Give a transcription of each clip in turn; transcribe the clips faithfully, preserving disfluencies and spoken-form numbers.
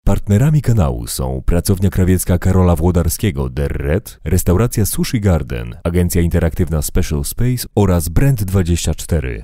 Partnerami kanału są Pracownia Krawiecka Karola Włodarskiego Der Red, Restauracja Sushi Garden, Agencja Interaktywna Special Space oraz Brand dwadzieścia cztery.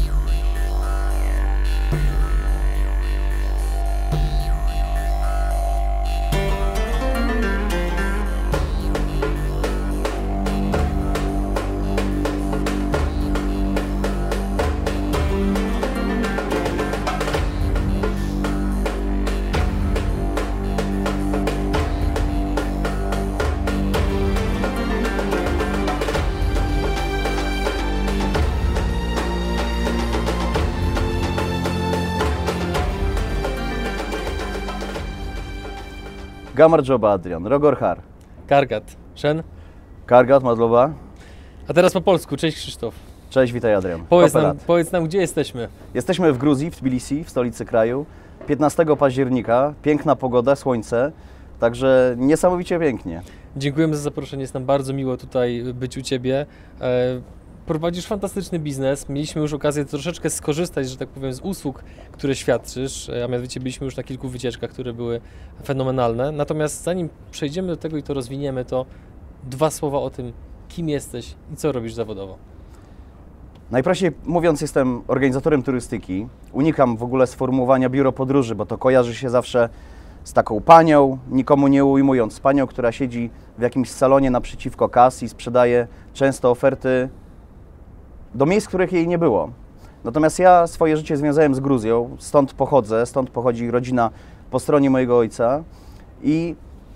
Gamar Joba Adrian, Rogor Har. Kargat, Szen. Kargat, Madloba. A teraz po polsku. Cześć Krzysztof. Cześć, witaj Adrian. Powiedz nam, powiedz nam, gdzie jesteśmy. Jesteśmy w Gruzji, w Tbilisi, w stolicy kraju. piętnastego października, piękna pogoda, słońce, także niesamowicie pięknie. Dziękujemy za zaproszenie, jest nam bardzo miło tutaj być u Ciebie. E, prowadzisz fantastyczny biznes, mieliśmy już okazję troszeczkę skorzystać, że tak powiem, z usług, które świadczysz, a mianowicie byliśmy już na kilku wycieczkach, które były fenomenalne. Natomiast zanim przejdziemy do tego i to rozwiniemy, to dwa słowa o tym, kim jesteś i co robisz zawodowo. Najprościej mówiąc, jestem organizatorem turystyki. Unikam w ogóle sformułowania biuro podróży, bo to kojarzy się zawsze z taką panią, nikomu nie ujmując, z panią, która siedzi w jakimś salonie naprzeciwko kas i sprzedaje często oferty do miejsc, których jej nie było. Natomiast ja swoje życie związałem z Gruzją, stąd pochodzę, stąd pochodzi rodzina po stronie mojego ojca i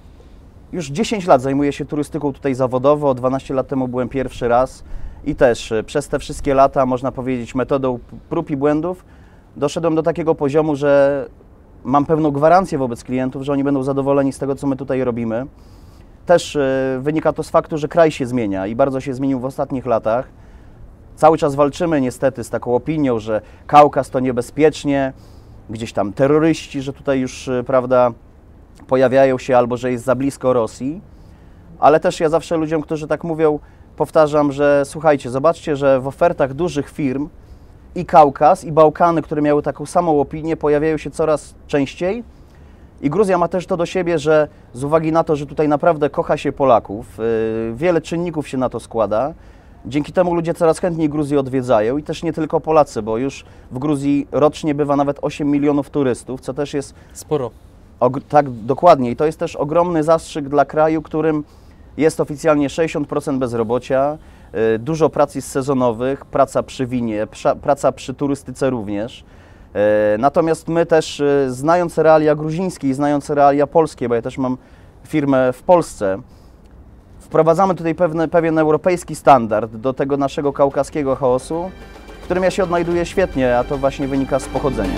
już dziesięć lat zajmuję się turystyką tutaj zawodowo, dwanaście lat temu byłem pierwszy raz i też przez te wszystkie lata, można powiedzieć, metodą prób i błędów doszedłem do takiego poziomu, że mam pewną gwarancję wobec klientów, że oni będą zadowoleni z tego, co my tutaj robimy. Też wynika to z faktu, że kraj się zmienia i bardzo się zmienił w ostatnich latach. Cały czas walczymy niestety z taką opinią, że Kaukaz to niebezpiecznie, gdzieś tam terroryści, że tutaj już, prawda, pojawiają się albo że jest za blisko Rosji. Ale też ja zawsze ludziom, którzy tak mówią, powtarzam, że słuchajcie, zobaczcie, że w ofertach dużych firm i Kaukaz, i Bałkany, które miały taką samą opinię, pojawiają się coraz częściej. I Gruzja ma też to do siebie, że z uwagi na to, że tutaj naprawdę kocha się Polaków, yy, wiele czynników się na to składa. Dzięki temu ludzie coraz chętniej Gruzję odwiedzają i też nie tylko Polacy, bo już w Gruzji rocznie bywa nawet osiem milionów turystów, co też jest... Sporo. Tak, dokładnie. I to jest też ogromny zastrzyk dla kraju, którym jest oficjalnie sześćdziesiąt procent bezrobocia, yy, dużo prac jest sezonowych, praca przy winie, przy, praca przy turystyce również. Yy, natomiast my też, yy, znając realia gruzińskie i znając realia polskie, bo ja też mam firmę w Polsce, wprowadzamy tutaj pewne, pewien europejski standard do tego naszego kaukaskiego chaosu, w którym ja się odnajduję świetnie, a to właśnie wynika z pochodzenia.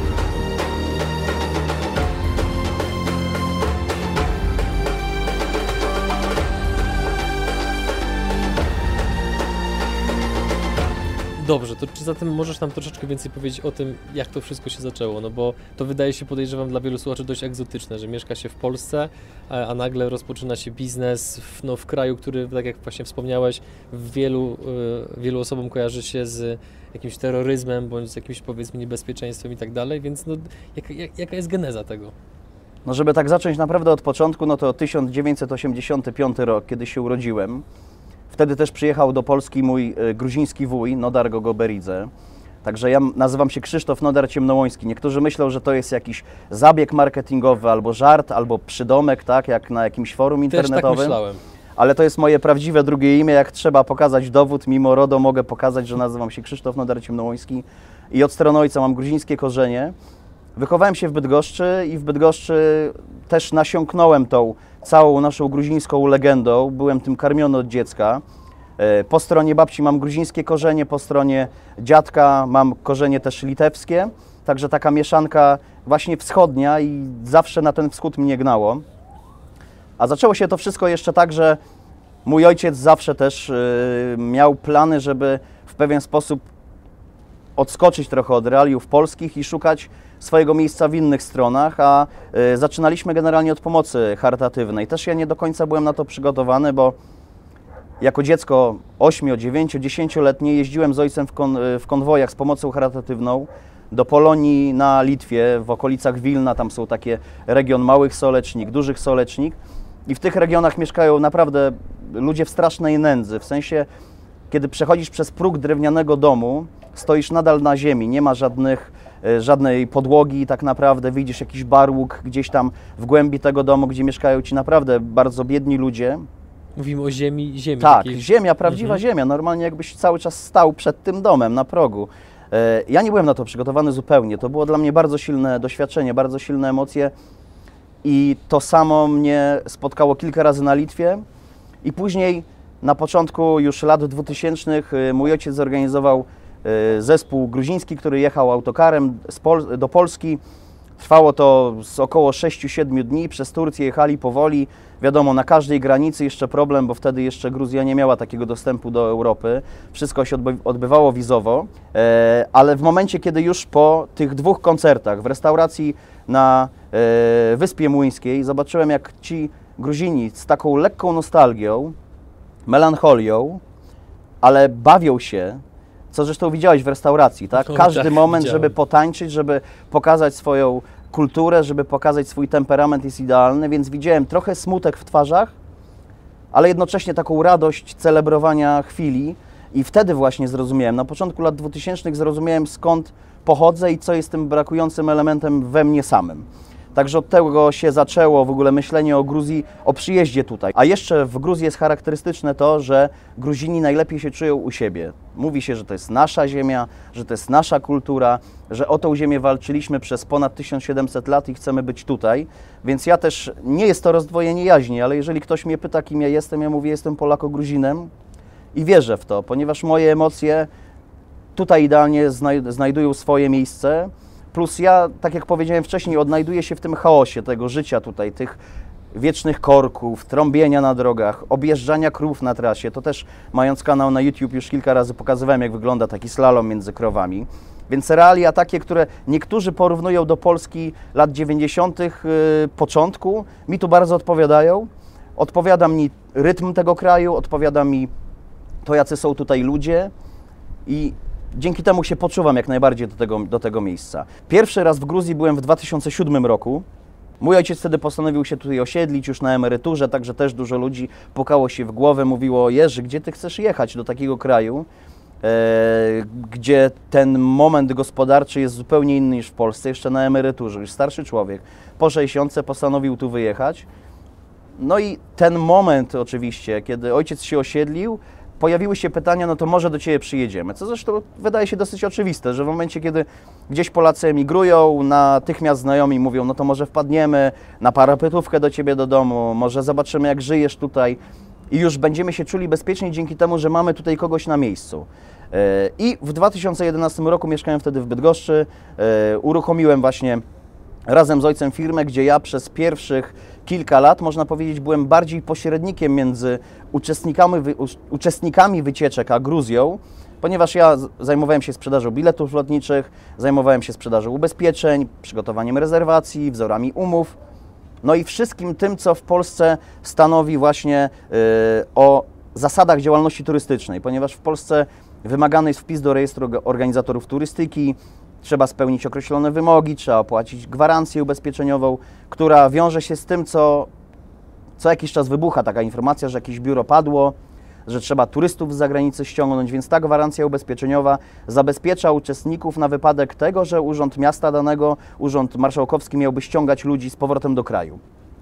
Dobrze, to czy zatem możesz nam troszeczkę więcej powiedzieć o tym, jak to wszystko się zaczęło? No bo to wydaje się, podejrzewam, dla wielu słuchaczy dość egzotyczne, że mieszka się w Polsce, a nagle rozpoczyna się biznes w, no, w kraju, który, tak jak właśnie wspomniałeś, wielu, wielu osobom kojarzy się z jakimś terroryzmem, bądź z jakimś, powiedzmy, niebezpieczeństwem i tak dalej, więc no, jaka, jaka jest geneza tego? No żeby tak zacząć naprawdę od początku, no to tysiąc dziewięćset osiemdziesiąty piąty rok, kiedy się urodziłem. Wtedy też przyjechał do Polski mój y, gruziński wuj, Nodar Gogoberidze. Także ja nazywam się Krzysztof Nodar Ciemnołoński. Niektórzy myślą, że to jest jakiś zabieg marketingowy, albo żart, albo przydomek, tak, jak na jakimś forum internetowym. Też tak myślałem. Ale to jest moje prawdziwe drugie imię. Jak trzeba pokazać dowód, mimo RODO mogę pokazać, że nazywam się Krzysztof Nodar Ciemnołoński i od strony ojca mam gruzińskie korzenie. Wychowałem się w Bydgoszczy i w Bydgoszczy też nasiąknąłem tą całą naszą gruzińską legendą. Byłem tym karmiony od dziecka. Po stronie babci mam gruzińskie korzenie, po stronie dziadka mam korzenie też litewskie. Także taka mieszanka właśnie wschodnia i zawsze na ten wschód mnie gnało. A zaczęło się to wszystko jeszcze tak, że mój ojciec zawsze też miał plany, żeby w pewien sposób odskoczyć trochę od realiów polskich i szukać swojego miejsca w innych stronach, a y, zaczynaliśmy generalnie od pomocy charytatywnej. Też ja nie do końca byłem na to przygotowany, bo jako dziecko ośmiu, dziewięciu, dziesięcioletnie jeździłem z ojcem w, kon, w konwojach z pomocą charytatywną do Polonii na Litwie, w okolicach Wilna, tam są takie region małych Solecznik, dużych Solecznik i w tych regionach mieszkają naprawdę ludzie w strasznej nędzy, w sensie, kiedy przechodzisz przez próg drewnianego domu, stoisz nadal na ziemi, nie ma żadnych, żadnej podłogi tak naprawdę, widzisz jakiś barłuk gdzieś tam w głębi tego domu, gdzie mieszkają ci naprawdę bardzo biedni ludzie. Mówimy o ziemi, ziemi. Tak, takiej... ziemia, prawdziwa mhm. ziemia, normalnie jakbyś cały czas stał przed tym domem na progu. Ja nie byłem na to przygotowany zupełnie, to było dla mnie bardzo silne doświadczenie, bardzo silne emocje i to samo mnie spotkało kilka razy na Litwie i później na początku już lat dwutysięcznych mój ojciec zorganizował zespół gruziński, który jechał autokarem z Pol- do Polski. Trwało to z około sześciu siedmiu dni, przez Turcję jechali powoli. Wiadomo, na każdej granicy jeszcze problem, bo wtedy jeszcze Gruzja nie miała takiego dostępu do Europy. Wszystko się odby- odbywało wizowo, e, ale w momencie, kiedy już po tych dwóch koncertach w restauracji na e, Wyspie Młyńskiej zobaczyłem, jak ci Gruzini z taką lekką nostalgią, melancholią, ale bawią się, co zresztą widziałeś w restauracji, tak? O, Każdy tak, moment, widziałem. żeby potańczyć, żeby pokazać swoją kulturę, żeby pokazać swój temperament jest idealny, więc widziałem trochę smutek w twarzach, ale jednocześnie taką radość celebrowania chwili i wtedy właśnie zrozumiałem, na początku lat dwutysięcznych zrozumiałem, skąd pochodzę i co jest tym brakującym elementem we mnie samym. Także od tego się zaczęło w ogóle myślenie o Gruzji, o przyjeździe tutaj. A jeszcze w Gruzji jest charakterystyczne to, że Gruzini najlepiej się czują u siebie. Mówi się, że to jest nasza ziemia, że to jest nasza kultura, że o tą ziemię walczyliśmy przez ponad tysiąc siedemset lat i chcemy być tutaj. Więc ja też, nie jest to rozdwojenie jaźni, ale jeżeli ktoś mnie pyta, kim ja jestem, ja mówię, jestem Polako-Gruzinem i wierzę w to, ponieważ moje emocje tutaj idealnie znaj- znajdują swoje miejsce. Plus ja, tak jak powiedziałem wcześniej, odnajduję się w tym chaosie tego życia tutaj, tych wiecznych korków, trąbienia na drogach, objeżdżania krów na trasie. To też, mając kanał na YouTube, już kilka razy pokazywałem, jak wygląda taki slalom między krowami. Więc realia takie, które niektórzy porównują do Polski lat dziewięćdziesiątych yy, początku, mi tu bardzo odpowiadają. Odpowiada mi rytm tego kraju, odpowiada mi to, jacy są tutaj ludzie i dzięki temu się poczuwam jak najbardziej do tego, do tego miejsca. Pierwszy raz w Gruzji byłem w dwa tysiące siódmym roku. Mój ojciec wtedy postanowił się tutaj osiedlić, już na emeryturze, także też dużo ludzi pukało się w głowę, mówiło: Jerzy, gdzie ty chcesz jechać do takiego kraju, e, gdzie ten moment gospodarczy jest zupełnie inny niż w Polsce, jeszcze na emeryturze, już starszy człowiek. Po sześćdziesiątce postanowił tu wyjechać. No i ten moment oczywiście, kiedy ojciec się osiedlił, pojawiły się pytania, no to może do Ciebie przyjedziemy, co zresztą wydaje się dosyć oczywiste, że w momencie, kiedy gdzieś Polacy emigrują, natychmiast znajomi mówią, no to może wpadniemy na parapetówkę do Ciebie do domu, może zobaczymy, jak żyjesz tutaj i już będziemy się czuli bezpiecznie dzięki temu, że mamy tutaj kogoś na miejscu. I w dwa tysiące jedenastym roku mieszkałem wtedy w Bydgoszczy, uruchomiłem właśnie razem z ojcem firmę, gdzie ja przez pierwszych kilka lat, można powiedzieć, byłem bardziej pośrednikiem między uczestnikami, wy, uczestnikami wycieczek a Gruzją, ponieważ ja zajmowałem się sprzedażą biletów lotniczych, zajmowałem się sprzedażą ubezpieczeń, przygotowaniem rezerwacji, wzorami umów, no i wszystkim tym, co w Polsce stanowi właśnie yy, o zasadach działalności turystycznej, ponieważ w Polsce wymagany jest wpis do rejestru organizatorów turystyki, trzeba spełnić określone wymogi, trzeba opłacić gwarancję ubezpieczeniową, która wiąże się z tym, co co jakiś czas wybucha taka informacja, że jakieś biuro padło, że trzeba turystów z zagranicy ściągnąć, więc ta gwarancja ubezpieczeniowa zabezpiecza uczestników na wypadek tego, że Urząd Miasta danego, Urząd Marszałkowski miałby ściągać ludzi z powrotem do kraju.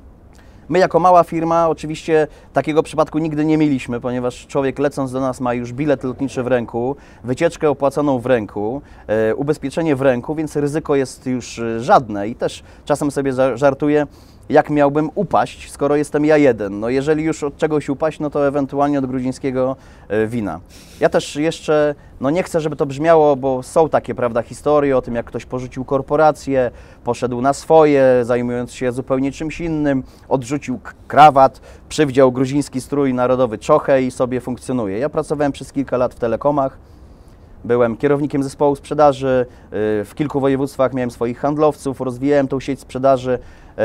My jako mała firma oczywiście takiego przypadku nigdy nie mieliśmy, ponieważ człowiek lecąc do nas ma już bilet lotniczy w ręku, wycieczkę opłaconą w ręku, e, ubezpieczenie w ręku, więc ryzyko jest już żadne i też czasem sobie żartuję, jak miałbym upaść, skoro jestem ja jeden. No jeżeli już od czegoś upaść, no to ewentualnie od gruzińskiego wina. Ja też jeszcze, no nie chcę, żeby to brzmiało, bo są takie, prawda, historie o tym, jak ktoś porzucił korporację, poszedł na swoje, zajmując się zupełnie czymś innym, odrzucił krawat, przywdział gruziński strój narodowy czochę i sobie funkcjonuje. Ja pracowałem przez kilka lat w telekomach, byłem kierownikiem zespołu sprzedaży, w kilku województwach miałem swoich handlowców, rozwijałem tą sieć sprzedaży,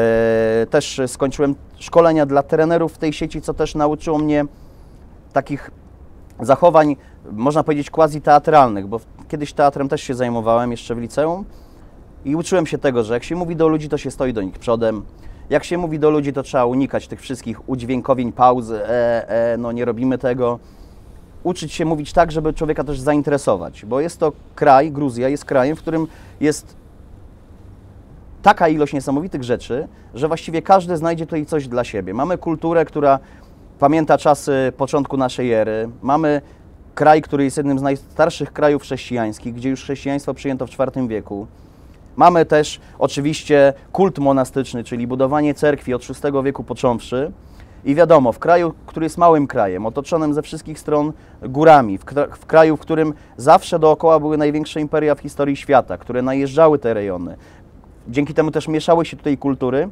też skończyłem szkolenia dla trenerów w tej sieci, co też nauczyło mnie takich zachowań, można powiedzieć, quasi-teatralnych, bo kiedyś teatrem też się zajmowałem, jeszcze w liceum i uczyłem się tego, że jak się mówi do ludzi, to się stoi do nich przodem. Jak się mówi do ludzi, to trzeba unikać tych wszystkich udźwiękowień, pauzy, e, e, no nie robimy tego. Uczyć się mówić tak, żeby człowieka też zainteresować, bo jest to kraj, Gruzja jest krajem, w którym jest taka ilość niesamowitych rzeczy, że właściwie każdy znajdzie tutaj coś dla siebie. Mamy kulturę, która pamięta czasy początku naszej ery. Mamy kraj, który jest jednym z najstarszych krajów chrześcijańskich, gdzie już chrześcijaństwo przyjęto w czwartym wieku. Mamy też oczywiście kult monastyczny, czyli budowanie cerkwi od szóstego wieku począwszy. I wiadomo, w kraju, który jest małym krajem, otoczonym ze wszystkich stron górami, w, w kraju, w którym zawsze dookoła były największe imperia w historii świata, które najeżdżały te rejony. Dzięki temu też mieszały się tutaj kultury.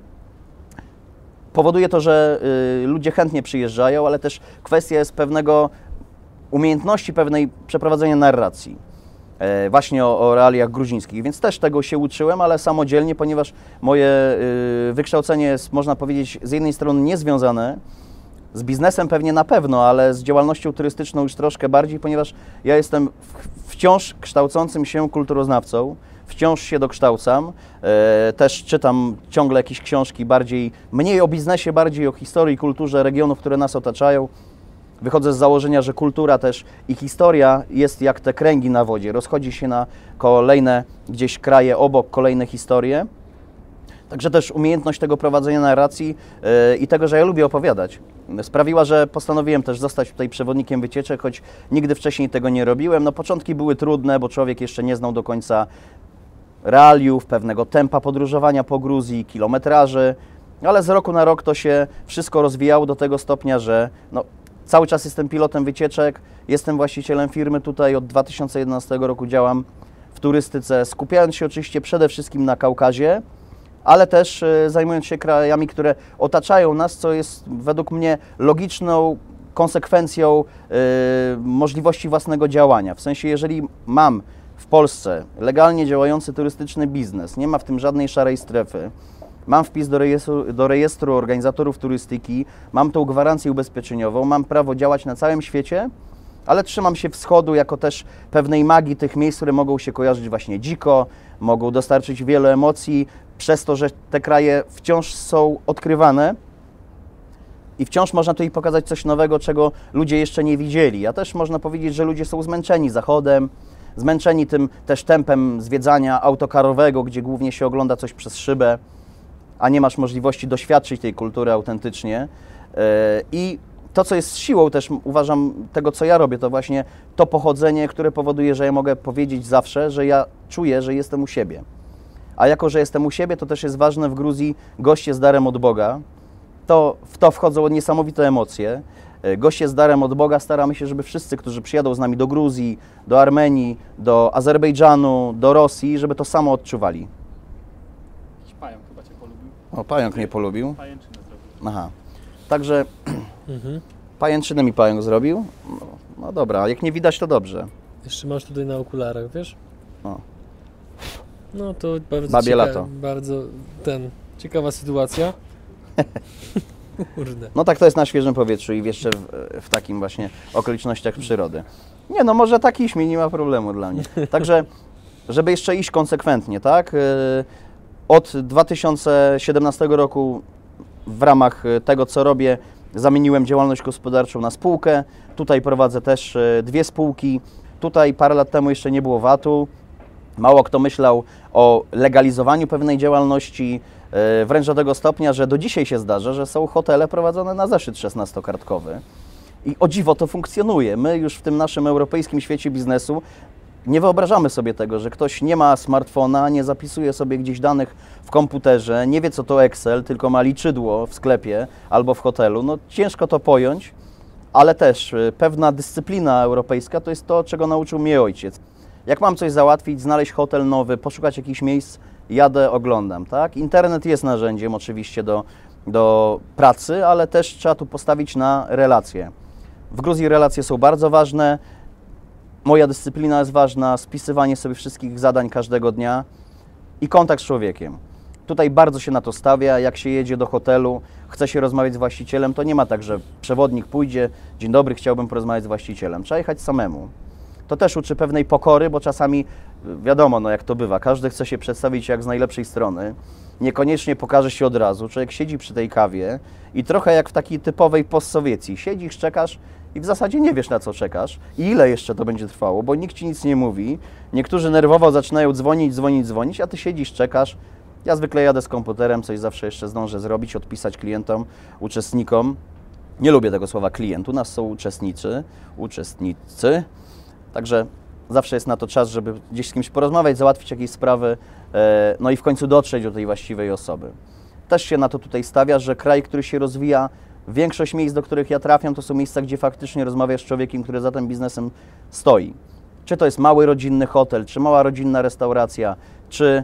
Powoduje to, że y, ludzie chętnie przyjeżdżają, ale też kwestia jest pewnego umiejętności, pewnej przeprowadzenia narracji. E, właśnie o, o realiach gruzińskich, więc też tego się uczyłem, ale samodzielnie, ponieważ moje y, wykształcenie jest, można powiedzieć, z jednej strony niezwiązane z biznesem pewnie na pewno, ale z działalnością turystyczną już troszkę bardziej, ponieważ ja jestem w, wciąż kształcącym się kulturoznawcą, wciąż się dokształcam, e, też czytam ciągle jakieś książki bardziej, mniej o biznesie, bardziej o historii, kulturze regionów, które nas otaczają. Wychodzę z założenia, że kultura też i historia jest jak te kręgi na wodzie, rozchodzi się na kolejne gdzieś kraje obok, kolejne historie. Także też umiejętność tego prowadzenia narracji yy, i tego, że ja lubię opowiadać, sprawiła, że postanowiłem też zostać tutaj przewodnikiem wycieczek, choć nigdy wcześniej tego nie robiłem. No początki były trudne, bo człowiek jeszcze nie znał do końca realiów, pewnego tempa podróżowania po Gruzji, kilometraży, ale z roku na rok to się wszystko rozwijało do tego stopnia, że no, cały czas jestem pilotem wycieczek, jestem właścicielem firmy tutaj, od dwa tysiące jedenastego roku działam w turystyce, skupiając się oczywiście przede wszystkim na Kaukazie, ale też y, zajmując się krajami, które otaczają nas, co jest według mnie logiczną konsekwencją y, możliwości własnego działania. W sensie, jeżeli mam w Polsce legalnie działający turystyczny biznes, nie ma w tym żadnej szarej strefy, mam wpis do rejestru, do rejestru organizatorów turystyki, mam tą gwarancję ubezpieczeniową, mam prawo działać na całym świecie, ale trzymam się wschodu jako też pewnej magii tych miejsc, które mogą się kojarzyć właśnie dziko, mogą dostarczyć wiele emocji, przez to, że te kraje wciąż są odkrywane i wciąż można tutaj pokazać coś nowego, czego ludzie jeszcze nie widzieli. A też można powiedzieć, że ludzie są zmęczeni Zachodem, zmęczeni tym też tempem zwiedzania autokarowego, gdzie głównie się ogląda coś przez szybę, a nie masz możliwości doświadczyć tej kultury autentycznie. I to, co jest siłą też, uważam, tego, co ja robię, to właśnie to pochodzenie, które powoduje, że ja mogę powiedzieć zawsze, że ja czuję, że jestem u siebie. A jako, że jestem u siebie, to też jest ważne w Gruzji, goście z darem od Boga. To, w to wchodzą niesamowite emocje. Goście z darem od Boga, staramy się, żeby wszyscy, którzy przyjadą z nami do Gruzji, do Armenii, do Azerbejdżanu, do Rosji, żeby to samo odczuwali. Pająk chyba Cię polubił. O, pająk mnie polubił. Pajęczynę zrobił. Aha. Także Mhm. pajęczynę mi pająk zrobił. No, no dobra, jak nie widać, to dobrze. Jeszcze masz tutaj na okularach, wiesz? O. No to bardzo, Babie cieka- lato. bardzo ten, ciekawa sytuacja. Kurde. No tak to jest na świeżym powietrzu i jeszcze w, w takim właśnie okolicznościach przyrody. Nie no, może tak iść mi, nie ma problemu dla mnie. Także, żeby jeszcze iść konsekwentnie, tak? Yy, Od dwa tysiące siedemnastego roku w ramach tego, co robię, zamieniłem działalność gospodarczą na spółkę. Tutaj prowadzę też dwie spółki. Tutaj parę lat temu jeszcze nie było V A T-u. Mało kto myślał o legalizowaniu pewnej działalności, wręcz do tego stopnia, że do dzisiaj się zdarza, że są hotele prowadzone na zeszyt szesnastokartkowy. I o dziwo to funkcjonuje. My już w tym naszym europejskim świecie biznesu nie wyobrażamy sobie tego, że ktoś nie ma smartfona, nie zapisuje sobie gdzieś danych w komputerze, nie wie co to Excel, tylko ma liczydło w sklepie albo w hotelu. No ciężko to pojąć, ale też pewna dyscyplina europejska to jest to, czego nauczył mnie ojciec. Jak mam coś załatwić, znaleźć hotel nowy, poszukać jakichś miejsc, jadę, oglądam, tak? Internet jest narzędziem oczywiście do, do pracy, ale też trzeba tu postawić na relacje. W Gruzji relacje są bardzo ważne. Moja dyscyplina jest ważna, spisywanie sobie wszystkich zadań każdego dnia i kontakt z człowiekiem. Tutaj bardzo się na to stawia, jak się jedzie do hotelu, chce się rozmawiać z właścicielem, to nie ma tak, że przewodnik pójdzie, dzień dobry, chciałbym porozmawiać z właścicielem. Trzeba jechać samemu. To też uczy pewnej pokory, bo czasami wiadomo, no jak to bywa, każdy chce się przedstawić jak z najlepszej strony. Niekoniecznie pokaże się od razu. Człowiek siedzi przy tej kawie i trochę jak w takiej typowej postsowiecji. Siedzisz, czekasz i w zasadzie nie wiesz, na co czekasz i ile jeszcze to będzie trwało, bo nikt ci nic nie mówi. Niektórzy nerwowo zaczynają dzwonić, dzwonić, dzwonić, a ty siedzisz, czekasz. Ja zwykle jadę z komputerem, coś zawsze jeszcze zdążę zrobić, odpisać klientom, uczestnikom. Nie lubię tego słowa klient, u nas są uczestnicy, uczestnicy, także zawsze jest na to czas, żeby gdzieś z kimś porozmawiać, załatwić jakieś sprawy, no i w końcu dotrzeć do tej właściwej osoby. Też się na to tutaj stawia, że kraj, który się rozwija, większość miejsc, do których ja trafiam, to są miejsca, gdzie faktycznie rozmawiasz z człowiekiem, który za tym biznesem stoi. Czy to jest mały rodzinny hotel, czy mała rodzinna restauracja, czy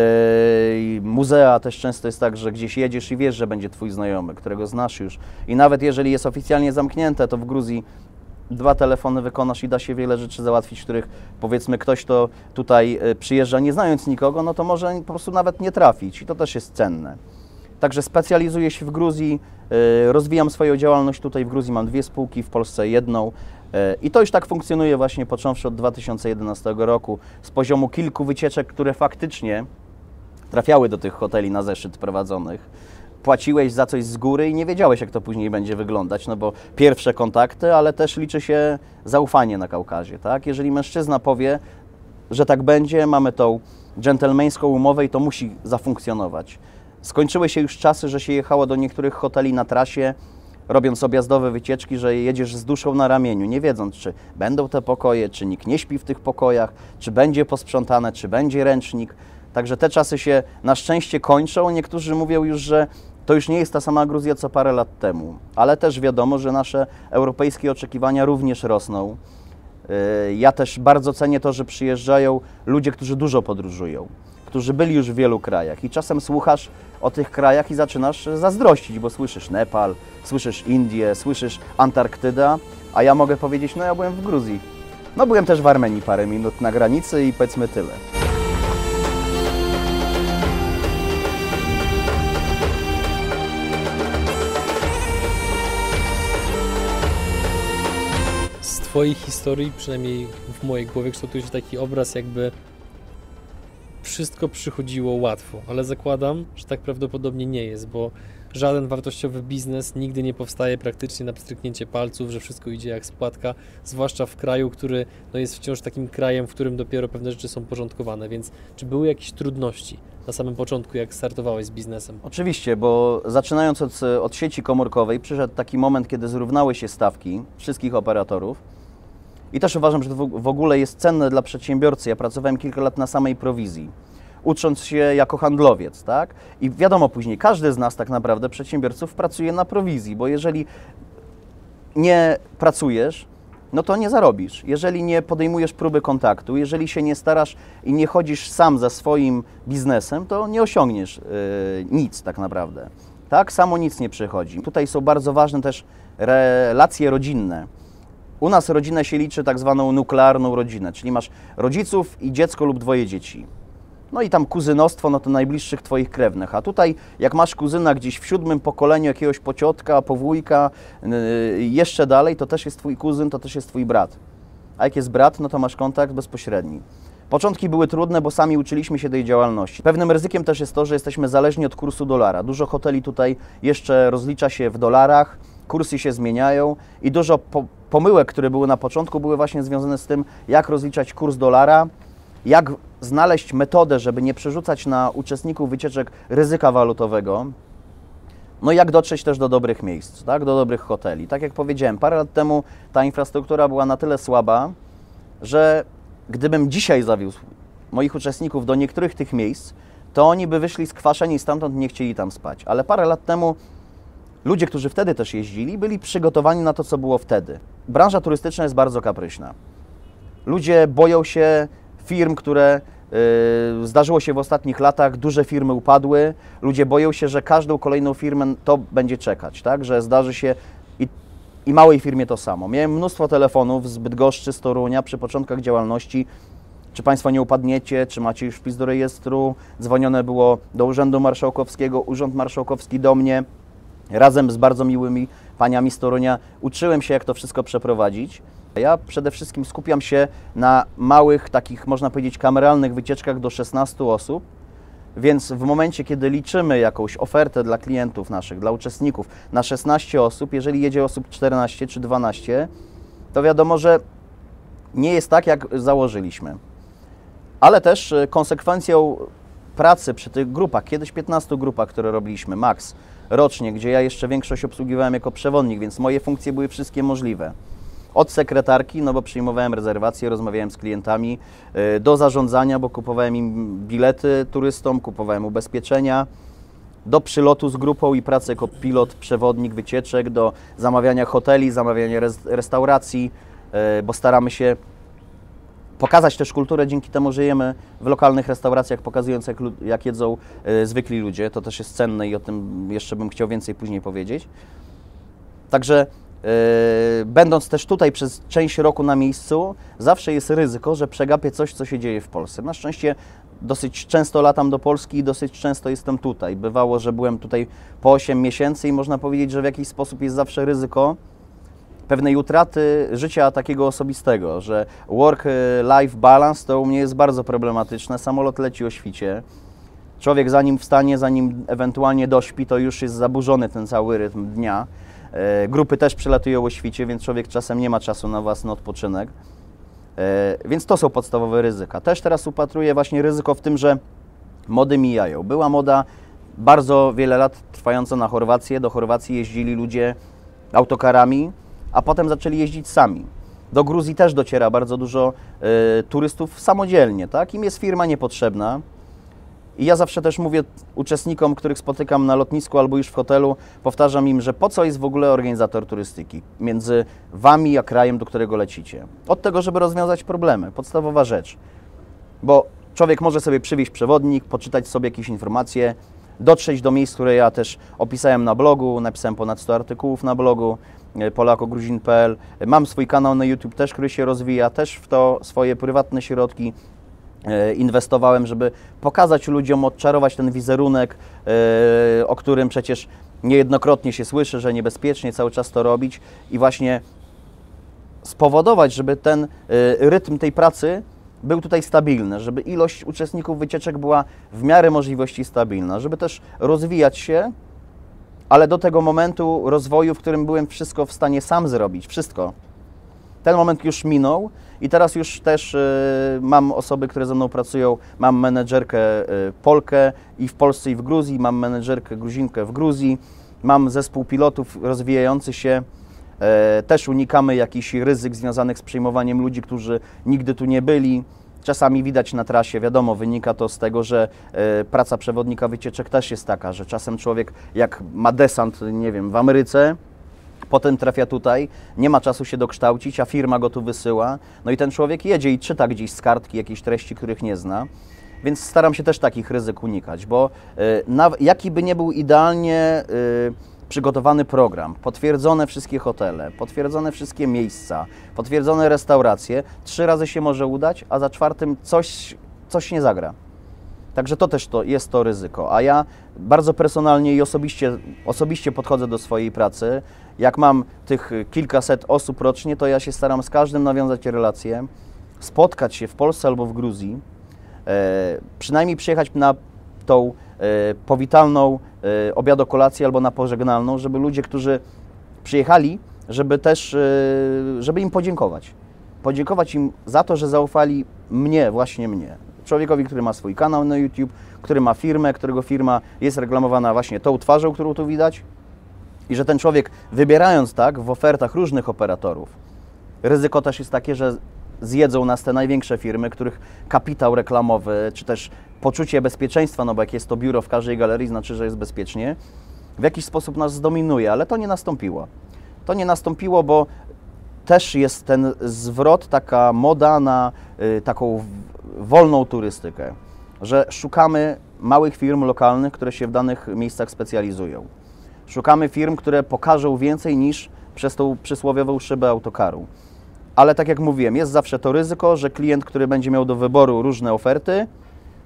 yy, muzea, też często jest tak, że gdzieś jedziesz i wiesz, że będzie twój znajomy, którego znasz już. I nawet jeżeli jest oficjalnie zamknięte, to w Gruzji dwa telefony wykonasz i da się wiele rzeczy załatwić, których powiedzmy ktoś, kto tutaj przyjeżdża nie znając nikogo, no to może po prostu nawet nie trafić i to też jest cenne. Także specjalizuję się w Gruzji, rozwijam swoją działalność tutaj w Gruzji, mam dwie spółki, w Polsce jedną i to już tak funkcjonuje właśnie począwszy od dwa tysiące jedenastego roku z poziomu kilku wycieczek, które faktycznie trafiały do tych hoteli na zeszyt prowadzonych. Płaciłeś za coś z góry i nie wiedziałeś, jak to później będzie wyglądać, no bo pierwsze kontakty, ale też liczy się zaufanie na Kaukazie, tak? Jeżeli mężczyzna powie, że tak będzie, mamy tą dżentelmeńską umowę i to musi zafunkcjonować. Skończyły się już czasy, że się jechało do niektórych hoteli na trasie, robiąc objazdowe wycieczki, że jedziesz z duszą na ramieniu, nie wiedząc, czy będą te pokoje, czy nikt nie śpi w tych pokojach, czy będzie posprzątane, czy będzie ręcznik. Także te czasy się na szczęście kończą. Niektórzy mówią już, że to już nie jest ta sama Gruzja co parę lat temu, ale też wiadomo, że nasze europejskie oczekiwania również rosną. Ja też bardzo cenię to, że przyjeżdżają ludzie, którzy dużo podróżują, którzy byli już w wielu krajach i czasem słuchasz o tych krajach i zaczynasz zazdrościć, bo słyszysz Nepal, słyszysz Indię, słyszysz Antarktyda, a ja mogę powiedzieć, no ja byłem w Gruzji. No byłem też w Armenii parę minut na granicy i powiedzmy tyle. Z Twojej historii, przynajmniej w mojej głowie, kształtuje się taki obraz, jakby wszystko przychodziło łatwo, ale zakładam, że tak prawdopodobnie nie jest, bo żaden wartościowy biznes nigdy nie powstaje praktycznie na pstryknięcie palców, że wszystko idzie jak z płatka, zwłaszcza w kraju, który no, jest wciąż takim krajem, w którym dopiero pewne rzeczy są porządkowane, więc czy były jakieś trudności na samym początku, jak startowałeś z biznesem? Oczywiście, bo zaczynając od, od sieci komórkowej, przyszedł taki moment, kiedy zrównały się stawki wszystkich operatorów. I też uważam, że to w ogóle jest cenne dla przedsiębiorcy. Ja pracowałem kilka lat na samej prowizji, ucząc się jako handlowiec, tak? I wiadomo później, każdy z nas tak naprawdę, przedsiębiorców, pracuje na prowizji, bo jeżeli nie pracujesz, no to nie zarobisz. Jeżeli nie podejmujesz próby kontaktu, jeżeli się nie starasz i nie chodzisz sam za swoim biznesem, to nie osiągniesz yy, nic tak naprawdę. Tak? Samo nic nie przychodzi. Tutaj są bardzo ważne też relacje rodzinne. U nas rodzinę się liczy tak zwaną nuklearną rodzinę, czyli masz rodziców i dziecko lub dwoje dzieci. No i tam kuzynostwo, no to najbliższych Twoich krewnych. A tutaj jak masz kuzyna gdzieś w siódmym pokoleniu jakiegoś pociotka, powójka, yy, jeszcze dalej, to też jest Twój kuzyn, to też jest Twój brat. A jak jest brat, no to masz kontakt bezpośredni. Początki były trudne, bo sami uczyliśmy się tej działalności. Pewnym ryzykiem też jest to, że jesteśmy zależni od kursu dolara. Dużo hoteli tutaj jeszcze rozlicza się w dolarach, kursy się zmieniają i dużo po pomyłek, które były na początku, były właśnie związane z tym, jak rozliczać kurs dolara, jak znaleźć metodę, żeby nie przerzucać na uczestników wycieczek ryzyka walutowego, no i jak dotrzeć też do dobrych miejsc, tak? Do dobrych hoteli. Tak jak powiedziałem, parę lat temu ta infrastruktura była na tyle słaba, że gdybym dzisiaj zawiózł moich uczestników do niektórych tych miejsc, to oni by wyszli skwaszeni i stamtąd nie chcieli tam spać. Ale parę lat temu ludzie, którzy wtedy też jeździli, byli przygotowani na to, co było wtedy. Branża turystyczna jest bardzo kapryśna. Ludzie boją się firm, które yy, zdarzyło się w ostatnich latach, duże firmy upadły. Ludzie boją się, że każdą kolejną firmę to będzie czekać, tak? Że zdarzy się i, i małej firmie to samo. Miałem mnóstwo telefonów z Bydgoszczy, z Torunia przy początkach działalności. Czy Państwo nie upadniecie, czy macie już wpis do rejestru? Dzwonione było do Urzędu Marszałkowskiego, Urząd Marszałkowski do mnie. Razem z bardzo miłymi paniami z Torunia uczyłem się, jak to wszystko przeprowadzić. Ja przede wszystkim skupiam się na małych, takich można powiedzieć kameralnych wycieczkach do szesnastu osób, więc w momencie, kiedy liczymy jakąś ofertę dla klientów naszych, dla uczestników na szesnaście osób, jeżeli jedzie osób czternaście czy dwanaście, to wiadomo, że nie jest tak, jak założyliśmy. Ale też konsekwencją pracy przy tych grupach, kiedyś piętnastu grupach, które robiliśmy, max, rocznie, gdzie ja jeszcze większość obsługiwałem jako przewodnik, więc moje funkcje były wszystkie możliwe. Od sekretarki, no bo przyjmowałem rezerwacje, rozmawiałem z klientami, do zarządzania, bo kupowałem im bilety turystom, kupowałem ubezpieczenia, do przylotu z grupą i pracy jako pilot, przewodnik wycieczek, do zamawiania hoteli, zamawiania restauracji, bo staramy się pokazać też kulturę, dzięki temu żyjemy w lokalnych restauracjach, pokazując jak, jak jedzą y, zwykli ludzie. To też jest cenne i o tym jeszcze bym chciał więcej później powiedzieć. Także y, będąc też tutaj przez część roku na miejscu, zawsze jest ryzyko, że przegapię coś, co się dzieje w Polsce. Na szczęście dosyć często latam do Polski i dosyć często jestem tutaj. Bywało, że byłem tutaj po osiem miesięcy i można powiedzieć, że w jakiś sposób jest zawsze ryzyko pewnej utraty życia takiego osobistego, że work-life balance to u mnie jest bardzo problematyczne. Samolot leci o świcie. Człowiek zanim wstanie, zanim ewentualnie dośpi, to już jest zaburzony ten cały rytm dnia. E, grupy też przylatują o świcie, więc człowiek czasem nie ma czasu na własny odpoczynek. E, więc to są podstawowe ryzyka. Też teraz upatruję właśnie ryzyko w tym, że mody mijają. Była moda bardzo wiele lat trwająca na Chorwację. Do Chorwacji jeździli ludzie autokarami, a potem zaczęli jeździć sami. Do Gruzji też dociera bardzo dużo y, turystów samodzielnie, tak? Im jest firma niepotrzebna. I ja zawsze też mówię uczestnikom, których spotykam na lotnisku albo już w hotelu, powtarzam im, że po co jest w ogóle organizator turystyki między wami a krajem, do którego lecicie. Od tego, żeby rozwiązać problemy, podstawowa rzecz. Bo człowiek może sobie przywieźć przewodnik, poczytać sobie jakieś informacje, dotrzeć do miejsc, które ja też opisałem na blogu, napisałem ponad sto artykułów na blogu polako gruzin kropka p l. Mam swój kanał na YouTube też, który się rozwija, też w to swoje prywatne środki inwestowałem, żeby pokazać ludziom, odczarować ten wizerunek, o którym przecież niejednokrotnie się słyszy, że niebezpiecznie cały czas to robić i właśnie spowodować, żeby ten rytm tej pracy był tutaj stabilny, żeby ilość uczestników wycieczek była w miarę możliwości stabilna, żeby też rozwijać się, ale do tego momentu rozwoju, w którym byłem wszystko w stanie sam zrobić, wszystko. Ten moment już minął i teraz już też y, mam osoby, które ze mną pracują, mam menedżerkę y, Polkę i w Polsce i w Gruzji, mam menedżerkę Gruzinkę w Gruzji, mam zespół pilotów rozwijający się, y, też unikamy jakichś ryzyk związanych z przyjmowaniem ludzi, którzy nigdy tu nie byli. Czasami widać na trasie, wiadomo, wynika to z tego, że y, praca przewodnika wycieczek też jest taka, że czasem człowiek jak ma desant, nie wiem, w Ameryce, potem trafia tutaj, nie ma czasu się dokształcić, a firma go tu wysyła, no i ten człowiek jedzie i czyta gdzieś z kartki jakieś treści, których nie zna, więc staram się też takich ryzyk unikać, bo y, na, jaki by nie był idealnie y, przygotowany program, potwierdzone wszystkie hotele, potwierdzone wszystkie miejsca, potwierdzone restauracje, trzy razy się może udać, a za czwartym coś, coś nie zagra. Także to też to, jest to ryzyko, a ja bardzo personalnie i osobiście, osobiście podchodzę do swojej pracy. Jak mam tych kilkaset osób rocznie, to ja się staram z każdym nawiązać relacje, spotkać się w Polsce albo w Gruzji, e, przynajmniej przyjechać na tą e, powitalną e, obiadokolację albo na pożegnalną, żeby ludzie, którzy przyjechali, żeby też, e, żeby im podziękować. Podziękować im za to, że zaufali mnie, właśnie mnie. Człowiekowi, który ma swój kanał na YouTube, który ma firmę, którego firma jest reklamowana właśnie tą twarzą, którą tu widać. I że ten człowiek, wybierając tak w ofertach różnych operatorów, ryzyko też jest takie, że zjedzą nas te największe firmy, których kapitał reklamowy, czy też poczucie bezpieczeństwa, no bo jak jest to biuro w każdej galerii, znaczy, że jest bezpiecznie, w jakiś sposób nas zdominuje, ale to nie nastąpiło. To nie nastąpiło, bo też jest ten zwrot, taka moda na y, taką wolną turystykę, że szukamy małych firm lokalnych, które się w danych miejscach specjalizują. Szukamy firm, które pokażą więcej niż przez tą przysłowiową szybę autokaru. Ale tak jak mówiłem, jest zawsze to ryzyko, że klient, który będzie miał do wyboru różne oferty,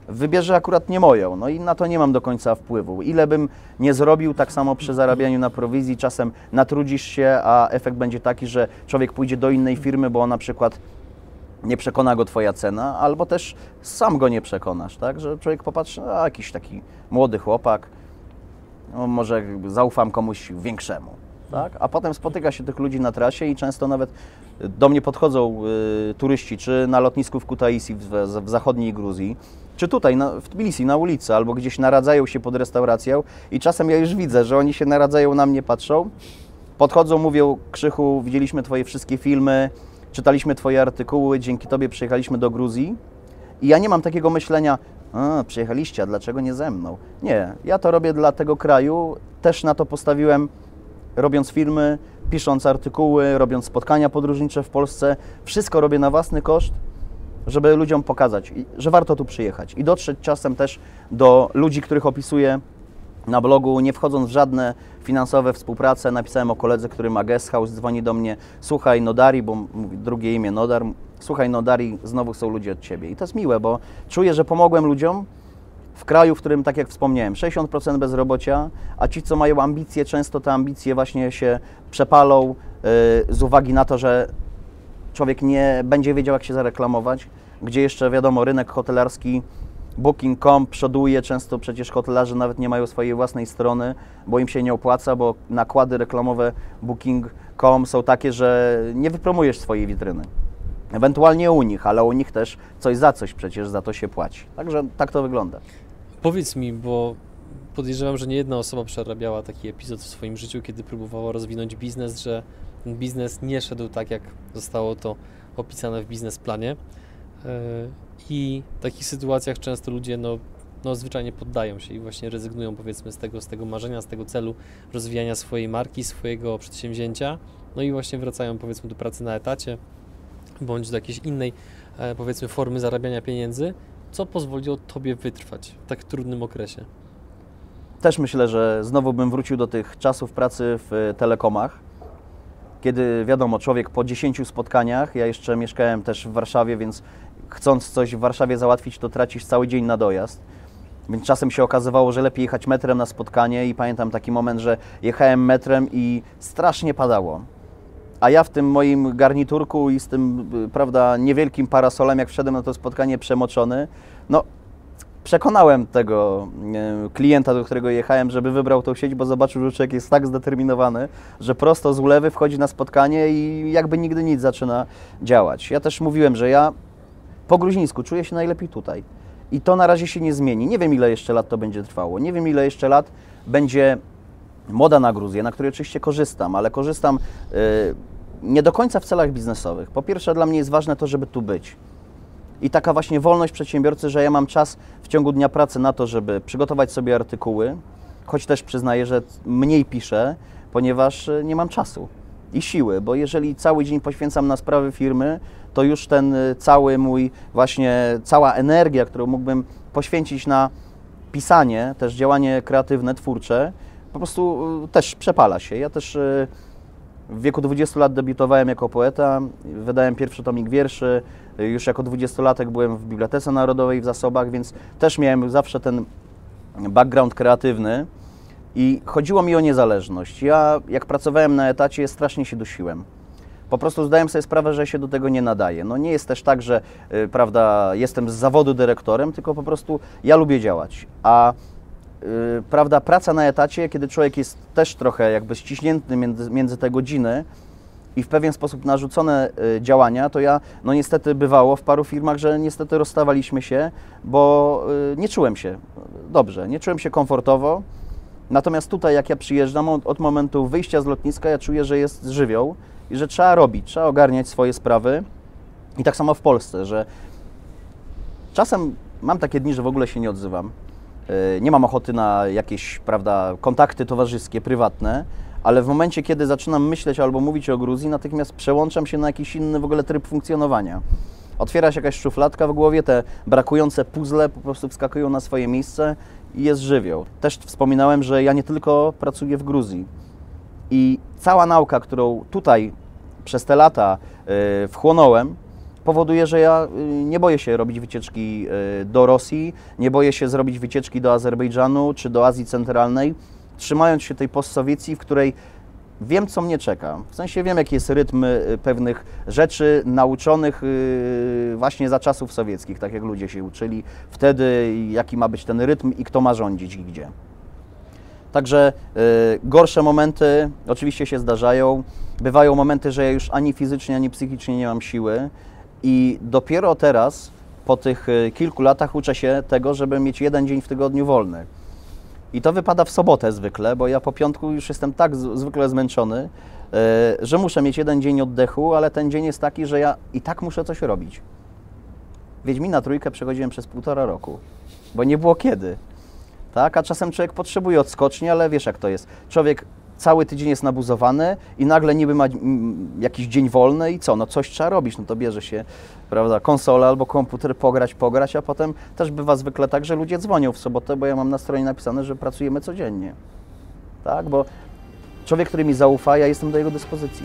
wybierze akurat nie moją, no i na to nie mam do końca wpływu. Ile bym nie zrobił, tak samo przy zarabianiu na prowizji, czasem natrudzisz się, a efekt będzie taki, że człowiek pójdzie do innej firmy, bo na przykład nie przekona go twoja cena, albo też sam go nie przekonasz, tak, że człowiek popatrzy, a jakiś taki młody chłopak, no może zaufam komuś większemu, tak, a potem spotyka się tych ludzi na trasie i często nawet do mnie podchodzą y, turyści, czy na lotnisku w Kutaisi w, w zachodniej Gruzji, czy tutaj na, w Tbilisi na ulicy, albo gdzieś naradzają się pod restauracją i czasem ja już widzę, że oni się naradzają, na mnie patrzą, podchodzą, mówią: Krzychu, widzieliśmy twoje wszystkie filmy, czytaliśmy twoje artykuły, dzięki tobie przyjechaliśmy do Gruzji i ja nie mam takiego myślenia: a, przyjechaliście, a dlaczego nie ze mną? Nie, ja to robię dla tego kraju, też na to postawiłem, robiąc filmy, pisząc artykuły, robiąc spotkania podróżnicze w Polsce. Wszystko robię na własny koszt, żeby ludziom pokazać, że warto tu przyjechać i dotrzeć czasem też do ludzi, których opisuję na blogu, nie wchodząc w żadne finansowe współprace. Napisałem o koledze, który ma guest house, dzwoni do mnie: słuchaj Nodari, bo mówi drugie imię Nodar, słuchaj Nodari, znowu są ludzie od Ciebie. I to jest miłe, bo czuję, że pomogłem ludziom w kraju, w którym, tak jak wspomniałem, sześćdziesiąt procent bezrobocia, a ci, co mają ambicje, często te ambicje właśnie się przepalą yy, z uwagi na to, że człowiek nie będzie wiedział, jak się zareklamować, gdzie jeszcze, wiadomo, rynek hotelarski, booking kropka com przoduje, często przecież hotelarze nawet nie mają swojej własnej strony, bo im się nie opłaca, bo nakłady reklamowe booking kropka com są takie, że nie wypromujesz swojej witryny. Ewentualnie u nich, ale u nich też coś za coś przecież za to się płaci. Także tak to wygląda. Powiedz mi, bo podejrzewam, że nie jedna osoba przerabiała taki epizod w swoim życiu, kiedy próbowała rozwinąć biznes, że ten biznes nie szedł tak, jak zostało to opisane w biznesplanie. I w takich sytuacjach często ludzie no, no zwyczajnie poddają się i właśnie rezygnują, powiedzmy, z tego, z tego marzenia, z tego celu rozwijania swojej marki, swojego przedsięwzięcia, no i właśnie wracają, powiedzmy, do pracy na etacie bądź do jakiejś innej, powiedzmy, formy zarabiania pieniędzy, co pozwoliło Tobie wytrwać w tak trudnym okresie. Też myślę, że znowu bym wrócił do tych czasów pracy w telekomach, kiedy, wiadomo, człowiek po dziesięciu spotkaniach, ja jeszcze mieszkałem też w Warszawie, więc chcąc coś w Warszawie załatwić, to tracisz cały dzień na dojazd. Więc czasem się okazywało, że lepiej jechać metrem na spotkanie i pamiętam taki moment, że jechałem metrem i strasznie padało. A ja w tym moim garniturku i z tym, prawda, niewielkim parasolem, jak wszedłem na to spotkanie przemoczony, no przekonałem tego klienta, do którego jechałem, żeby wybrał tą sieć, bo zobaczył, że człowiek jest tak zdeterminowany, że prosto z ulewy wchodzi na spotkanie i jakby nigdy nic zaczyna działać. Ja też mówiłem, że ja po gruzińsku czuję się najlepiej tutaj i to na razie się nie zmieni. Nie wiem, ile jeszcze lat to będzie trwało, nie wiem, ile jeszcze lat będzie moda na Gruzję, na której oczywiście korzystam, ale korzystam yy, nie do końca w celach biznesowych. Po pierwsze, dla mnie jest ważne to, żeby tu być. I taka właśnie wolność przedsiębiorcy, że ja mam czas w ciągu dnia pracy na to, żeby przygotować sobie artykuły, choć też przyznaję, że mniej piszę, ponieważ nie mam czasu i siły, bo jeżeli cały dzień poświęcam na sprawy firmy, to już ten cały mój, właśnie cała energia, którą mógłbym poświęcić na pisanie, też działanie kreatywne, twórcze, po prostu też przepala się. Ja też w wieku dwudziestu lat debiutowałem jako poeta, wydałem pierwszy tomik wierszy, już jako dwudziestolatek byłem w Bibliotece Narodowej w Zasobach, więc też miałem zawsze ten background kreatywny i chodziło mi o niezależność. Ja jak pracowałem na etacie, strasznie się dusiłem. Po prostu zdałem sobie sprawę, że się do tego nie nadaję. No nie jest też tak, że yy, prawda, jestem z zawodu dyrektorem, tylko po prostu ja lubię działać. A yy, prawda, praca na etacie, kiedy człowiek jest też trochę jakby ściśnięty między, między te godziny i w pewien sposób narzucone yy, działania, to ja, no niestety bywało w paru firmach, że niestety rozstawaliśmy się, bo yy, nie czułem się dobrze, nie czułem się komfortowo. Natomiast tutaj, jak ja przyjeżdżam, od, od momentu wyjścia z lotniska, ja czuję, że jest żywioł i że trzeba robić, trzeba ogarniać swoje sprawy. I tak samo w Polsce, że czasem mam takie dni, że w ogóle się nie odzywam. Yy, nie mam ochoty na jakieś, prawda, kontakty towarzyskie, prywatne, ale w momencie, kiedy zaczynam myśleć albo mówić o Gruzji, natychmiast przełączam się na jakiś inny w ogóle tryb funkcjonowania. Otwiera się jakaś szufladka w głowie, te brakujące puzzle po prostu wskakują na swoje miejsce i jest żywioł. Też wspominałem, że ja nie tylko pracuję w Gruzji i cała nauka, którą tutaj przez te lata yy, wchłonąłem, powoduje, że ja nie boję się robić wycieczki do Rosji, nie boję się zrobić wycieczki do Azerbejdżanu czy do Azji Centralnej, trzymając się tej postsowieckiej, w której wiem, co mnie czeka. W sensie wiem, jaki jest rytm pewnych rzeczy nauczonych właśnie za czasów sowieckich, tak jak ludzie się uczyli wtedy, jaki ma być ten rytm i kto ma rządzić i gdzie. Także y, gorsze momenty oczywiście się zdarzają. Bywają momenty, że ja już ani fizycznie, ani psychicznie nie mam siły i dopiero teraz, po tych y, kilku latach uczę się tego, żeby mieć jeden dzień w tygodniu wolny. I to wypada w sobotę zwykle, bo ja po piątku już jestem tak z, zwykle zmęczony, y, że muszę mieć jeden dzień oddechu, ale ten dzień jest taki, że ja i tak muszę coś robić. Wiedźmina trójkę przechodziłem przez półtora roku, bo nie było kiedy. Tak? A czasem człowiek potrzebuje odskoczni, ale wiesz jak to jest. Człowiek cały tydzień jest nabuzowany i nagle niby ma jakiś dzień wolny i co? No coś trzeba robić, no to bierze się, prawda, konsolę albo komputer, pograć, pograć, a potem też bywa zwykle tak, że ludzie dzwonią w sobotę, bo ja mam na stronie napisane, że pracujemy codziennie. Tak? Bo człowiek, który mi zaufa, ja jestem do jego dyspozycji.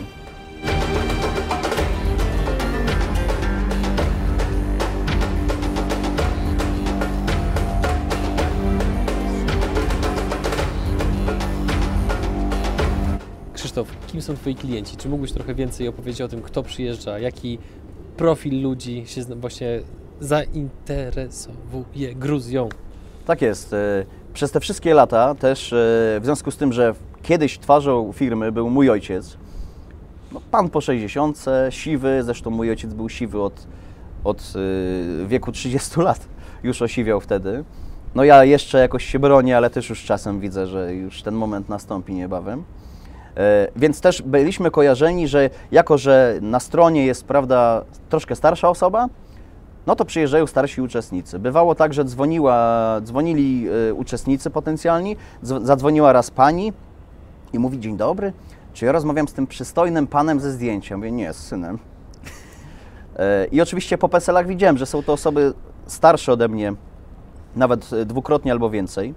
Krzysztof, kim są Twoi klienci? Czy mógłbyś trochę więcej opowiedzieć o tym, kto przyjeżdża, jaki profil ludzi się właśnie zainteresowuje Gruzją? Tak jest. Przez te wszystkie lata też, w związku z tym, że kiedyś twarzą firmy był mój ojciec, no, pan po sześćdziesiątce, siwy, zresztą mój ojciec był siwy od, od wieku trzydziestu lat, już osiwiał wtedy. No ja jeszcze jakoś się bronię, ale też już czasem widzę, że już ten moment nastąpi niebawem. Więc też byliśmy kojarzeni, że jako, że na stronie jest, prawda, troszkę starsza osoba, no to przyjeżdżają starsi uczestnicy. Bywało tak, że dzwoniła, dzwonili uczestnicy potencjalni, zadzwoniła raz pani i mówi: dzień dobry, czy ja rozmawiam z tym przystojnym panem ze zdjęcia? Mówię: nie, z synem. I oczywiście po peselach widziałem, że są to osoby starsze ode mnie, nawet dwukrotnie albo więcej.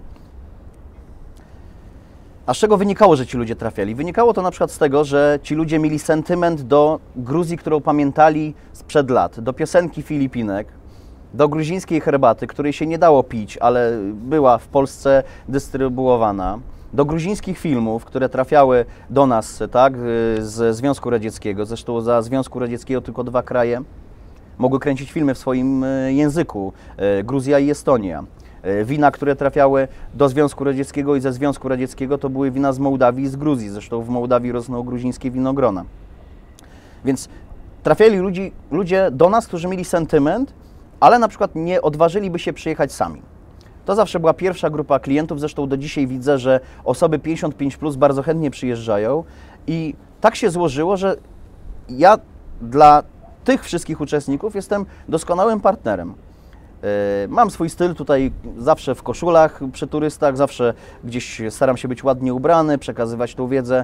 A z czego wynikało, że ci ludzie trafiali? Wynikało to na przykład z tego, że ci ludzie mieli sentyment do Gruzji, którą pamiętali sprzed lat, do piosenki Filipinek, do gruzińskiej herbaty, której się nie dało pić, ale była w Polsce dystrybuowana, do gruzińskich filmów, które trafiały do nas, tak, z Związku Radzieckiego. Zresztą za Związku Radzieckiego tylko dwa kraje mogły kręcić filmy w swoim języku, Gruzja i Estonia. Wina, które trafiały do Związku Radzieckiego i ze Związku Radzieckiego, to były wina z Mołdawii i z Gruzji. Zresztą w Mołdawii rosną gruzińskie winogrona. Więc trafiali ludzi, ludzie do nas, którzy mieli sentyment, ale na przykład nie odważyliby się przyjechać sami. To zawsze była pierwsza grupa klientów. Zresztą do dzisiaj widzę, że osoby pięćdziesiąt pięć plus bardzo chętnie przyjeżdżają. I tak się złożyło, że ja dla tych wszystkich uczestników jestem doskonałym partnerem. Mam swój styl tutaj zawsze w koszulach przy turystach, zawsze gdzieś staram się być ładnie ubrany, przekazywać tą wiedzę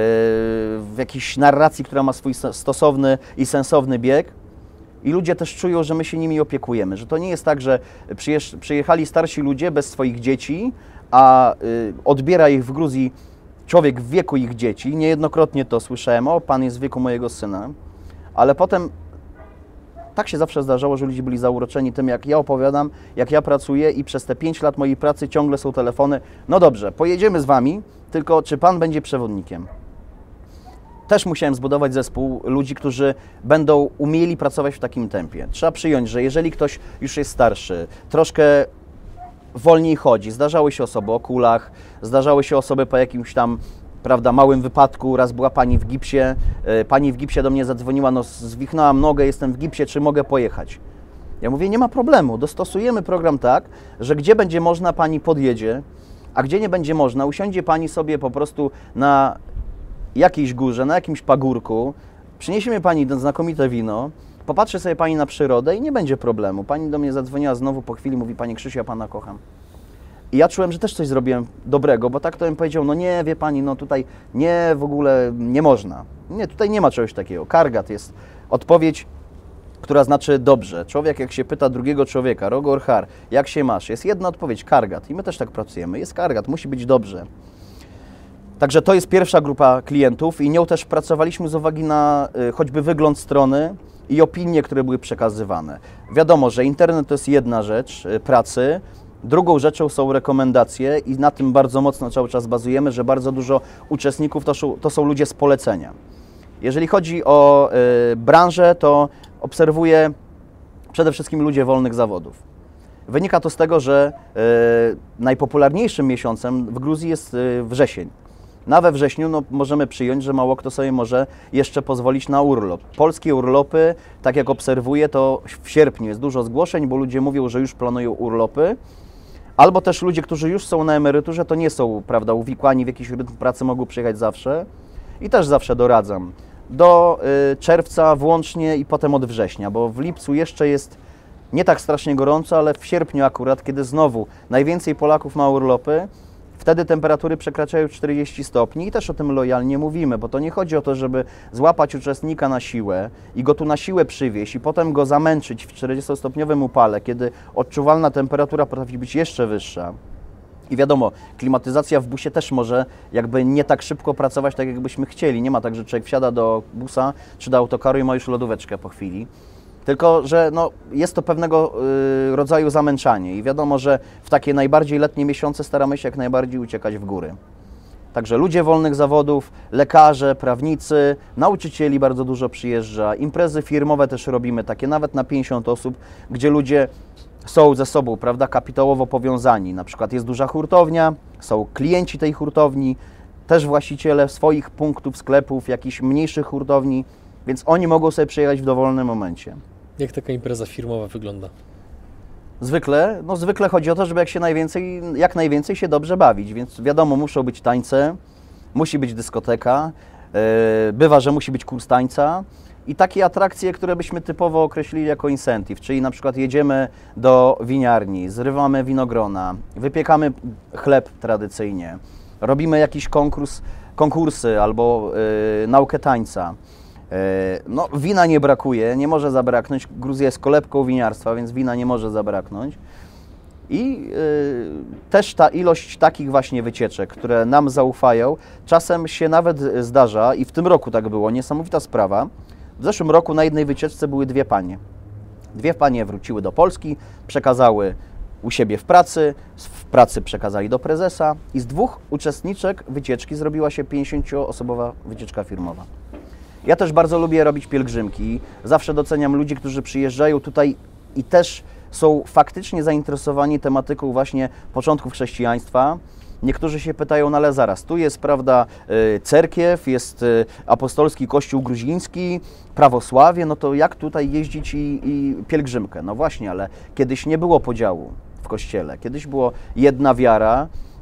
w jakiejś narracji, która ma swój stosowny i sensowny bieg. I ludzie też czują, że my się nimi opiekujemy, że to nie jest tak, że przyjechali starsi ludzie bez swoich dzieci, a odbiera ich w Gruzji człowiek w wieku ich dzieci. Niejednokrotnie to słyszałem: o, pan jest w wieku mojego syna, ale potem tak się zawsze zdarzało, że ludzie byli zauroczeni tym, jak ja opowiadam, jak ja pracuję, i przez te pięć lat mojej pracy ciągle są telefony: no dobrze, pojedziemy z wami, tylko czy pan będzie przewodnikiem? Też musiałem zbudować zespół ludzi, którzy będą umieli pracować w takim tempie. Trzeba przyjąć, że jeżeli ktoś już jest starszy, troszkę wolniej chodzi, zdarzały się osoby o kulach, zdarzały się osoby po jakimś tam, prawda, małym wypadku. Raz była pani w gipsie, pani w gipsie do mnie zadzwoniła: no zwichnęłam nogę, jestem w gipsie, czy mogę pojechać? Ja mówię: nie ma problemu, dostosujemy program tak, że gdzie będzie można, pani podjedzie, a gdzie nie będzie można, usiądzie pani sobie po prostu na jakiejś górze, na jakimś pagórku, przyniesie pani znakomite wino, popatrzy sobie pani na przyrodę i nie będzie problemu. Pani do mnie zadzwoniła znowu po chwili, mówi: panie Krzysiu, ja pana kocham. I ja czułem, że też coś zrobiłem dobrego, bo tak to bym powiedział: no nie, wie pani, no tutaj nie, w ogóle nie można. Nie, tutaj nie ma czegoś takiego. Kargat jest odpowiedź, która znaczy dobrze. Człowiek, jak się pyta drugiego człowieka: Rogor Har, jak się masz? Jest jedna odpowiedź: kargat. I my też tak pracujemy. Jest kargat, musi być dobrze. Także to jest pierwsza grupa klientów i nią też pracowaliśmy z uwagi na y, choćby wygląd strony, i opinie, które były przekazywane. Wiadomo, że internet to jest jedna rzecz pracy, drugą rzeczą są rekomendacje i na tym bardzo mocno cały czas bazujemy, że bardzo dużo uczestników to są, to są ludzie z polecenia. Jeżeli chodzi o y, branżę, to obserwuję przede wszystkim ludzie wolnych zawodów. Wynika to z tego, że y, najpopularniejszym miesiącem w Gruzji jest y, wrzesień. Na we wrześniu no, możemy przyjąć, że mało kto sobie może jeszcze pozwolić na urlop. Polskie urlopy, tak jak obserwuję, to w sierpniu jest dużo zgłoszeń, bo ludzie mówią, że już planują urlopy. Albo też ludzie, którzy już są na emeryturze, to nie są, prawda, uwikłani w jakiś rytm pracy, mogą przyjechać zawsze. I też zawsze doradzam. Do y, czerwca włącznie i potem od września, bo w lipcu jeszcze jest nie tak strasznie gorąco, ale w sierpniu akurat, kiedy znowu najwięcej Polaków ma urlopy, wtedy temperatury przekraczają czterdzieści stopni i też o tym lojalnie mówimy, bo to nie chodzi o to, żeby złapać uczestnika na siłę i go tu na siłę przywieźć i potem go zamęczyć w czterdziestostopniowym upale, kiedy odczuwalna temperatura potrafi być jeszcze wyższa. I wiadomo, klimatyzacja w busie też może jakby nie tak szybko pracować, tak jakbyśmy chcieli. Nie ma tak, że człowiek wsiada do busa czy do autokaru i ma już lodóweczkę po chwili. Tylko że no, jest to pewnego y, rodzaju zamęczanie i wiadomo, że w takie najbardziej letnie miesiące staramy się jak najbardziej uciekać w góry. Także ludzie wolnych zawodów, lekarze, prawnicy, nauczycieli bardzo dużo przyjeżdża, imprezy firmowe też robimy, takie nawet na pięćdziesiąt osób, gdzie ludzie są ze sobą, prawda, kapitałowo powiązani. Na przykład jest duża hurtownia, są klienci tej hurtowni, też właściciele swoich punktów, sklepów, jakichś mniejszych hurtowni, więc oni mogą sobie przyjechać w dowolnym momencie. Jak taka impreza firmowa wygląda? Zwykle, no zwykle chodzi o to, żeby jak, się najwięcej, jak najwięcej się dobrze bawić, więc wiadomo, muszą być tańce, musi być dyskoteka, yy, bywa, że musi być kurs tańca i takie atrakcje, które byśmy typowo określili jako incentive, czyli na przykład jedziemy do winiarni, zrywamy winogrona, wypiekamy chleb tradycyjnie, robimy jakiś konkurs, konkursy albo yy, naukę tańca. No, wina nie brakuje, nie może zabraknąć. Gruzja jest kolebką winiarstwa, więc wina nie może zabraknąć. I yy, też ta ilość takich właśnie wycieczek, które nam zaufają, czasem się nawet zdarza, i w tym roku tak było, niesamowita sprawa. W zeszłym roku na jednej wycieczce były dwie panie. Dwie panie wróciły do Polski, przekazały u siebie w pracy, w pracy przekazali do prezesa i z dwóch uczestniczek wycieczki zrobiła się pięćdziesięcioosobowa wycieczka firmowa. Ja też bardzo lubię robić pielgrzymki. Zawsze doceniam ludzi, którzy przyjeżdżają tutaj i też są faktycznie zainteresowani tematyką właśnie początków chrześcijaństwa. Niektórzy się pytają, no ale zaraz, tu jest, prawda, cerkiew, jest apostolski kościół gruziński, prawosławie, no to jak tutaj jeździć i, i pielgrzymkę? No właśnie, ale kiedyś nie było podziału w kościele, kiedyś była jedna wiara,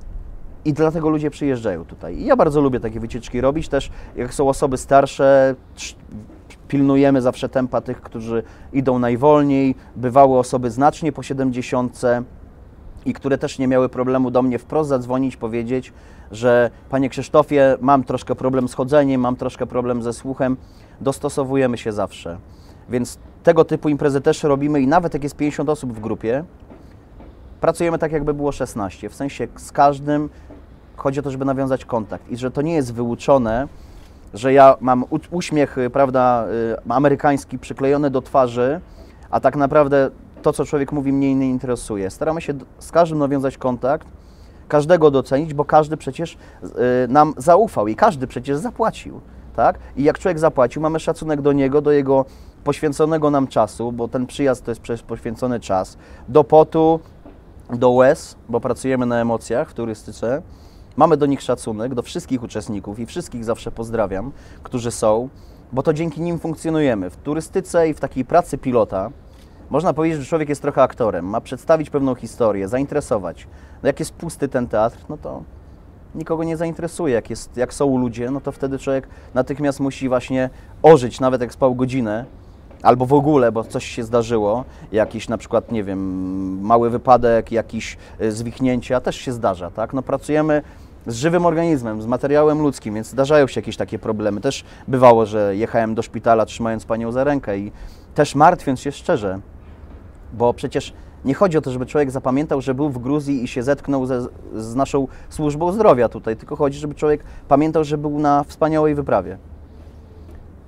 i dlatego ludzie przyjeżdżają tutaj. I ja bardzo lubię takie wycieczki robić. Też jak są osoby starsze, pilnujemy zawsze tempa tych, którzy idą najwolniej. Bywały osoby znacznie po siedemdziesiątce i które też nie miały problemu do mnie wprost zadzwonić, powiedzieć, że panie Krzysztofie, mam troszkę problem z chodzeniem, mam troszkę problem ze słuchem. Dostosowujemy się zawsze. Więc tego typu imprezy też robimy i nawet jak jest pięćdziesiąt osób w grupie, pracujemy tak, jakby było szesnaście. W sensie z każdym chodzi o to, żeby nawiązać kontakt i że to nie jest wyuczone, że ja mam uśmiech, prawda, amerykański przyklejony do twarzy, a tak naprawdę to, co człowiek mówi, mnie nie interesuje. Staramy się z każdym nawiązać kontakt, każdego docenić, bo każdy przecież nam zaufał i każdy przecież zapłacił, tak? I jak człowiek zapłacił, mamy szacunek do niego, do jego poświęconego nam czasu, bo ten przyjazd to jest przecież poświęcony czas, do potu, do łez, bo pracujemy na emocjach w turystyce. Mamy do nich szacunek, do wszystkich uczestników i wszystkich zawsze pozdrawiam, którzy są, bo to dzięki nim funkcjonujemy. W turystyce i w takiej pracy pilota można powiedzieć, że człowiek jest trochę aktorem, ma przedstawić pewną historię, zainteresować. No jak jest pusty ten teatr, no to nikogo nie zainteresuje. Jak, jest, jak są ludzie, no to wtedy człowiek natychmiast musi właśnie ożyć, nawet jak spał godzinę, albo w ogóle, bo coś się zdarzyło, jakiś na przykład, nie wiem, mały wypadek, jakieś zwichnięcie, a też się zdarza, tak? No pracujemy z żywym organizmem, z materiałem ludzkim, więc zdarzają się jakieś takie problemy. Też bywało, że jechałem do szpitala trzymając panią za rękę i też martwiąc się szczerze, bo przecież nie chodzi o to, żeby człowiek zapamiętał, że był w Gruzji i się zetknął ze, z naszą służbą zdrowia tutaj, tylko chodzi, żeby człowiek pamiętał, że był na wspaniałej wyprawie.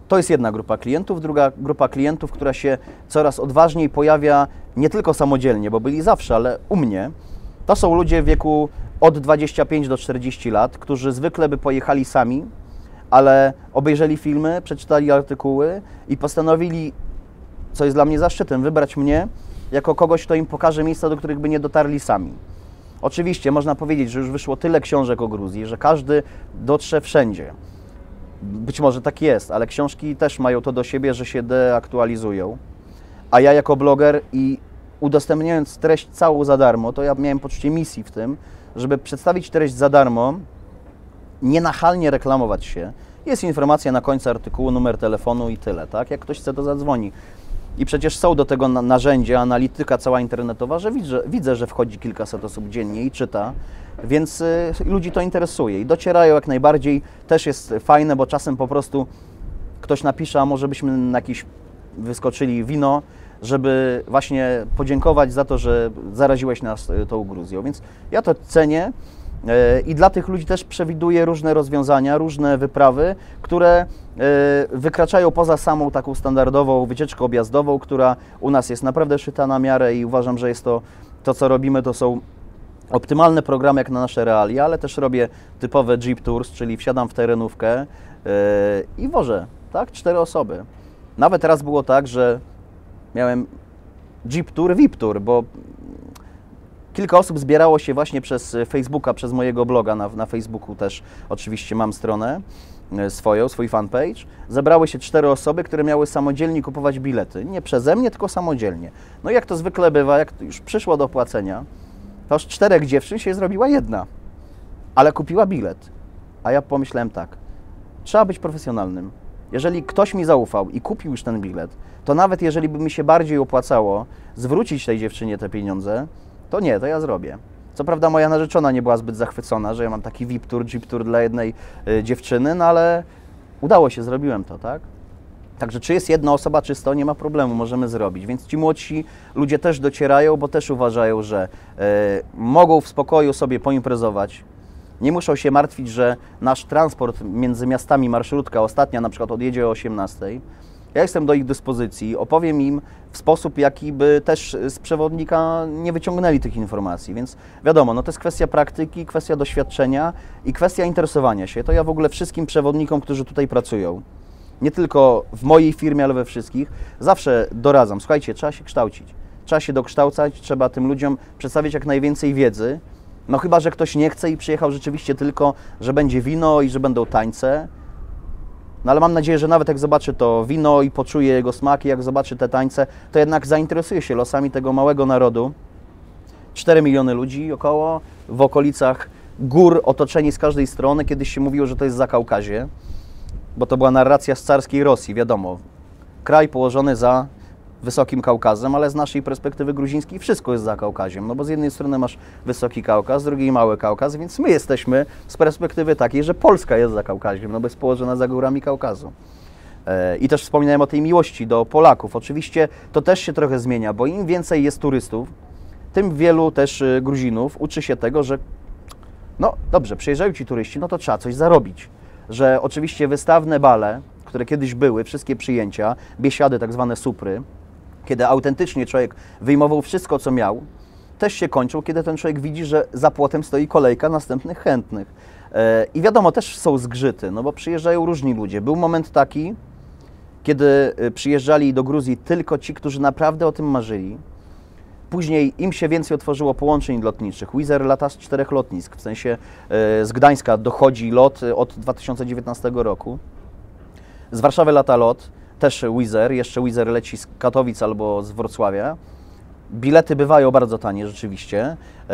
To jest jedna grupa klientów. Druga grupa klientów, która się coraz odważniej pojawia nie tylko samodzielnie, bo byli zawsze, ale u mnie, to są ludzie w wieku od dwudziestu pięciu do czterdziestu lat, którzy zwykle by pojechali sami, ale obejrzeli filmy, przeczytali artykuły i postanowili, co jest dla mnie zaszczytem, wybrać mnie jako kogoś, kto im pokaże miejsca, do których by nie dotarli sami. Oczywiście można powiedzieć, że już wyszło tyle książek o Gruzji, że każdy dotrze wszędzie. Być może tak jest, ale książki też mają to do siebie, że się deaktualizują. A ja jako bloger i udostępniając treść całą za darmo, to ja miałem poczucie misji w tym, żeby przedstawić treść za darmo, nienachalnie reklamować się. Jest informacja na końcu artykułu, numer telefonu i tyle, tak? Jak ktoś chce, to zadzwoni. I przecież są do tego narzędzia, analityka cała internetowa, że widzę, widzę, że wchodzi kilkaset osób dziennie i czyta, więc y, ludzi to interesuje i docierają jak najbardziej. Też jest fajne, bo czasem po prostu ktoś napisze, a może byśmy na jakiś wyskoczyli wino, żeby właśnie podziękować za to, że zaraziłeś nas tą Gruzją. Więc ja to cenię. I dla tych ludzi też przewiduję różne rozwiązania, różne wyprawy, które wykraczają poza samą taką standardową wycieczkę objazdową, która u nas jest naprawdę szyta na miarę i uważam, że jest to, to co robimy, to są optymalne programy jak na nasze realia, ale też robię typowe Jeep Tours, czyli wsiadam w terenówkę i wożę, tak, cztery osoby. Nawet raz było tak, że miałem Jeep Tour, V I P Tour, bo kilka osób zbierało się właśnie przez Facebooka, przez mojego bloga, na, na Facebooku też oczywiście mam stronę swoją, swój fanpage. Zebrały się cztery osoby, które miały samodzielnie kupować bilety. Nie przeze mnie, tylko samodzielnie. No i jak to zwykle bywa, jak już przyszło do płacenia, to już czterech dziewczyn się zrobiła jedna, ale kupiła bilet. A ja pomyślałem tak, trzeba być profesjonalnym. Jeżeli ktoś mi zaufał i kupił już ten bilet, to nawet jeżeli by mi się bardziej opłacało zwrócić tej dziewczynie te pieniądze, to nie, to ja zrobię. Co prawda moja narzeczona nie była zbyt zachwycona, że ja mam taki V I P tour, Jeep tour dla jednej y, dziewczyny, no ale udało się, zrobiłem to, tak? Także czy jest jedna osoba, czy sto, nie ma problemu, możemy zrobić. Więc ci młodsi ludzie też docierają, bo też uważają, że y, mogą w spokoju sobie poimprezować. Nie muszą się martwić, że nasz transport między miastami, marszrutka ostatnia na przykład odjedzie o osiemnastej. Ja jestem do ich dyspozycji, opowiem im w sposób, jaki by też z przewodnika nie wyciągnęli tych informacji, więc wiadomo, no to jest kwestia praktyki, kwestia doświadczenia i kwestia interesowania się. To ja w ogóle wszystkim przewodnikom, którzy tutaj pracują, nie tylko w mojej firmie, ale we wszystkich, zawsze doradzam, słuchajcie, trzeba się kształcić, trzeba się dokształcać, trzeba tym ludziom przedstawić jak najwięcej wiedzy, no chyba że ktoś nie chce i przyjechał rzeczywiście tylko, że będzie wino i że będą tańce. No ale mam nadzieję, że nawet jak zobaczy to wino i poczuje jego smaki, jak zobaczy te tańce, to jednak zainteresuje się losami tego małego narodu. cztery miliony ludzi około, w okolicach gór, otoczeni z każdej strony. Kiedyś się mówiło, że to jest Zakaukazie, bo to była narracja z carskiej Rosji, wiadomo. Kraj położony za Wysokim Kaukazem, ale z naszej perspektywy gruzińskiej wszystko jest za Kaukaziem, no bo z jednej strony masz Wysoki Kaukaz, z drugiej Mały Kaukaz, więc my jesteśmy z perspektywy takiej, że Polska jest za Kaukaziem, no bo jest położona za górami Kaukazu. I też wspominałem o tej miłości do Polaków. Oczywiście to też się trochę zmienia, bo im więcej jest turystów, tym wielu też Gruzinów uczy się tego, że no dobrze, przyjeżdżają ci turyści, no to trzeba coś zarobić. Że oczywiście wystawne bale, które kiedyś były, wszystkie przyjęcia, biesiady, tak zwane supry, kiedy autentycznie człowiek wyjmował wszystko, co miał, też się kończą, kiedy ten człowiek widzi, że za płotem stoi kolejka następnych chętnych. I wiadomo, też są zgrzyty, no bo przyjeżdżają różni ludzie. Był moment taki, kiedy przyjeżdżali do Gruzji tylko ci, którzy naprawdę o tym marzyli. Później im się więcej otworzyło połączeń lotniczych. Wizz Air lata z czterech lotnisk, w sensie z Gdańska dochodzi lot od dwa tysiące dziewiętnastego roku. Z Warszawy lata lot, też Wizz Air, jeszcze Wizz Air leci z Katowic albo z Wrocławia. Bilety bywają bardzo tanie rzeczywiście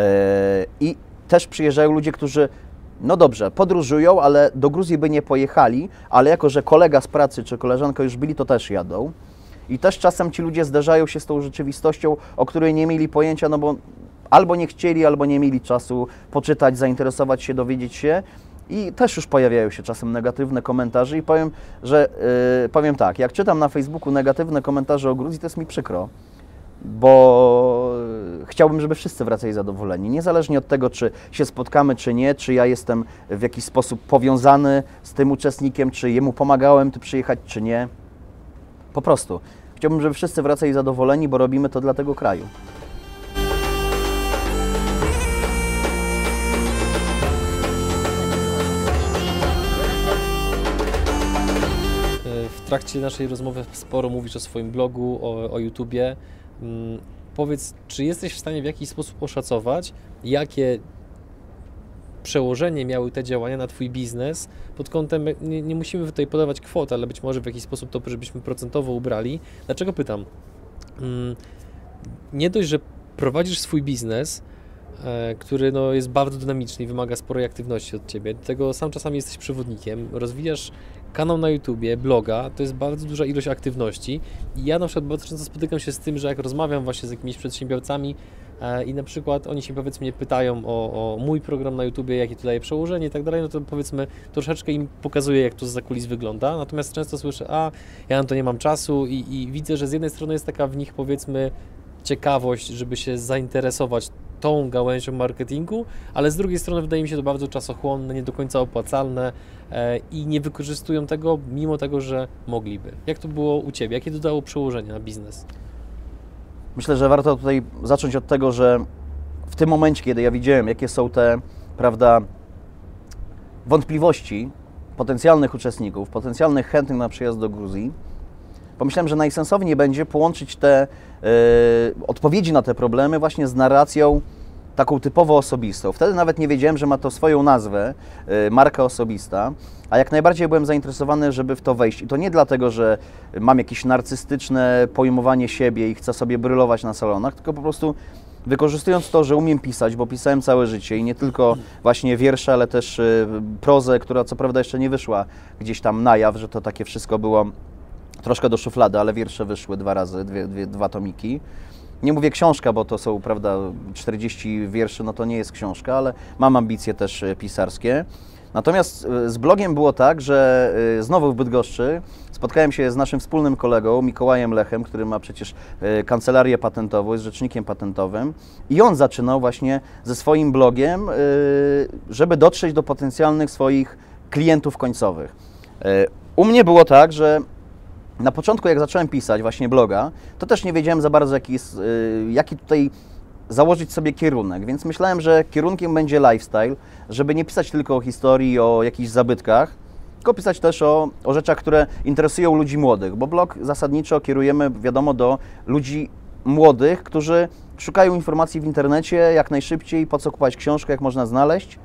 i też przyjeżdżają ludzie, którzy no dobrze, podróżują, ale do Gruzji by nie pojechali, ale jako, że kolega z pracy czy koleżanka już byli, to też jadą. I też czasem ci ludzie zderzają się z tą rzeczywistością, o której nie mieli pojęcia, no bo albo nie chcieli, albo nie mieli czasu poczytać, zainteresować się, dowiedzieć się. I też już pojawiają się czasem negatywne komentarze i powiem, że yy, powiem tak, jak czytam na Facebooku negatywne komentarze o Gruzji, to jest mi przykro. bo chciałbym, żeby wszyscy wracali zadowoleni. Niezależnie od tego, czy się spotkamy, czy nie, czy ja jestem w jakiś sposób powiązany z tym uczestnikiem, czy jemu pomagałem tu przyjechać, czy nie. Po prostu. Chciałbym, żeby wszyscy wracali zadowoleni, bo robimy to dla tego kraju. W trakcie naszej rozmowy sporo mówisz o swoim blogu, o, o YouTubie. Hmm, powiedz, czy jesteś w stanie w jakiś sposób oszacować, jakie przełożenie miały te działania na Twój biznes pod kątem, nie, nie musimy tutaj podawać kwot, ale być może w jakiś sposób to, żebyśmy procentowo ubrali. Dlaczego pytam? Hmm, nie dość, że prowadzisz swój biznes, e, który no, jest bardzo dynamiczny i wymaga sporej aktywności od Ciebie, do tego sam czasami jesteś przewodnikiem, rozwijasz kanał na YouTubie, bloga, to jest bardzo duża ilość aktywności i ja na przykład bardzo często spotykam się z tym, że jak rozmawiam właśnie z jakimiś przedsiębiorcami e, i na przykład oni się powiedzmy pytają o, o mój program na YouTubie, jakie to daje przełożenie i tak dalej, no to powiedzmy troszeczkę im pokazuję, jak to zza kulis wygląda, natomiast często słyszę, a ja na to nie mam czasu i, i widzę, że z jednej strony jest taka w nich powiedzmy ciekawość, żeby się zainteresować tą gałęzią marketingu, ale z drugiej strony wydaje mi się to bardzo czasochłonne, nie do końca opłacalne e, i nie wykorzystują tego, mimo tego, że mogliby. Jak to było u Ciebie? Jakie to dało przełożenie na biznes? Myślę, że warto tutaj zacząć od tego, że w tym momencie, kiedy ja widziałem, jakie są te, prawda, wątpliwości potencjalnych uczestników, potencjalnych chętnych na przyjazd do Gruzji, pomyślałem, że najsensowniej będzie połączyć te y, odpowiedzi na te problemy właśnie z narracją taką typowo osobistą. Wtedy nawet nie wiedziałem, że ma to swoją nazwę, y, marka osobista, a jak najbardziej byłem zainteresowany, żeby w to wejść. I to nie dlatego, że mam jakieś narcystyczne pojmowanie siebie i chcę sobie brylować na salonach, tylko po prostu wykorzystując to, że umiem pisać, bo pisałem całe życie i nie tylko właśnie wiersze, ale też y, prozę, która co prawda jeszcze nie wyszła gdzieś tam na jaw, że to takie wszystko było troszkę do szuflady, ale wiersze wyszły dwa razy, dwie, dwie, dwa tomiki. Nie mówię książka, bo to są, prawda, czterdzieści wierszy, no to nie jest książka, ale mam ambicje też pisarskie. Natomiast z blogiem było tak, że znowu w Bydgoszczy spotkałem się z naszym wspólnym kolegą Mikołajem Lechem, który ma przecież kancelarię patentową, jest rzecznikiem patentowym i on zaczynał właśnie ze swoim blogiem, żeby dotrzeć do potencjalnych swoich klientów końcowych. U mnie było tak, że na początku, jak zacząłem pisać właśnie bloga, to też nie wiedziałem za bardzo, jaki, jest, jaki tutaj założyć sobie kierunek, więc myślałem, że kierunkiem będzie lifestyle, żeby nie pisać tylko o historii, o jakichś zabytkach, tylko pisać też o, o rzeczach, które interesują ludzi młodych, bo blog zasadniczo kierujemy, wiadomo, do ludzi młodych, którzy szukają informacji w internecie jak najszybciej, po co kupować książkę, jak można znaleźć.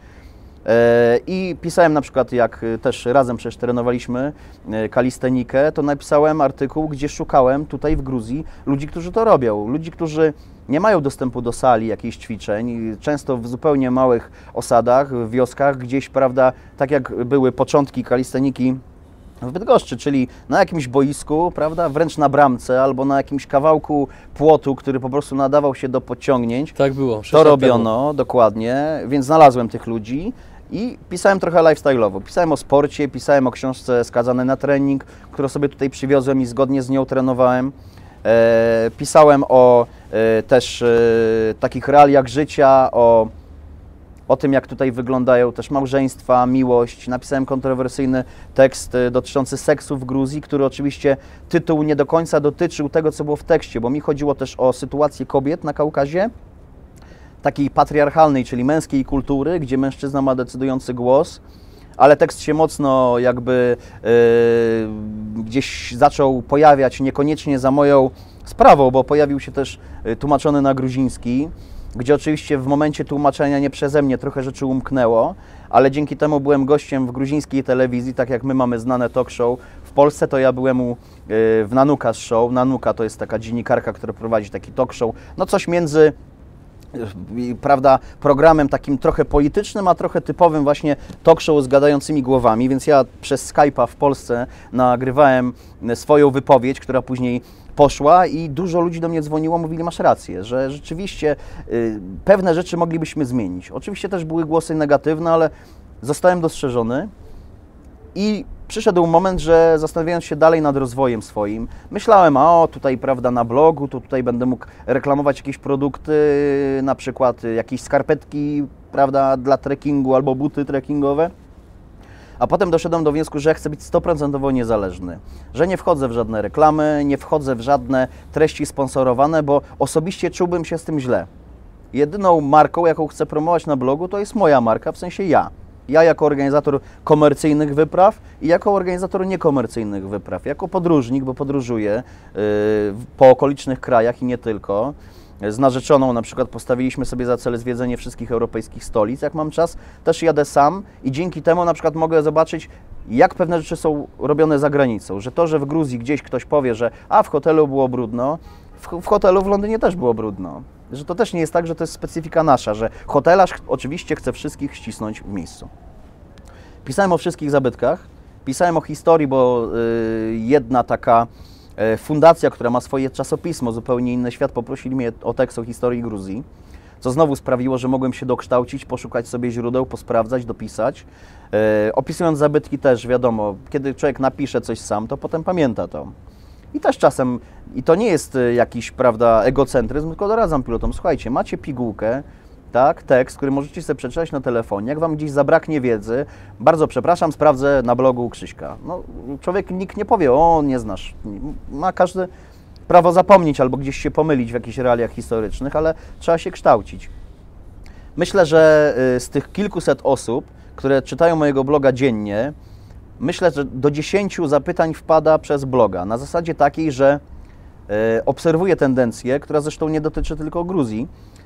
I pisałem na przykład, jak też razem przecież trenowaliśmy kalistenikę, to napisałem artykuł, gdzie szukałem tutaj w Gruzji ludzi, którzy to robią. Ludzi, którzy nie mają dostępu do sali jakichś ćwiczeń, często w zupełnie małych osadach, w wioskach, gdzieś, prawda, tak jak były początki kalisteniki w Bydgoszczy, czyli na jakimś boisku, prawda, wręcz na bramce albo na jakimś kawałku płotu, który po prostu nadawał się do podciągnięć. Tak było. To robiono, dokładnie, więc znalazłem tych ludzi i pisałem trochę lifestyle'owo. Pisałem o sporcie, pisałem o książce Skazany na trening, którą sobie tutaj przywiozłem i zgodnie z nią trenowałem. E, pisałem o e, też e, takich realiach życia, o o tym, jak tutaj wyglądają też małżeństwa, miłość. Napisałem kontrowersyjny tekst dotyczący seksu w Gruzji, który oczywiście tytuł nie do końca dotyczył tego, co było w tekście, bo mi chodziło też o sytuację kobiet na Kaukazie, takiej patriarchalnej, czyli męskiej kultury, gdzie mężczyzna ma decydujący głos, ale tekst się mocno jakby yy, gdzieś zaczął pojawiać niekoniecznie za moją sprawą, bo pojawił się też tłumaczony na gruziński, gdzie oczywiście w momencie tłumaczenia nie przeze mnie trochę rzeczy umknęło, ale dzięki temu byłem gościem w gruzińskiej telewizji, tak jak my mamy znane talk show. W Polsce to ja byłem u, w Nanuka Show. Nanuka to jest taka dziennikarka, która prowadzi taki talk show, no coś między, prawda, programem takim trochę politycznym, a trochę typowym właśnie talk show z gadającymi głowami, więc ja przez Skype'a w Polsce nagrywałem swoją wypowiedź, która później poszła i dużo ludzi do mnie dzwoniło, mówili, masz rację, że rzeczywiście y, pewne rzeczy moglibyśmy zmienić. Oczywiście też były głosy negatywne, ale zostałem dostrzeżony i przyszedł moment, że zastanawiając się dalej nad rozwojem swoim, myślałem, a o tutaj, prawda, na blogu, to tutaj będę mógł reklamować jakieś produkty, na przykład jakieś skarpetki, prawda, dla trekkingu albo buty trekkingowe. A potem doszedłem do wniosku, że chcę być stuprocentowo niezależny, że nie wchodzę w żadne reklamy, nie wchodzę w żadne treści sponsorowane, bo osobiście czułbym się z tym źle. Jedyną marką, jaką chcę promować na blogu, to jest moja marka, w sensie ja. Ja jako organizator komercyjnych wypraw i jako organizator niekomercyjnych wypraw, jako podróżnik, bo podróżuję yy, po okolicznych krajach i nie tylko. Z narzeczoną na przykład postawiliśmy sobie za cel zwiedzenie wszystkich europejskich stolic. Jak mam czas, też jadę sam i dzięki temu na przykład mogę zobaczyć, jak pewne rzeczy są robione za granicą. Że to, że w Gruzji gdzieś ktoś powie, że a w hotelu było brudno, w, w hotelu w Londynie też było brudno. Że to też nie jest tak, że to jest specyfika nasza, że hotelarz oczywiście chce wszystkich ścisnąć w miejscu. Pisałem o wszystkich zabytkach, pisałem o historii, bo yy, jedna taka yy, fundacja, która ma swoje czasopismo, zupełnie inny świat, poprosili mnie o tekst o historii Gruzji, co znowu sprawiło, że mogłem się dokształcić, poszukać sobie źródeł, posprawdzać, dopisać. Yy, opisując zabytki też, wiadomo, kiedy człowiek napisze coś sam, to potem pamięta to. I też czasem, i to nie jest jakiś, prawda, egocentryzm, tylko doradzam pilotom, słuchajcie, macie pigułkę, tak, tekst, który możecie sobie przeczytać na telefonie, jak Wam gdzieś zabraknie wiedzy, bardzo przepraszam, sprawdzę na blogu Krzyśka. No, człowiek, nikt nie powie, o, nie znasz, ma każdy prawo zapomnieć albo gdzieś się pomylić w jakichś realiach historycznych, ale trzeba się kształcić. Myślę, że z tych kilkuset osób, które czytają mojego bloga dziennie, myślę, że do dziesięciu zapytań wpada przez bloga, na zasadzie takiej, że y, obserwuję tendencję, która zresztą nie dotyczy tylko Gruzji,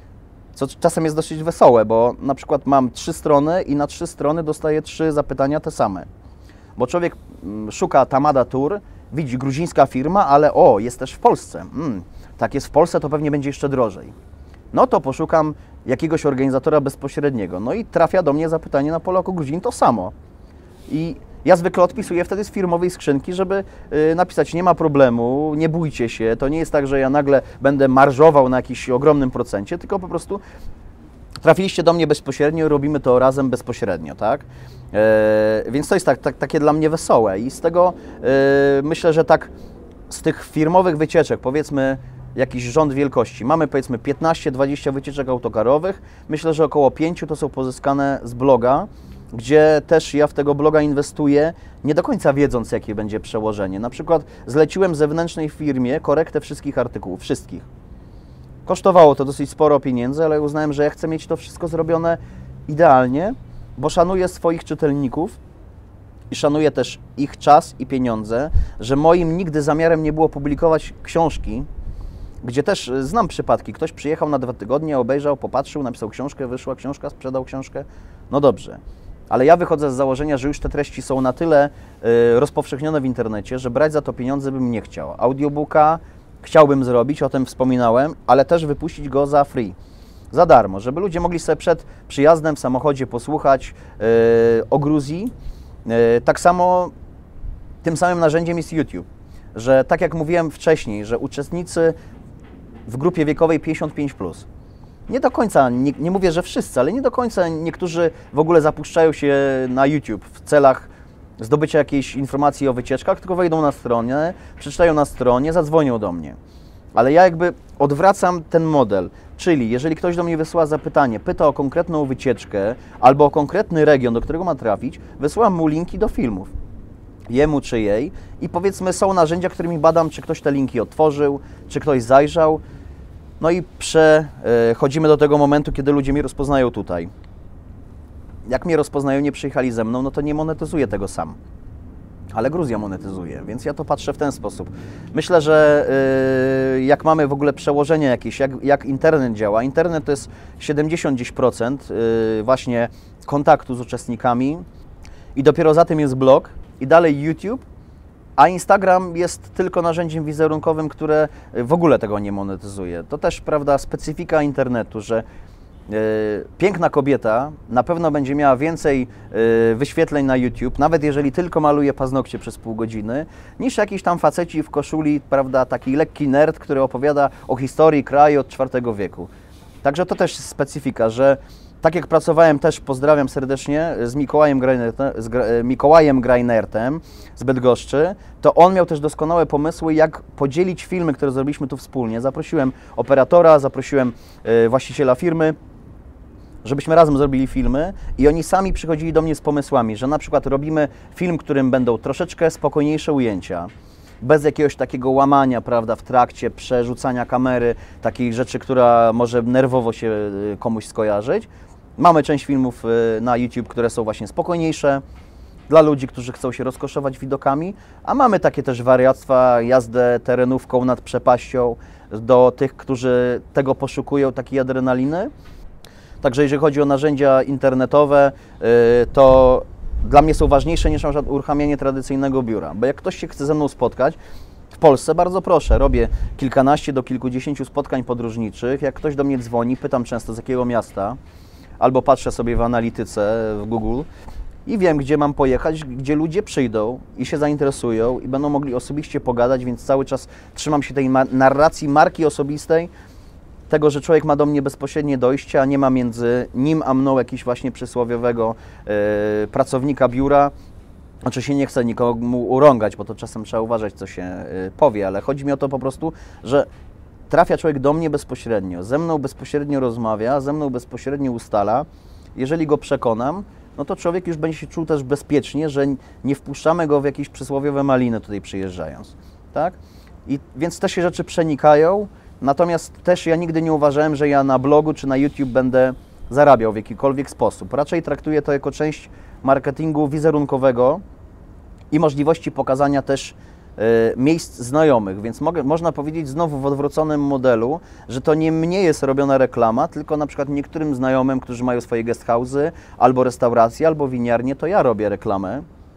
co czasem jest dosyć wesołe, bo na przykład mam trzy strony i na trzy strony dostaję trzy zapytania te same. Bo człowiek mm, szuka Tamada Tour, widzi gruzińska firma, ale o, jest też w Polsce. Mm, tak jest w Polsce, to pewnie będzie jeszcze drożej. No to poszukam jakiegoś organizatora bezpośredniego. No i trafia do mnie zapytanie na Polako-Gruzin, to samo. I ja zwykle odpisuję wtedy z firmowej skrzynki, żeby y, napisać, nie ma problemu, nie bójcie się, to nie jest tak, że ja nagle będę marżował na jakimś ogromnym procencie, tylko po prostu trafiliście do mnie bezpośrednio, robimy to razem bezpośrednio, tak? E, więc to jest tak, tak, takie dla mnie wesołe i z tego y, myślę, że tak z tych firmowych wycieczek, powiedzmy jakiś rząd wielkości, mamy powiedzmy piętnaście dwadzieścia wycieczek autokarowych, myślę, że około pięciu to są pozyskane z bloga, gdzie też ja w tego bloga inwestuję, nie do końca wiedząc, jakie będzie przełożenie. Na przykład zleciłem zewnętrznej firmie korektę wszystkich artykułów, wszystkich. Kosztowało to dosyć sporo pieniędzy, ale uznałem, że ja chcę mieć to wszystko zrobione idealnie, bo szanuję swoich czytelników i szanuję też ich czas i pieniądze, że moim nigdy zamiarem nie było publikować książki, gdzie też znam przypadki. Ktoś przyjechał na dwa tygodnie, obejrzał, popatrzył, napisał książkę, wyszła książka, sprzedał książkę. No dobrze. Ale ja wychodzę z założenia, że już te treści są na tyle y, rozpowszechnione w internecie, że brać za to pieniądze bym nie chciał. Audiobooka chciałbym zrobić, o tym wspominałem, ale też wypuścić go za free, za darmo, żeby ludzie mogli sobie przed przyjazdem w samochodzie posłuchać y, o Gruzji. Y, tak samo tym samym narzędziem jest YouTube, że tak jak mówiłem wcześniej, że uczestnicy w grupie wiekowej pięćdziesiąt pięć plus, nie do końca, nie, nie mówię, że wszyscy, ale nie do końca niektórzy w ogóle zapuszczają się na YouTube w celach zdobycia jakiejś informacji o wycieczkach, tylko wejdą na stronę, przeczytają na stronie, zadzwonią do mnie. Ale ja jakby odwracam ten model, czyli jeżeli ktoś do mnie wysyła zapytanie, pyta o konkretną wycieczkę albo o konkretny region, do którego ma trafić, wysyłam mu linki do filmów, jemu czy jej i powiedzmy są narzędzia, którymi badam, czy ktoś te linki otworzył, czy ktoś zajrzał. No i przechodzimy do tego momentu, kiedy ludzie mnie rozpoznają tutaj. Jak mnie rozpoznają, nie przyjechali ze mną, no to nie monetyzuję tego sam. Ale Gruzja monetyzuje, więc ja to patrzę w ten sposób. Myślę, że yy, jak mamy w ogóle przełożenie jakieś, jak, jak internet działa, internet to jest siedemdziesiąt procent yy, właśnie kontaktu z uczestnikami i dopiero za tym jest blog i dalej YouTube, a Instagram jest tylko narzędziem wizerunkowym, które w ogóle tego nie monetyzuje. To też, prawda, specyfika internetu, że yy, piękna kobieta na pewno będzie miała więcej yy, wyświetleń na YouTube, nawet jeżeli tylko maluje paznokcie przez pół godziny, niż jakiś tam faceci w koszuli, prawda, taki lekki nerd, który opowiada o historii kraju od czwartego wieku. Także to też jest specyfika, że tak jak pracowałem też, pozdrawiam serdecznie, z Mikołajem, Grajnertem, z Gra, Mikołajem Grajnertem z Bydgoszczy, to on miał też doskonałe pomysły, jak podzielić filmy, które zrobiliśmy tu wspólnie. Zaprosiłem operatora, zaprosiłem y, właściciela firmy, żebyśmy razem zrobili filmy i oni sami przychodzili do mnie z pomysłami, że na przykład robimy film, w którym będą troszeczkę spokojniejsze ujęcia, bez jakiegoś takiego łamania, prawda, w trakcie, przerzucania kamery, takiej rzeczy, która może nerwowo się komuś skojarzyć. Mamy część filmów na YouTube, które są właśnie spokojniejsze, dla ludzi, którzy chcą się rozkoszować widokami, a mamy takie też wariactwa, jazdę terenówką nad przepaścią do tych, którzy tego poszukują, takiej adrenaliny. Także jeżeli chodzi o narzędzia internetowe, to dla mnie są ważniejsze niż na przykład uruchamianie tradycyjnego biura, bo jak ktoś się chce ze mną spotkać, w Polsce bardzo proszę, robię kilkanaście do kilkudziesięciu spotkań podróżniczych, jak ktoś do mnie dzwoni, pytam często z jakiego miasta, albo patrzę sobie w analityce w Google i wiem, gdzie mam pojechać, gdzie ludzie przyjdą i się zainteresują i będą mogli osobiście pogadać, więc cały czas trzymam się tej ma- narracji marki osobistej, tego, że człowiek ma do mnie bezpośrednie dojście, a nie ma między nim a mną jakiegoś właśnie przysłowiowego e, pracownika biura. Znaczy się nie chcę nikomu urągać, bo to czasem trzeba uważać, co się e, powie, ale chodzi mi o to po prostu, że trafia człowiek do mnie bezpośrednio, ze mną bezpośrednio rozmawia, ze mną bezpośrednio ustala. Jeżeli go przekonam, no to człowiek już będzie się czuł też bezpiecznie, że nie wpuszczamy go w jakieś przysłowiowe maliny tutaj przyjeżdżając, tak? I więc te się rzeczy przenikają. Natomiast też ja nigdy nie uważałem, że ja na blogu czy na YouTube będę zarabiał w jakikolwiek sposób. Raczej traktuję to jako część marketingu wizerunkowego i możliwości pokazania też y, miejsc znajomych, więc mogę, można powiedzieć znowu w odwróconym modelu, że to nie mnie jest robiona reklama, tylko na przykład niektórym znajomym, którzy mają swoje guest house'y, albo restauracje, albo winiarnie, to ja robię reklamę.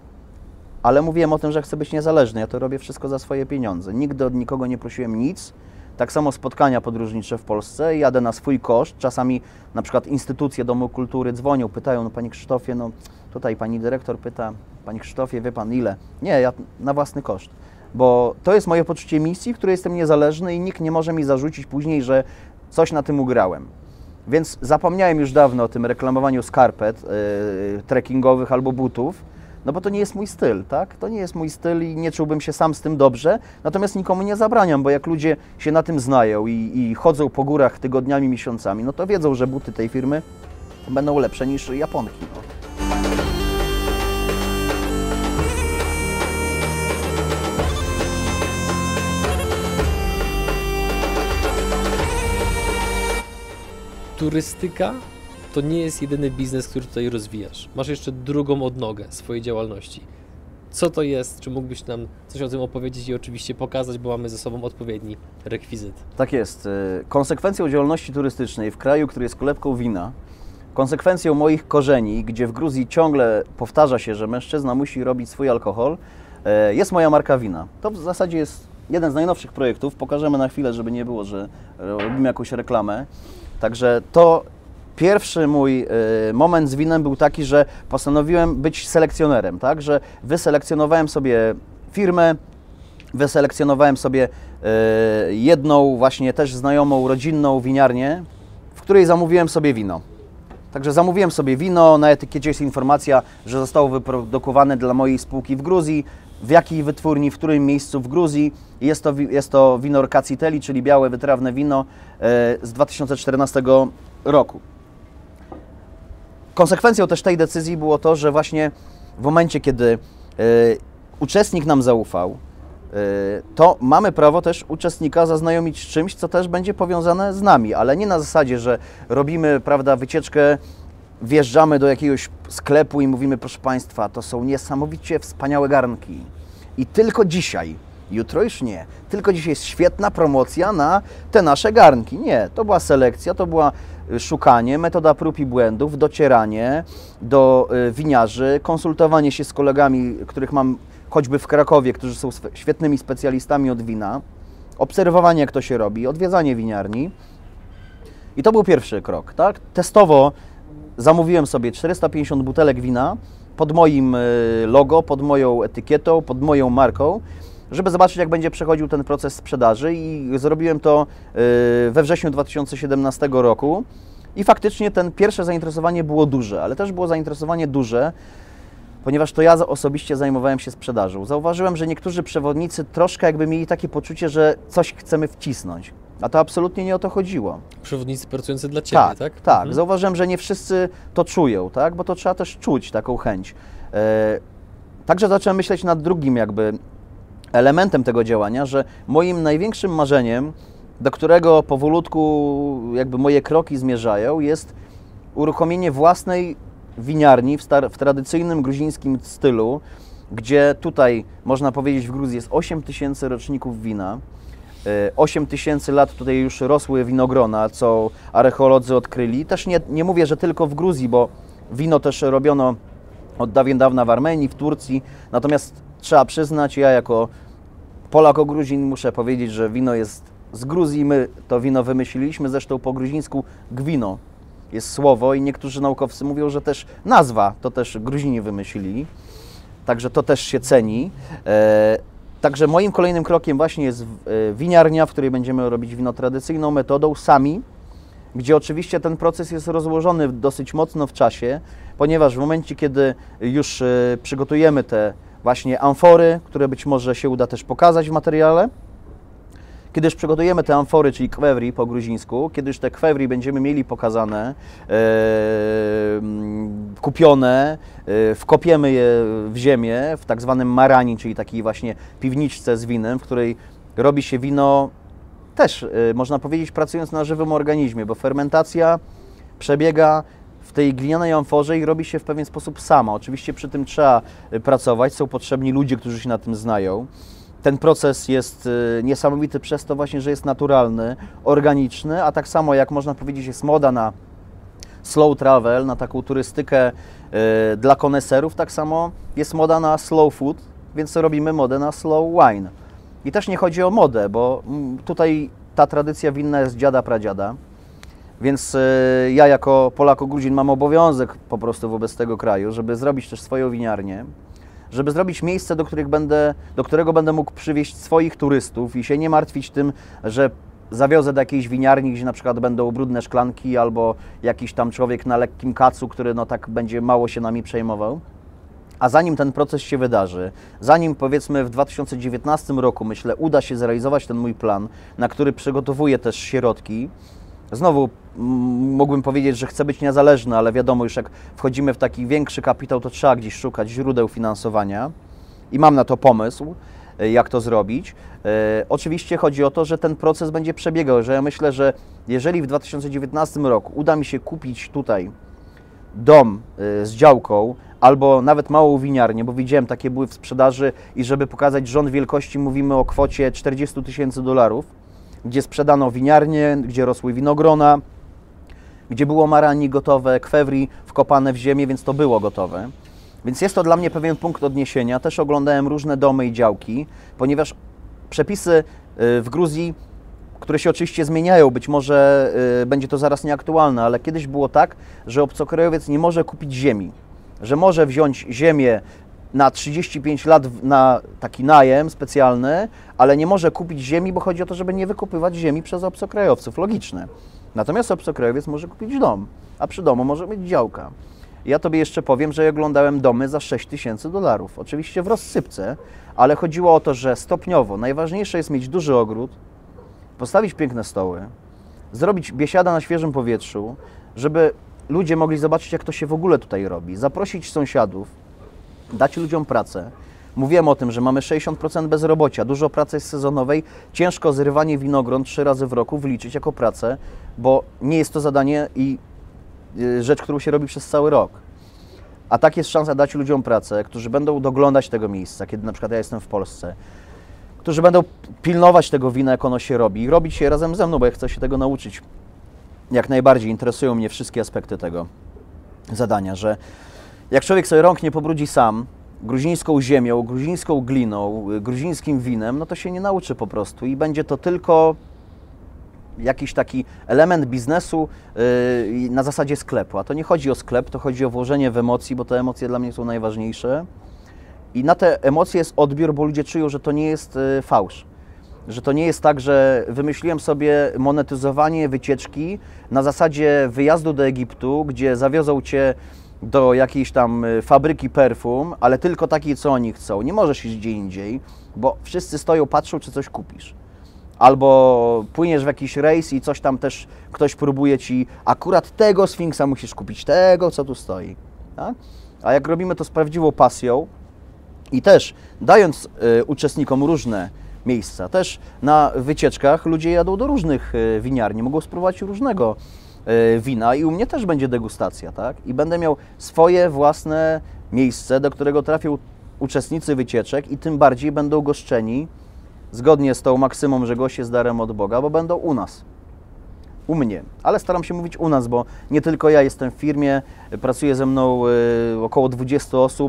Ale mówiłem o tym, że chcę być niezależny, ja to robię wszystko za swoje pieniądze. Nigdy od nikogo nie prosiłem nic. Tak samo spotkania podróżnicze w Polsce, jadę na swój koszt, czasami na przykład instytucje Domu Kultury dzwonią, pytają, no Panie Krzysztofie, no tutaj Pani dyrektor pyta, Panie Krzysztofie, wie Pan ile? Nie, ja na własny koszt, bo to jest moje poczucie misji, w której jestem niezależny i nikt nie może mi zarzucić później, że coś na tym ugrałem. Więc zapomniałem już dawno o tym reklamowaniu skarpet yy, trekkingowych albo butów, no bo to nie jest mój styl, tak? To nie jest mój styl i nie czułbym się sam z tym dobrze, natomiast nikomu nie zabraniam, bo jak ludzie się na tym znają i, i chodzą po górach tygodniami, miesiącami, no to wiedzą, że buty tej firmy będą lepsze niż Japonki. No. Turystyka to nie jest jedyny biznes, który tutaj rozwijasz. Masz jeszcze drugą odnogę swojej działalności. Co to jest? Czy mógłbyś nam coś o tym opowiedzieć i oczywiście pokazać, bo mamy ze sobą odpowiedni rekwizyt? Tak jest. Konsekwencją działalności turystycznej w kraju, który jest kolebką wina, konsekwencją moich korzeni, gdzie w Gruzji ciągle powtarza się, że mężczyzna musi robić swój alkohol, jest moja marka wina. To w zasadzie jest jeden z najnowszych projektów. Pokażemy na chwilę, żeby nie było, że robimy jakąś reklamę. Także to pierwszy mój y, moment z winem był taki, że postanowiłem być selekcjonerem, tak? Że wyselekcjonowałem sobie firmę, wyselekcjonowałem sobie y, jedną właśnie też znajomą, rodzinną winiarnię, w której zamówiłem sobie wino. Także zamówiłem sobie wino, na etykiecie jest informacja, że zostało wyprodukowane dla mojej spółki w Gruzji, w jakiej wytwórni, w którym miejscu w Gruzji. Jest to, jest to wino Rkatsiteli, czyli białe, wytrawne wino y, z dwa tysiące czternastego roku. Konsekwencją też tej decyzji było to, że właśnie w momencie, kiedy y, uczestnik nam zaufał, y, to mamy prawo też uczestnika zaznajomić z czymś, co też będzie powiązane z nami, ale nie na zasadzie, że robimy, prawda, wycieczkę, wjeżdżamy do jakiegoś sklepu i mówimy, proszę Państwa, to są niesamowicie wspaniałe garnki i tylko dzisiaj, jutro już nie, tylko dzisiaj jest świetna promocja na te nasze garnki. Nie, to była selekcja, to była szukanie, metoda prób i błędów, docieranie do winiarzy, konsultowanie się z kolegami, których mam choćby w Krakowie, którzy są świetnymi specjalistami od wina, obserwowanie, jak to się robi, odwiedzanie winiarni. I to był pierwszy krok, tak? Testowo zamówiłem sobie czterysta pięćdziesiąt butelek wina pod moim logo, pod moją etykietą, pod moją marką, żeby zobaczyć, jak będzie przechodził ten proces sprzedaży, i zrobiłem to we wrześniu dwa tysiące siedemnastego roku. I faktycznie ten pierwsze zainteresowanie było duże, ale też było zainteresowanie duże, ponieważ to ja osobiście zajmowałem się sprzedażą. Zauważyłem, że niektórzy przewodnicy troszkę jakby mieli takie poczucie, że coś chcemy wcisnąć, a to absolutnie nie o to chodziło. Przewodnicy pracujący dla Ciebie, Tak, tak? tak. Mhm. Zauważyłem, że nie wszyscy to czują, tak? Bo to trzeba też czuć, taką chęć. E, także zacząłem myśleć nad drugim jakby elementem tego działania, że moim największym marzeniem, do którego powolutku jakby moje kroki zmierzają, jest uruchomienie własnej winiarni w, star- w tradycyjnym gruzińskim stylu, gdzie tutaj, można powiedzieć, w Gruzji jest osiem tysięcy roczników wina, osiem tysięcy lat tutaj już rosły winogrona, co archeolodzy odkryli. Też nie, nie mówię, że tylko w Gruzji, bo wino też robiono od dawien dawna w Armenii, w Turcji, natomiast trzeba przyznać, ja jako Polak-Gruzin muszę powiedzieć, że wino jest z Gruzji, my to wino wymyśliliśmy, zresztą po gruzińsku gwino jest słowo i niektórzy naukowcy mówią, że też nazwa to też Gruzini wymyślili, także to też się ceni. E, także moim kolejnym krokiem właśnie jest e, winiarnia, w której będziemy robić wino tradycyjną metodą sami, gdzie oczywiście ten proces jest rozłożony dosyć mocno w czasie, ponieważ w momencie, kiedy już e, przygotujemy te właśnie amfory, które być może się uda też pokazać w materiale, kiedy już przygotujemy te amfory, czyli kwewri po gruzińsku, kiedy już te kwewri będziemy mieli pokazane, e, kupione, e, wkopiemy je w ziemię, w tak zwanym marani, czyli takiej właśnie piwniczce z winem, w której robi się wino też, e, można powiedzieć, pracując na żywym organizmie, bo fermentacja przebiega w tej glinianej amforze i robi się w pewien sposób sama. Oczywiście przy tym trzeba pracować, są potrzebni ludzie, którzy się na tym znają. Ten proces jest niesamowity przez to właśnie, że jest naturalny, organiczny, a tak samo jak można powiedzieć jest moda na slow travel, na taką turystykę dla koneserów, tak samo jest moda na slow food, więc robimy modę na slow wine. I też nie chodzi o modę, bo tutaj ta tradycja winna jest dziada pradziada, więc ja jako Polak-Gruzin mam obowiązek po prostu wobec tego kraju, żeby zrobić też swoją winiarnię, żeby zrobić miejsce, do, których będę, do którego będę mógł przywieźć swoich turystów i się nie martwić tym, że zawiozę do jakiejś winiarni, gdzie na przykład będą brudne szklanki albo jakiś tam człowiek na lekkim kacu, który no tak będzie mało się nami przejmował. A zanim ten proces się wydarzy, zanim powiedzmy w dwa tysiące dziewiętnastym roku, myślę, uda się zrealizować ten mój plan, na który przygotowuję też środki, znowu mógłbym powiedzieć, że chcę być niezależny, ale wiadomo, już jak wchodzimy w taki większy kapitał, to trzeba gdzieś szukać źródeł finansowania i mam na to pomysł, jak to zrobić. E, oczywiście chodzi o to, że ten proces będzie przebiegał, że ja myślę, że jeżeli w dwa tysiące dziewiętnastym roku uda mi się kupić tutaj dom y, z działką albo nawet małą winiarnię, bo widziałem, takie były w sprzedaży i żeby pokazać rząd wielkości, mówimy o kwocie czterdzieści tysięcy dolarów, gdzie sprzedano winiarnię, gdzie rosły winogrona, gdzie było marani gotowe, kwewri wkopane w ziemię, więc to było gotowe. Więc jest to dla mnie pewien punkt odniesienia. Też oglądałem różne domy i działki, ponieważ przepisy w Gruzji, które się oczywiście zmieniają, być może będzie to zaraz nieaktualne, ale kiedyś było tak, że obcokrajowiec nie może kupić ziemi, że może wziąć ziemię na trzydzieści pięć lat na taki najem specjalny, ale nie może kupić ziemi, bo chodzi o to, żeby nie wykupywać ziemi przez obcokrajowców. Logiczne. Natomiast obcokrajowiec może kupić dom, a przy domu może mieć działka. Ja Tobie jeszcze powiem, że ja oglądałem domy za sześć tysięcy dolarów. Oczywiście w rozsypce, ale chodziło o to, że stopniowo najważniejsze jest mieć duży ogród, postawić piękne stoły, zrobić biesiada na świeżym powietrzu, żeby ludzie mogli zobaczyć, jak to się w ogóle tutaj robi, zaprosić sąsiadów, dać ludziom pracę. Mówiłem o tym, że mamy sześćdziesiąt procent bezrobocia, dużo pracy jest sezonowej, ciężko zrywanie winogron trzy razy w roku wyliczyć jako pracę, bo nie jest to zadanie i rzecz, którą się robi przez cały rok. A tak jest szansa dać ludziom pracę, którzy będą doglądać tego miejsca, kiedy na przykład ja jestem w Polsce, którzy będą pilnować tego wina, jak ono się robi i robić je razem ze mną, bo ja chcę się tego nauczyć. Jak najbardziej interesują mnie wszystkie aspekty tego zadania, że jak człowiek sobie rąk nie pobrudzi sam, gruzińską ziemią, gruzińską gliną, gruzińskim winem, no to się nie nauczy po prostu i będzie to tylko jakiś taki element biznesu yy, na zasadzie sklepu. A to nie chodzi o sklep, to chodzi o włożenie w emocji, bo te emocje dla mnie są najważniejsze. I na te emocje jest odbiór, bo ludzie czują, że to nie jest yy, fałsz. że to nie jest tak, że wymyśliłem sobie monetyzowanie wycieczki na zasadzie wyjazdu do Egiptu, gdzie zawiozą Cię do jakiejś tam fabryki perfum, ale tylko takiej, co oni chcą. Nie możesz iść gdzie indziej, bo wszyscy stoją, patrzą, czy coś kupisz. Albo płyniesz w jakiś rejs i coś tam też ktoś próbuje Ci, akurat tego Sfinksa musisz kupić, tego, co tu stoi. Tak? A jak robimy to z prawdziwą pasją i też dając y, uczestnikom różne miejsca, też na wycieczkach ludzie jadą do różnych y, winiarni, mogą spróbować różnego y, wina i u mnie też będzie degustacja, tak? I będę miał swoje własne miejsce, do którego trafią uczestnicy wycieczek i tym bardziej będą goszczeni zgodnie z tą maksymą, że gość jest darem od Boga, bo będą u nas, u mnie. Ale staram się mówić u nas, bo nie tylko ja jestem w firmie, pracuje ze mną y, około dwudziestu osób,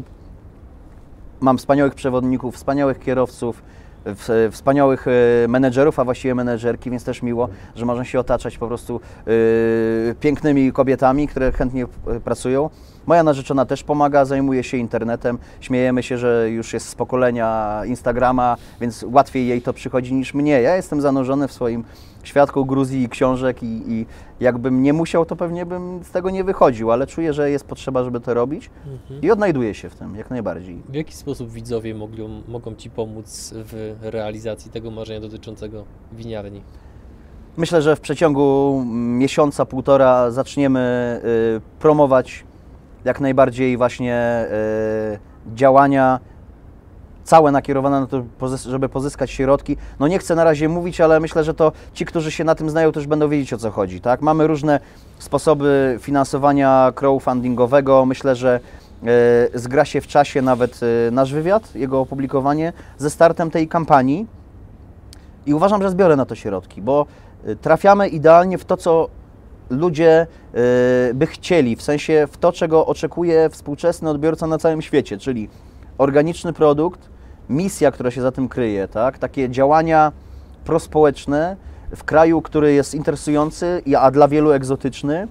mam wspaniałych przewodników, wspaniałych kierowców, w, wspaniałych y, menedżerów, a właściwie menedżerki, więc też miło, że można się otaczać po prostu y, pięknymi kobietami, które chętnie y, pracują. Moja narzeczona też pomaga, zajmuje się internetem. Śmiejemy się, że już jest z pokolenia Instagrama, więc łatwiej jej to przychodzi niż mnie. Ja jestem zanurzony w swoim świadku Gruzji i książek i, i jakbym nie musiał, to pewnie bym z tego nie wychodził, ale czuję, że jest potrzeba, żeby to robić Mhm. i odnajduję się w tym jak najbardziej. W jaki sposób widzowie mogą, mogą Ci pomóc w realizacji tego marzenia dotyczącego winiarni? Myślę, że w przeciągu miesiąca, półtora zaczniemy y, promować jak najbardziej właśnie y, działania całe nakierowane na to, żeby pozyskać środki. No nie chcę na razie mówić, ale myślę, że to ci, którzy się na tym znają, też będą wiedzieć, o co chodzi. Tak? Mamy różne sposoby finansowania crowdfundingowego. Myślę, że y, zgra się w czasie nawet y, nasz wywiad, jego opublikowanie ze startem tej kampanii i uważam, że zbiorę na to środki, bo y, trafiamy idealnie w to, co ludzie y, by chcieli, w sensie w to, czego oczekuje współczesny odbiorca na całym świecie, czyli organiczny produkt, misja, która się za tym kryje, tak? Takie działania prospołeczne w kraju, który jest interesujący, a dla wielu egzotyczny.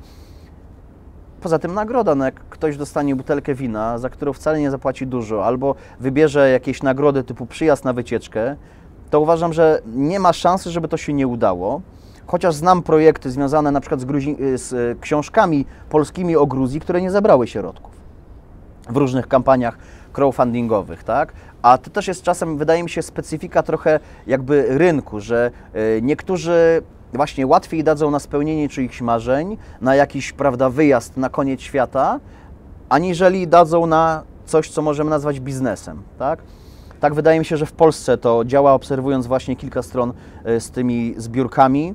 Poza tym nagroda, no jak ktoś dostanie butelkę wina, za którą wcale nie zapłaci dużo, albo wybierze jakieś nagrody typu przyjazd na wycieczkę, to uważam, że nie ma szansy, żeby to się nie udało. Chociaż znam projekty związane na przykład z, Gruzi- z książkami polskimi o Gruzji, które nie zebrały środków w różnych kampaniach crowdfundingowych, tak? A to też jest czasem, wydaje mi się, specyfika trochę jakby rynku, że y, niektórzy właśnie łatwiej dadzą na spełnienie czyichś marzeń, na jakiś, prawda, wyjazd na koniec świata, aniżeli dadzą na coś, co możemy nazwać biznesem, tak? Tak wydaje mi się, że w Polsce to działa, obserwując właśnie kilka stron y, z tymi zbiórkami.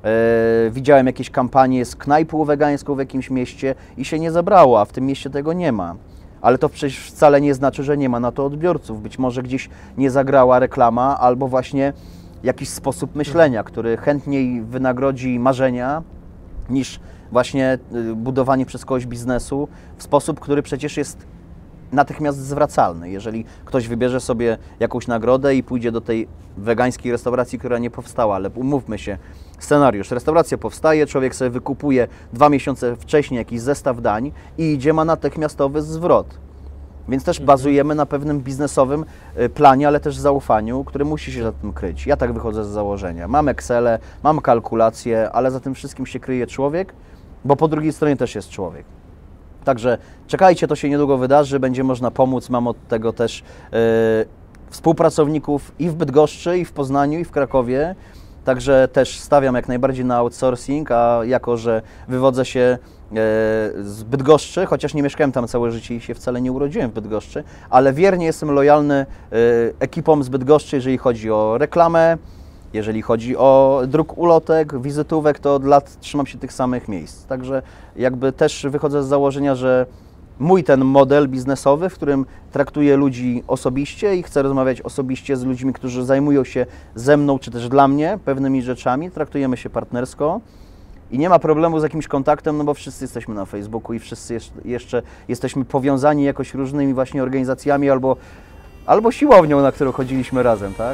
Y, widziałem jakieś kampanie z knajpą wegańską w jakimś mieście i się nie zebrało, a w tym mieście tego nie ma. Ale to przecież wcale nie znaczy, że nie ma na to odbiorców. Być może gdzieś nie zagrała reklama albo właśnie jakiś sposób myślenia, który chętniej wynagrodzi marzenia niż właśnie budowanie przez kogoś biznesu w sposób, który przecież jest natychmiast zwracalny. Jeżeli ktoś wybierze sobie jakąś nagrodę i pójdzie do tej wegańskiej restauracji, która nie powstała, ale umówmy się, scenariusz, restauracja powstaje, człowiek sobie wykupuje dwa miesiące wcześniej jakiś zestaw dań i idzie, ma natychmiastowy zwrot. Więc też bazujemy na pewnym biznesowym planie, ale też zaufaniu, które musi się za tym kryć. Ja tak wychodzę z założenia. Mam Excele, mam kalkulacje, ale za tym wszystkim się kryje człowiek, bo po drugiej stronie też jest człowiek. Także czekajcie, to się niedługo wydarzy, będzie można pomóc. Mam od tego też yy, współpracowników i w Bydgoszczy, i w Poznaniu, i w Krakowie. Także też stawiam jak najbardziej na outsourcing, a jako, że wywodzę się yy, z Bydgoszczy, chociaż nie mieszkałem tam całe życie i się wcale nie urodziłem w Bydgoszczy, ale wiernie jestem lojalny yy, ekipom z Bydgoszczy, jeżeli chodzi o reklamę, jeżeli chodzi o druk ulotek, wizytówek, to od lat trzymam się tych samych miejsc. Także jakby też wychodzę z założenia, że mój ten model biznesowy, w którym traktuję ludzi osobiście i chcę rozmawiać osobiście z ludźmi, którzy zajmują się ze mną, czy też dla mnie pewnymi rzeczami, traktujemy się partnersko i nie ma problemu z jakimś kontaktem, no bo wszyscy jesteśmy na Facebooku i wszyscy jeszcze jesteśmy powiązani jakoś różnymi właśnie organizacjami albo, albo siłownią, na którą chodziliśmy razem, tak?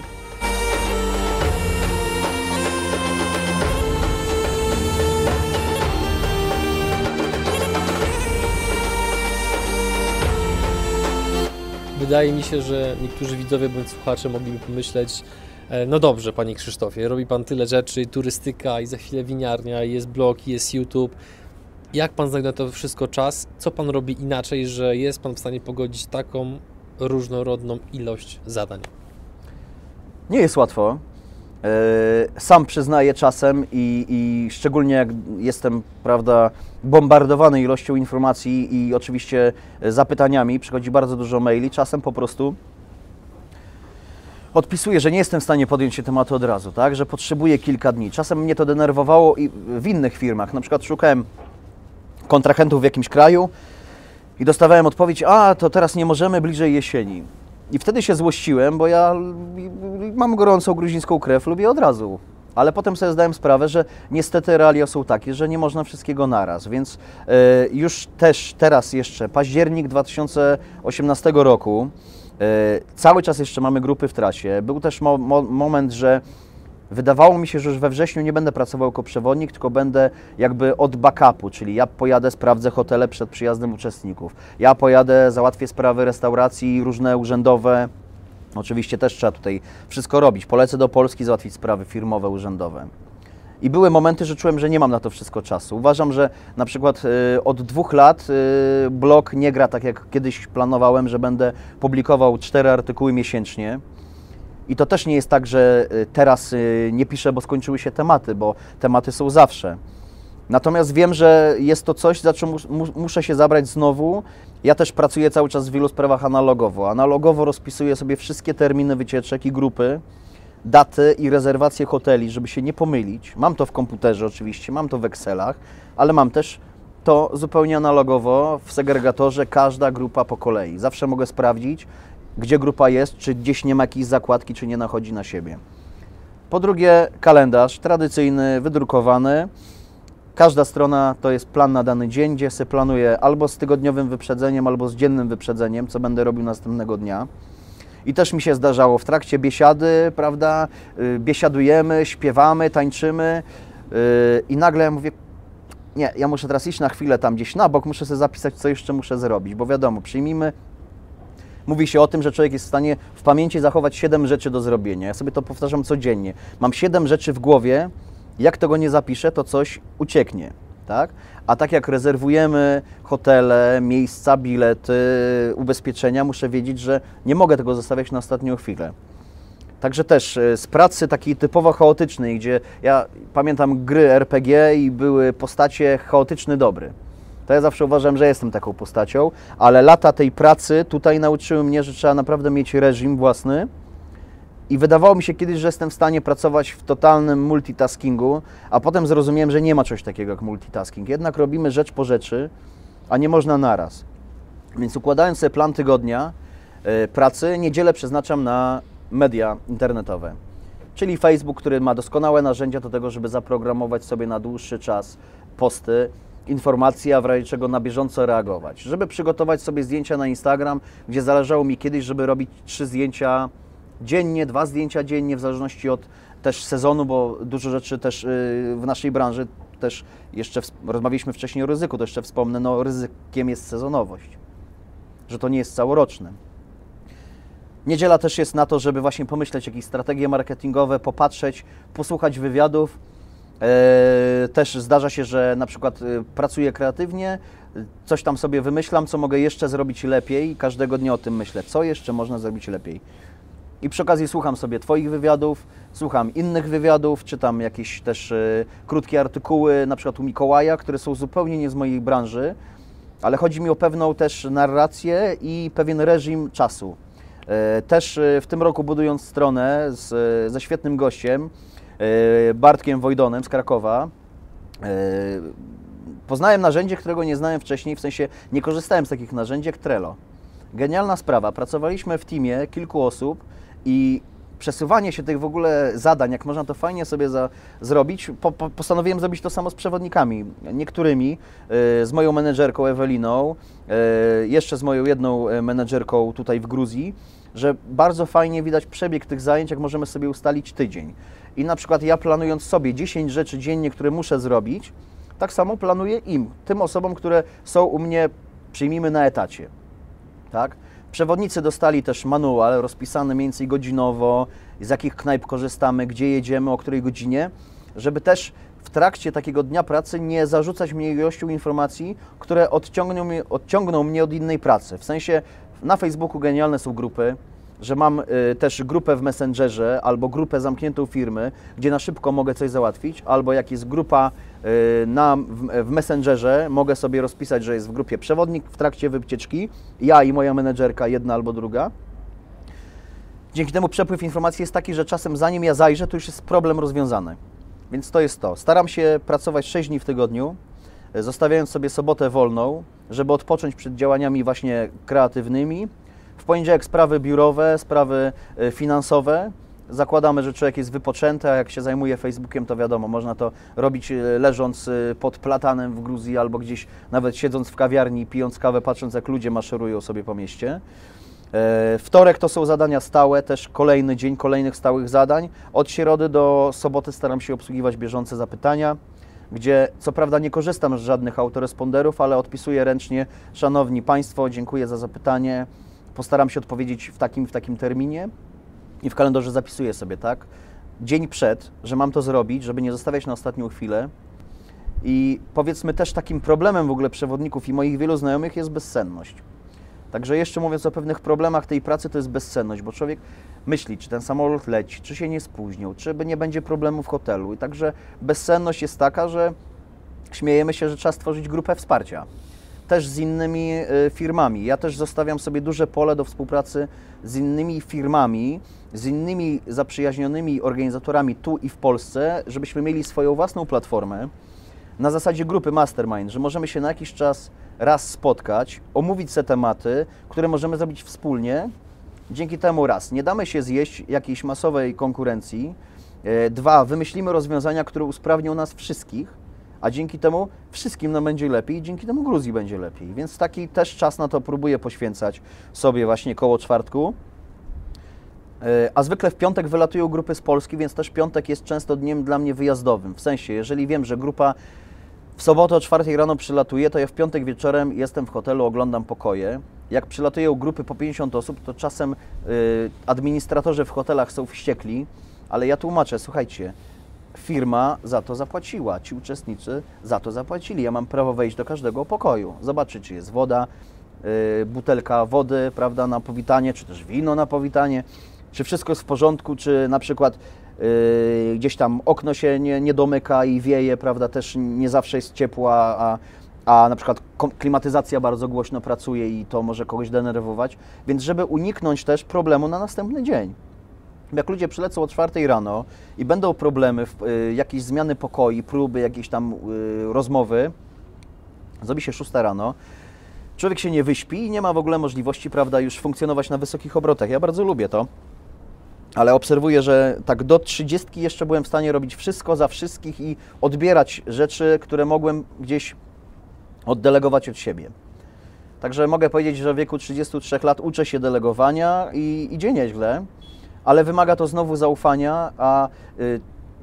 Wydaje mi się, że niektórzy widzowie bądź słuchacze mogliby pomyśleć, No dobrze, Panie Krzysztofie, robi Pan tyle rzeczy, i turystyka, i za chwilę winiarnia, i jest blog, i jest YouTube. Jak Pan znajduje to wszystko czas? Co Pan robi inaczej, że jest Pan w stanie pogodzić taką różnorodną ilość zadań? Nie jest łatwo. Sam przyznaję czasem i, i szczególnie jak jestem, prawda, bombardowany ilością informacji i oczywiście zapytaniami, przychodzi bardzo dużo maili, czasem po prostu odpisuję, że nie jestem w stanie podjąć się tematu od razu, tak, że potrzebuję kilka dni. Czasem mnie to denerwowało i w innych firmach, na przykład szukałem kontrahentów w jakimś kraju i dostawałem odpowiedź, a to teraz nie możemy, bliżej jesieni. I wtedy się złościłem, bo ja mam gorącą gruzińską krew, lubię od razu. Ale potem sobie zdałem sprawę, że niestety realia są takie, że nie można wszystkiego naraz. Więc y, już też teraz jeszcze, październik dwa tysiące osiemnastego roku, y, cały czas jeszcze mamy grupy w trasie. Był też mo mo moment, że wydawało mi się, że już we wrześniu nie będę pracował jako przewodnik, tylko będę jakby od backupu, czyli ja pojadę, sprawdzę hotele przed przyjazdem uczestników. Ja pojadę, załatwię sprawy restauracji różne urzędowe. Oczywiście też trzeba tutaj wszystko robić. Polecę do Polski załatwić sprawy firmowe, urzędowe. I były momenty, że czułem, że nie mam na to wszystko czasu. Uważam, że na przykład y, od dwóch lat y, blog nie gra tak, jak kiedyś planowałem, że będę publikował cztery artykuły miesięcznie. I to też nie jest tak, że teraz nie piszę, bo skończyły się tematy, bo tematy są zawsze. Natomiast wiem, że jest to coś, za czym muszę się zabrać znowu. Ja też pracuję cały czas w wielu sprawach analogowo. Analogowo rozpisuję sobie wszystkie terminy wycieczek i grupy, daty i rezerwacje hoteli, żeby się nie pomylić. Mam to w komputerze oczywiście, mam to w Excelach, ale mam też to zupełnie analogowo w segregatorze, każda grupa po kolei. Zawsze mogę sprawdzić, gdzie grupa jest, czy gdzieś nie ma jakiejś zakładki, czy nie nachodzi na siebie. Po drugie, kalendarz tradycyjny, wydrukowany. Każda strona to jest plan na dany dzień, gdzie sobie planuję albo z tygodniowym wyprzedzeniem, albo z dziennym wyprzedzeniem, co będę robił następnego dnia. I też mi się zdarzało w trakcie biesiady, prawda, biesiadujemy, śpiewamy, tańczymy i nagle ja mówię, nie, ja muszę teraz iść na chwilę tam gdzieś na bok, muszę sobie zapisać, co jeszcze muszę zrobić, bo wiadomo, przyjmijmy, mówi się o tym, że człowiek jest w stanie w pamięci zachować siedem rzeczy do zrobienia. Ja sobie to powtarzam codziennie. Mam siedem rzeczy w głowie, jak tego nie zapiszę, to coś ucieknie, tak? A tak jak rezerwujemy hotele, miejsca, bilety, ubezpieczenia, muszę wiedzieć, że nie mogę tego zostawiać na ostatnią chwilę. Także też z pracy takiej typowo chaotycznej, gdzie ja pamiętam gry R P G i były postacie chaotyczny dobry. To ja zawsze uważam, że jestem taką postacią, ale lata tej pracy tutaj nauczyły mnie, że trzeba naprawdę mieć reżim własny i wydawało mi się kiedyś, że jestem w stanie pracować w totalnym multitaskingu, a potem zrozumiałem, że nie ma czegoś takiego jak multitasking. Jednak robimy rzecz po rzeczy, a nie można naraz. Więc układając sobie plan tygodnia yy, pracy, niedzielę przeznaczam na media internetowe. Czyli Facebook, który ma doskonałe narzędzia do tego, żeby zaprogramować sobie na dłuższy czas posty, informacje, a w razie czego na bieżąco reagować. Żeby przygotować sobie zdjęcia na Instagram, gdzie zależało mi kiedyś, żeby robić trzy zdjęcia dziennie, dwa zdjęcia dziennie, w zależności od też sezonu, bo dużo rzeczy też w naszej branży, też jeszcze rozmawialiśmy wcześniej o ryzyku, to jeszcze wspomnę, no ryzykiem jest sezonowość, że to nie jest całoroczne. Niedziela też jest na to, żeby właśnie pomyśleć jakieś strategie marketingowe, popatrzeć, posłuchać wywiadów. Też zdarza się, że na przykład pracuję kreatywnie, coś tam sobie wymyślam, co mogę jeszcze zrobić lepiej i każdego dnia o tym myślę, co jeszcze można zrobić lepiej. I przy okazji słucham sobie Twoich wywiadów, słucham innych wywiadów, czytam jakieś też krótkie artykuły, na przykład u Mikołaja, które są zupełnie nie z mojej branży, ale chodzi mi o pewną też narrację i pewien reżim czasu. Też w tym roku budując stronę z, ze świetnym gościem, Bartkiem Wojdonem z Krakowa, poznałem narzędzie, którego nie znałem wcześniej, w sensie nie korzystałem z takich narzędzi jak Trello. Genialna sprawa, pracowaliśmy w teamie kilku osób i przesuwanie się tych w ogóle zadań, jak można to fajnie sobie za, zrobić, po, po, postanowiłem zrobić to samo z przewodnikami. Niektórymi, y, z moją menedżerką Eweliną, y, jeszcze z moją jedną menedżerką tutaj w Gruzji, że bardzo fajnie widać przebieg tych zajęć, jak możemy sobie ustalić tydzień. I na przykład ja planując sobie dziesięć rzeczy dziennie, które muszę zrobić, tak samo planuję im, tym osobom, które są u mnie, przyjmijmy, na etacie. Tak? Przewodnicy dostali też manual rozpisany mniej więcej godzinowo, z jakich knajp korzystamy, gdzie jedziemy, o której godzinie, żeby też w trakcie takiego dnia pracy nie zarzucać mnie ilością informacji, które odciągną mnie, odciągną mnie od innej pracy. W sensie na Facebooku genialne są grupy, że mam y, też grupę w Messengerze albo grupę zamkniętą firmy, gdzie na szybko mogę coś załatwić, albo jak jest grupa y, na, w, w Messengerze, mogę sobie rozpisać, że jest w grupie przewodnik w trakcie wycieczki, ja i moja menedżerka, jedna albo druga. Dzięki temu przepływ informacji jest taki, że czasem zanim ja zajrzę, to już jest problem rozwiązany. Więc to jest to. Staram się pracować sześć dni w tygodniu, zostawiając sobie sobotę wolną, żeby odpocząć przed działaniami właśnie kreatywnymi. W poniedziałek sprawy biurowe, sprawy finansowe. Zakładamy, że człowiek jest wypoczęty, a jak się zajmuje Facebookiem, to wiadomo, można to robić leżąc pod platanem w Gruzji albo gdzieś nawet siedząc w kawiarni, pijąc kawę, patrząc jak ludzie maszerują sobie po mieście. Wtorek to są zadania stałe, też kolejny dzień kolejnych stałych zadań. Od środy do soboty staram się obsługiwać bieżące zapytania, gdzie co prawda nie korzystam z żadnych autoresponderów, ale odpisuję ręcznie: szanowni Państwo, dziękuję za zapytanie, postaram się odpowiedzieć w takim w takim terminie i w kalendarzu zapisuję sobie, tak, dzień przed, że mam to zrobić, żeby nie zostawiać na ostatnią chwilę. I powiedzmy też takim problemem w ogóle przewodników i moich wielu znajomych jest bezsenność. Także jeszcze mówiąc o pewnych problemach tej pracy, to jest bezsenność, bo człowiek myśli, czy ten samolot leci, czy się nie spóźnił, czy nie będzie problemu w hotelu. I także bezsenność jest taka, że śmiejemy się, że trzeba stworzyć grupę wsparcia. Też z innymi firmami. Ja też zostawiam sobie duże pole do współpracy z innymi firmami, z innymi zaprzyjaźnionymi organizatorami tu i w Polsce, żebyśmy mieli swoją własną platformę na zasadzie grupy mastermind, że możemy się na jakiś czas raz spotkać, omówić te tematy, które możemy zrobić wspólnie. Dzięki temu raz, nie damy się zjeść jakiejś masowej konkurencji, dwa, wymyślimy rozwiązania, które usprawnią nas wszystkich, a dzięki temu wszystkim nam będzie lepiej i dzięki temu Gruzji będzie lepiej. Więc taki też czas na to próbuję poświęcać sobie właśnie koło czwartku. A zwykle w piątek wylatują grupy z Polski, więc też piątek jest często dniem dla mnie wyjazdowym. W sensie, jeżeli wiem, że grupa w sobotę o czwartej rano przylatuje, to ja w piątek wieczorem jestem w hotelu, oglądam pokoje. Jak przylatują grupy po pięćdziesiąt osób, to czasem y, administratorzy w hotelach są wściekli, ale ja tłumaczę: słuchajcie, firma za to zapłaciła, ci uczestnicy za to zapłacili. Ja mam prawo wejść do każdego pokoju, zobaczyć, czy jest woda, y, butelka wody, prawda, na powitanie, czy też wino na powitanie, czy wszystko jest w porządku, czy na przykład yy, gdzieś tam okno się nie, nie domyka i wieje, prawda, też nie zawsze jest ciepło, a, a na przykład klimatyzacja bardzo głośno pracuje i to może kogoś denerwować, więc żeby uniknąć też problemu na następny dzień. Jak ludzie przylecą o czwartej rano i będą problemy, yy, jakieś zmiany pokoi, próby, jakieś tam yy, rozmowy, zrobi się szósta rano, człowiek się nie wyśpi i nie ma w ogóle możliwości, prawda, już funkcjonować na wysokich obrotach. Ja bardzo lubię to, ale obserwuję, że tak do trzydziestki jeszcze byłem w stanie robić wszystko za wszystkich i odbierać rzeczy, które mogłem gdzieś oddelegować od siebie. Także mogę powiedzieć, że w wieku trzydziestu trzech lat uczę się delegowania i idzie nieźle, ale wymaga to znowu zaufania, a y,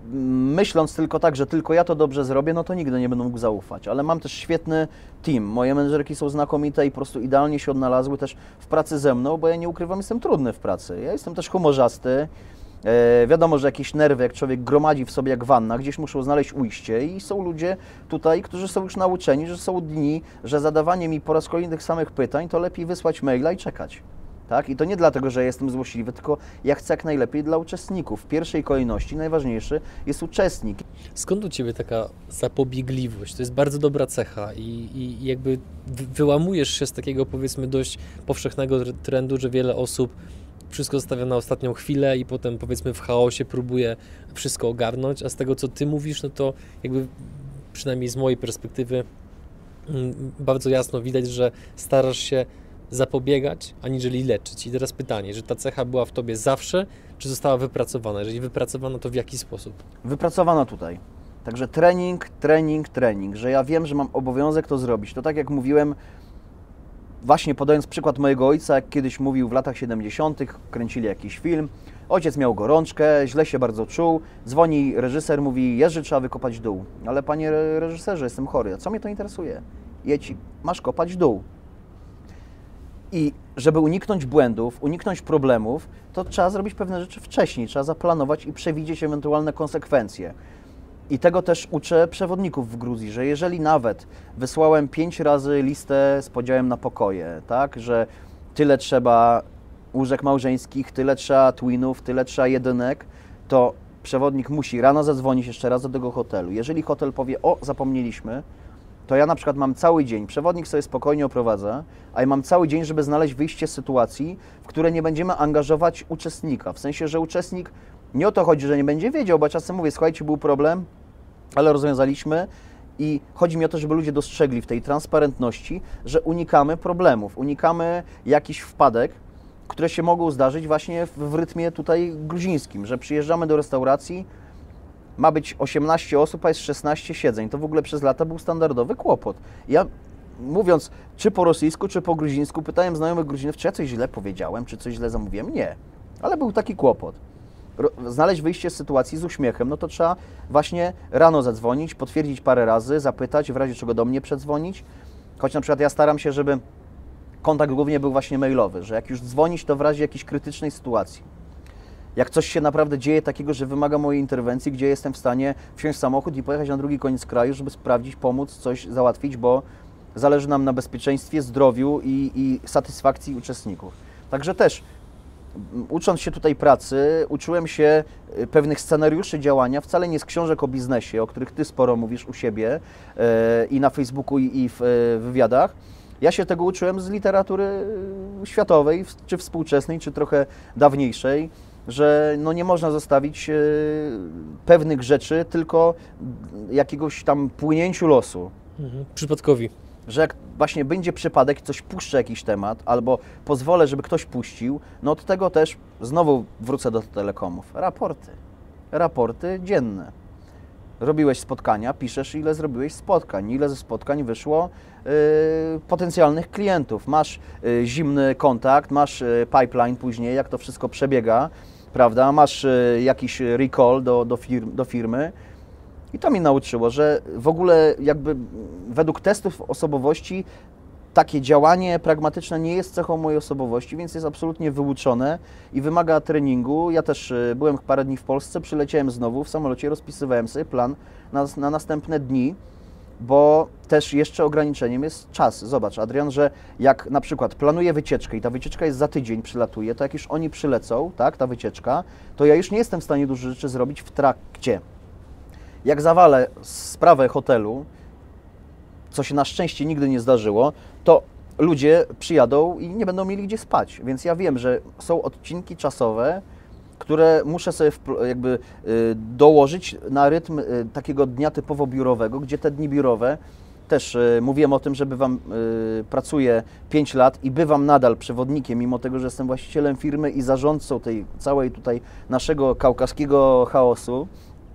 myśląc tylko tak, że tylko ja to dobrze zrobię, no to nigdy nie będę mógł zaufać. Ale mam też świetny team. Moje menedżerki są znakomite i po prostu idealnie się odnalazły też w pracy ze mną, bo ja nie ukrywam, jestem trudny w pracy. Ja jestem też humorzasty. E, wiadomo, że jakieś nerwy, jak człowiek gromadzi w sobie jak wanna, gdzieś muszą znaleźć ujście i są ludzie tutaj, którzy są już nauczeni, że są dni, że zadawanie mi po raz kolejny tych samych pytań, to lepiej wysłać maila i czekać. Tak? I to nie dlatego, że jestem złośliwy, tylko ja chcę jak najlepiej dla uczestników. W pierwszej kolejności najważniejszy jest uczestnik. Skąd u Ciebie taka zapobiegliwość? To jest bardzo dobra cecha i, i jakby wyłamujesz się z takiego, powiedzmy, dość powszechnego trendu, że wiele osób wszystko zostawia na ostatnią chwilę i potem, powiedzmy, w chaosie próbuje wszystko ogarnąć, a z tego, co Ty mówisz, no to jakby przynajmniej z mojej perspektywy bardzo jasno widać, że starasz się zapobiegać, aniżeli leczyć. I teraz pytanie, że ta cecha była w Tobie zawsze, czy została wypracowana? Jeżeli wypracowana, to w jaki sposób? Wypracowana tutaj. Także trening, trening, trening, że ja wiem, że mam obowiązek to zrobić. To tak jak mówiłem, właśnie podając przykład mojego ojca, jak kiedyś mówił w latach siedemdziesiątych, kręcili jakiś film, ojciec miał gorączkę, źle się bardzo czuł, dzwoni reżyser, mówi: Jerzy, trzeba wykopać dół. Ale panie reżyserze, jestem chory, a co mnie to interesuje? Jedź, masz kopać dół. I żeby uniknąć błędów, uniknąć problemów, to trzeba zrobić pewne rzeczy wcześniej, trzeba zaplanować i przewidzieć ewentualne konsekwencje. I tego też uczę przewodników w Gruzji, że jeżeli nawet wysłałem pięć razy listę z podziałem na pokoje, tak, że tyle trzeba łóżek małżeńskich, tyle trzeba twinów, tyle trzeba jedynek, to przewodnik musi rano zadzwonić jeszcze raz do tego hotelu. Jeżeli hotel powie, o, zapomnieliśmy, to ja na przykład mam cały dzień, przewodnik sobie spokojnie oprowadza, a ja mam cały dzień, żeby znaleźć wyjście z sytuacji, w której nie będziemy angażować uczestnika. W sensie, że uczestnik, nie o to chodzi, że nie będzie wiedział, bo czasem mówię, słuchajcie, był problem, ale rozwiązaliśmy i chodzi mi o to, żeby ludzie dostrzegli w tej transparentności, że unikamy problemów, unikamy jakichś wpadek, które się mogą zdarzyć właśnie w, w rytmie tutaj gruzińskim, że przyjeżdżamy do restauracji, ma być osiemnaście osób, a jest szesnaście siedzeń. To w ogóle przez lata był standardowy kłopot. Ja mówiąc czy po rosyjsku, czy po gruzińsku, pytałem znajomych Gruzinów, czy ja coś źle powiedziałem, czy coś źle zamówiłem. Nie, ale był taki kłopot. Znaleźć wyjście z sytuacji z uśmiechem, no to trzeba właśnie rano zadzwonić, potwierdzić parę razy, zapytać, w razie czego do mnie przedzwonić. Choć na przykład ja staram się, żeby kontakt głównie był właśnie mailowy, że jak już dzwonić, to w razie jakiejś krytycznej sytuacji. Jak coś się naprawdę dzieje takiego, że wymaga mojej interwencji, gdzie jestem w stanie wsiąść w samochód i pojechać na drugi koniec kraju, żeby sprawdzić, pomóc, coś załatwić, bo zależy nam na bezpieczeństwie, zdrowiu i, i satysfakcji uczestników. Także też ucząc się tutaj pracy, uczyłem się pewnych scenariuszy działania, wcale nie z książek o biznesie, o których Ty sporo mówisz u siebie yy, i na Facebooku i, i w yy, wywiadach. Ja się tego uczyłem z literatury światowej, czy współczesnej, czy trochę dawniejszej, że no nie można zostawić yy, pewnych rzeczy tylko jakiegoś tam płynięciu losu. Mhm. Przypadkowi. Że jak właśnie będzie przypadek, coś puszczę jakiś temat, albo pozwolę, żeby ktoś puścił, no od tego też znowu wrócę do telekomów. Raporty. Raporty dzienne. Robiłeś spotkania, piszesz, ile zrobiłeś spotkań, ile ze spotkań wyszło yy, potencjalnych klientów. Masz yy, zimny kontakt, masz yy, pipeline później, jak to wszystko przebiega, prawda? Masz yy, jakiś recall do, do, firm, do firmy. I to mnie nauczyło, że w ogóle jakby według testów osobowości takie działanie pragmatyczne nie jest cechą mojej osobowości, więc jest absolutnie wyuczone i wymaga treningu. Ja też byłem parę dni w Polsce, przyleciałem znowu w samolocie, rozpisywałem sobie plan na, na następne dni, bo też jeszcze ograniczeniem jest czas. Zobacz, Adrian, że jak na przykład planuję wycieczkę i ta wycieczka jest za tydzień, przylatuje, to jak już oni przylecą, tak, ta wycieczka, to ja już nie jestem w stanie dużo rzeczy zrobić w trakcie. Jak zawalę sprawę hotelu, co się na szczęście nigdy nie zdarzyło, to ludzie przyjadą i nie będą mieli gdzie spać. Więc ja wiem, że są odcinki czasowe, które muszę sobie jakby dołożyć na rytm takiego dnia typowo biurowego, gdzie te dni biurowe, też mówiłem o tym, że bywam, pracuję pięć lat i bywam nadal przewodnikiem, mimo tego, że jestem właścicielem firmy i zarządcą tej całej tutaj naszego kaukaskiego chaosu.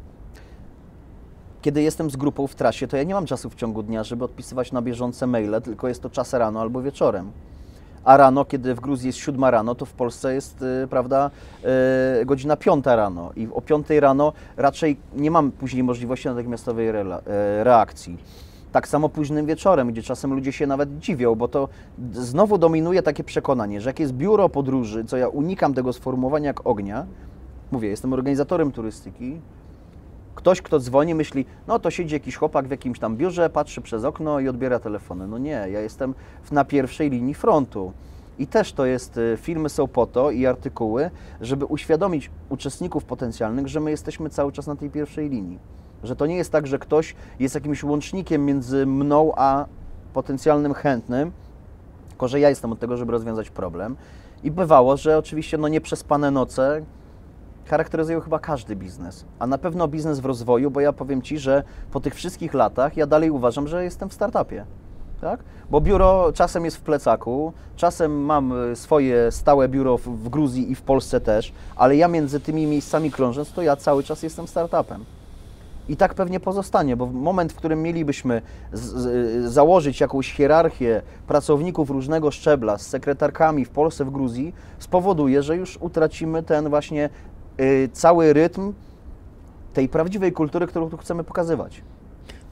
Kiedy jestem z grupą w trasie, to ja nie mam czasu w ciągu dnia, żeby odpisywać na bieżące maile, tylko jest to czas rano albo wieczorem. A rano, kiedy w Gruzji jest siódma rano, to w Polsce jest, yy, prawda, yy, godzina piąta rano. I o piątej rano raczej nie mam później możliwości natychmiastowej yy, reakcji. Tak samo późnym wieczorem, gdzie czasem ludzie się nawet dziwią, bo to znowu dominuje takie przekonanie, że jak jest biuro podróży, co ja unikam tego sformułowania jak ognia, mówię, jestem organizatorem turystyki, ktoś, kto dzwoni, myśli, no to siedzi jakiś chłopak w jakimś tam biurze, patrzy przez okno i odbiera telefony. No nie, ja jestem na pierwszej linii frontu. I też to jest, filmy są po to i artykuły, żeby uświadomić uczestników potencjalnych, że my jesteśmy cały czas na tej pierwszej linii. Że to nie jest tak, że ktoś jest jakimś łącznikiem między mną a potencjalnym chętnym, tylko że ja jestem od tego, żeby rozwiązać problem. I bywało, że oczywiście no nieprzespane noce charakteryzują chyba każdy biznes, a na pewno biznes w rozwoju, bo ja powiem Ci, że po tych wszystkich latach ja dalej uważam, że jestem w startupie, tak? Bo biuro czasem jest w plecaku, czasem mam swoje stałe biuro w, w Gruzji i w Polsce też, ale ja między tymi miejscami krążąc, to ja cały czas jestem startupem. I tak pewnie pozostanie, bo w moment, w którym mielibyśmy z, z, założyć jakąś hierarchię pracowników różnego szczebla z sekretarkami w Polsce, w Gruzji, spowoduje, że już utracimy ten właśnie y, cały rytm tej prawdziwej kultury, którą tu chcemy pokazywać.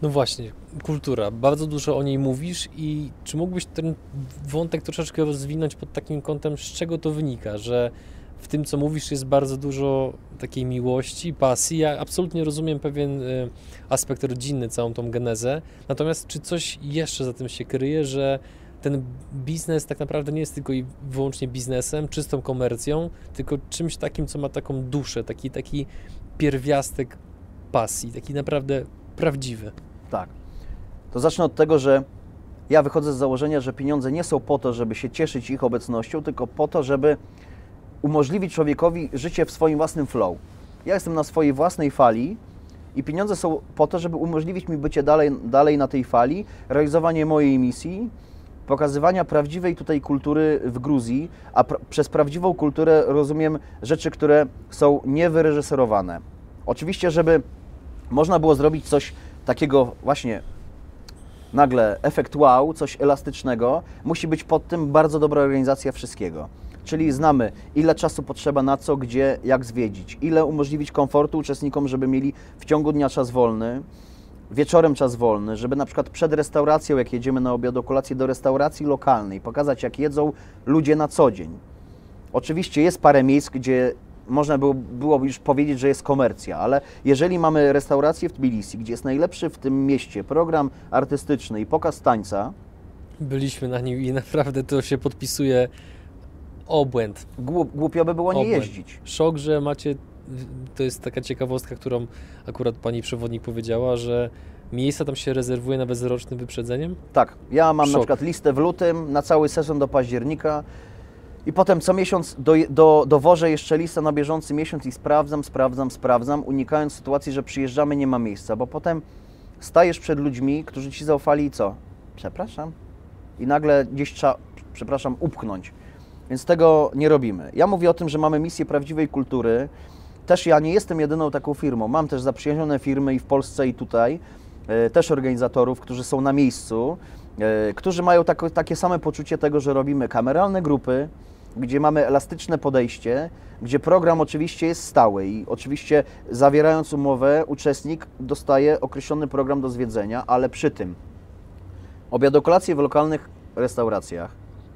No właśnie, kultura. Bardzo dużo o niej mówisz i czy mógłbyś ten wątek troszeczkę rozwinąć pod takim kątem, z czego to wynika, że w tym, co mówisz, jest bardzo dużo takiej miłości, pasji. Ja absolutnie rozumiem pewien y, aspekt rodzinny, całą tą genezę, natomiast czy coś jeszcze za tym się kryje, że ten biznes tak naprawdę nie jest tylko i wyłącznie biznesem, czystą komercją, tylko czymś takim, co ma taką duszę, taki, taki pierwiastek pasji, taki naprawdę prawdziwy. Tak. To zacznę od tego, że ja wychodzę z założenia, że pieniądze nie są po to, żeby się cieszyć ich obecnością, tylko po to, żeby umożliwić człowiekowi życie w swoim własnym flow. Ja jestem na swojej własnej fali i pieniądze są po to, żeby umożliwić mi bycie dalej, dalej na tej fali, realizowanie mojej misji, pokazywania prawdziwej tutaj kultury w Gruzji, a pra- przez prawdziwą kulturę rozumiem rzeczy, które są niewyreżyserowane. Oczywiście, żeby można było zrobić coś takiego właśnie nagle efekt wow, coś elastycznego, musi być pod tym bardzo dobra organizacja wszystkiego. Czyli znamy, ile czasu potrzeba na co, gdzie, jak zwiedzić, ile umożliwić komfortu uczestnikom, żeby mieli w ciągu dnia czas wolny, wieczorem czas wolny, żeby na przykład przed restauracją, jak jedziemy na obiad, kolację do restauracji lokalnej, pokazać, jak jedzą ludzie na co dzień. Oczywiście jest parę miejsc, gdzie można było, byłoby już powiedzieć, że jest komercja, ale jeżeli mamy restaurację w Tbilisi, gdzie jest najlepszy w tym mieście program artystyczny i pokaz tańca. Byliśmy na nim i naprawdę to się podpisuje obłęd. Głup, głupio by było nie obłęd. jeździć. Szok, że macie, to jest taka ciekawostka, którą akurat pani przewodnik powiedziała, że miejsca tam się rezerwuje nawet z rocznym wyprzedzeniem? Tak, ja mam Szok. na przykład listę w lutym na cały sezon do października. I potem co miesiąc do, do, dowożę jeszcze listę na bieżący miesiąc i sprawdzam, sprawdzam, sprawdzam, unikając sytuacji, że przyjeżdżamy, nie ma miejsca, bo potem stajesz przed ludźmi, którzy Ci zaufali i co? Przepraszam? I nagle gdzieś trzeba, przepraszam, upchnąć. Więc tego nie robimy. Ja mówię o tym, że mamy misję prawdziwej kultury. Też ja nie jestem jedyną taką firmą. Mam też zaprzyjaźnione firmy i w Polsce, i tutaj, e, też organizatorów, którzy są na miejscu, e, którzy mają tako, takie same poczucie tego, że robimy kameralne grupy, gdzie mamy elastyczne podejście, gdzie program oczywiście jest stały i oczywiście zawierając umowę uczestnik dostaje określony program do zwiedzenia, ale przy tym obiadokolacje w lokalnych restauracjach,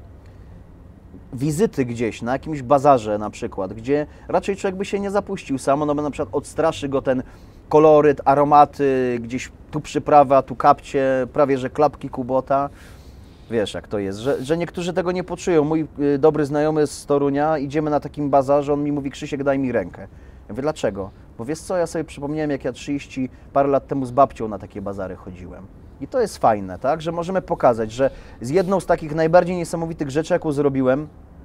wizyty gdzieś na jakimś bazarze na przykład, gdzie raczej człowiek by się nie zapuścił sam, no bo na przykład odstraszy go ten koloryt, aromaty, gdzieś tu przyprawa, tu kapcie, prawie że klapki Kubota. Wiesz, jak to jest, że, że niektórzy tego nie poczują. Mój y, dobry znajomy z Torunia, idziemy na takim bazarze, on mi mówi: Krzysiek, daj mi rękę. Ja mówię: dlaczego? Bo wiesz co, ja sobie przypomniałem, jak ja trzydzieści parę lat temu z babcią na takie bazary chodziłem. I to jest fajne, tak, że możemy pokazać, że z jedną z takich najbardziej niesamowitych rzeczy, jaką zrobiłem,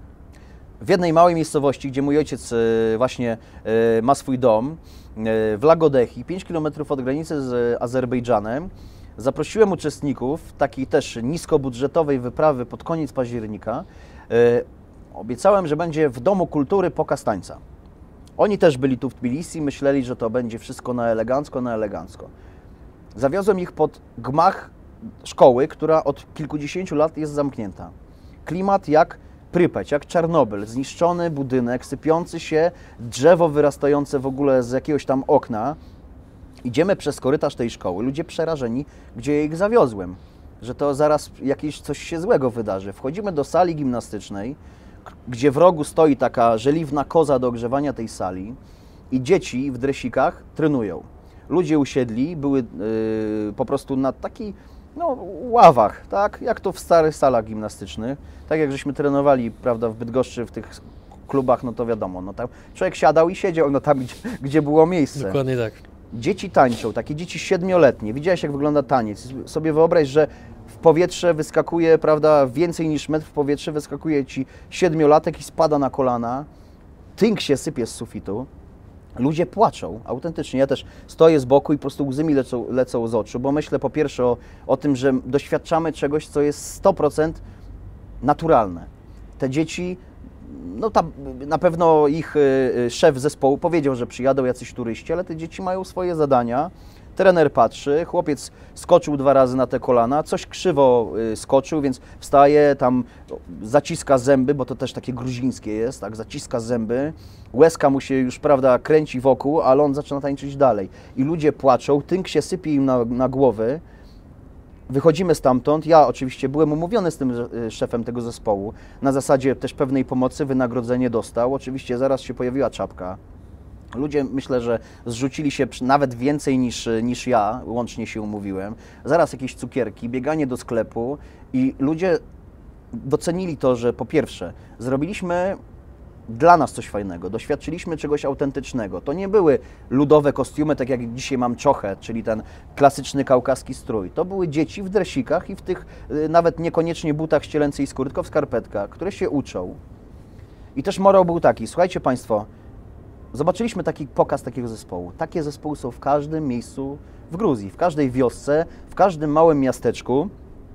w jednej małej miejscowości, gdzie mój ojciec y, właśnie y, ma swój dom, y, w Lagodehi, pięć kilometrów od granicy z Azerbejdżanem, zaprosiłem uczestników takiej też niskobudżetowej wyprawy pod koniec października. Yy, obiecałem, że będzie w Domu Kultury pokaz tańca. Oni też byli tu w Tbilisi, myśleli, że to będzie wszystko na elegancko, na elegancko. Zawiozłem ich pod gmach szkoły, która od kilkudziesięciu lat jest zamknięta. Klimat jak Prypeć, jak Czarnobyl, zniszczony budynek, sypiący się, drzewo wyrastające w ogóle z jakiegoś tam okna. Idziemy przez korytarz tej szkoły, ludzie przerażeni, gdzie ich zawiozłem, że to zaraz jakieś coś się złego wydarzy. Wchodzimy do sali gimnastycznej, gdzie w rogu stoi taka żeliwna koza do ogrzewania tej sali i dzieci w dresikach trenują. Ludzie usiedli, były yy, po prostu na takich no, ławach, tak, jak to w starych salach gimnastycznych, tak jak żeśmy trenowali, prawda, w Bydgoszczy, w tych klubach, no to wiadomo, no tam człowiek siadał i siedział, no tam, gdzie, gdzie było miejsce. Dokładnie tak. Dzieci tańczą, takie dzieci siedmioletnie. Widziałeś, jak wygląda taniec. Sobie wyobraź, że w powietrze wyskakuje, prawda, więcej niż metr w powietrze, wyskakuje ci siedmiolatek i spada na kolana. Tynk się sypie z sufitu. Ludzie płaczą, autentycznie. Ja też stoję z boku i po prostu łzy mi lecą, lecą z oczu, bo myślę po pierwsze o, o tym, że doświadczamy czegoś, co jest sto procent naturalne. Te dzieci, no tam na pewno ich y, szef zespołu powiedział, że przyjadą jacyś turyści, ale te dzieci mają swoje zadania, Trener patrzy, chłopiec skoczył dwa razy na te kolana, coś krzywo y, skoczył, więc wstaje, tam zaciska zęby, bo to też takie gruzińskie jest, tak, zaciska zęby, łezka mu się już, prawda, kręci wokół, ale on zaczyna tańczyć dalej. I ludzie płaczą, tynk się sypie im na, na głowy. Wychodzimy stamtąd, ja oczywiście byłem umówiony z tym szefem tego zespołu, na zasadzie też pewnej pomocy, wynagrodzenie dostał, oczywiście zaraz się pojawiła czapka. Ludzie, myślę, że zrzucili się nawet więcej niż, niż ja, łącznie się umówiłem. Zaraz jakieś cukierki, bieganie do sklepu i ludzie docenili to, że po pierwsze zrobiliśmy dla nas coś fajnego, doświadczyliśmy czegoś autentycznego. To nie były ludowe kostiumy, tak jak dzisiaj mam czochę, czyli ten klasyczny kaukaski strój. To były dzieci w dresikach i w tych y, nawet niekoniecznie butach ścielęcej i skóry, tylko w skarpetkach, które się uczą. I też morał był taki, słuchajcie Państwo, zobaczyliśmy taki pokaz takiego zespołu. Takie zespoły są w każdym miejscu w Gruzji, w każdej wiosce, w każdym małym miasteczku.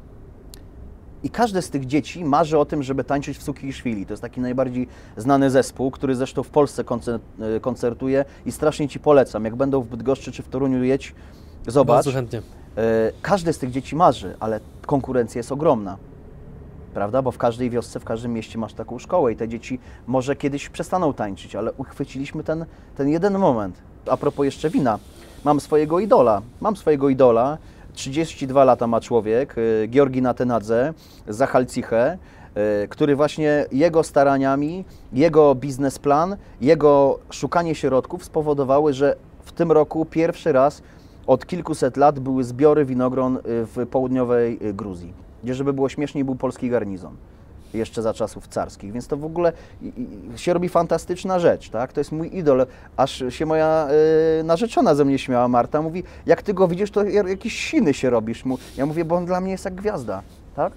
I każde z tych dzieci marzy o tym, żeby tańczyć w Sukiszwili. To jest taki najbardziej znany zespół, który zresztą w Polsce koncertuje i strasznie Ci polecam. Jak będą w Bydgoszczy czy w Toruniu, jedź, zobacz. Bardzo chętnie. Każdy z tych dzieci marzy, ale konkurencja jest ogromna. Prawda? Bo w każdej wiosce, w każdym mieście masz taką szkołę i te dzieci może kiedyś przestaną tańczyć, ale uchwyciliśmy ten, ten jeden moment. A propos jeszcze wina, mam swojego idola, mam swojego idola, trzydzieści dwa lata ma człowiek, Georgi Natenadze z Zachalciche, który właśnie jego staraniami, jego biznesplan, jego szukanie środków spowodowały, że w tym roku pierwszy raz od kilkuset lat były zbiory winogron w południowej Gruzji, gdzie, żeby było śmieszniej, był polski garnizon, jeszcze za czasów carskich, więc to w ogóle się robi fantastyczna rzecz, tak? To jest mój idol, aż się moja y, narzeczona ze mnie śmiała, Marta, mówi, jak Ty go widzisz, to jakieś siny się robisz. Ja mówię, bo on dla mnie jest jak gwiazda, tak?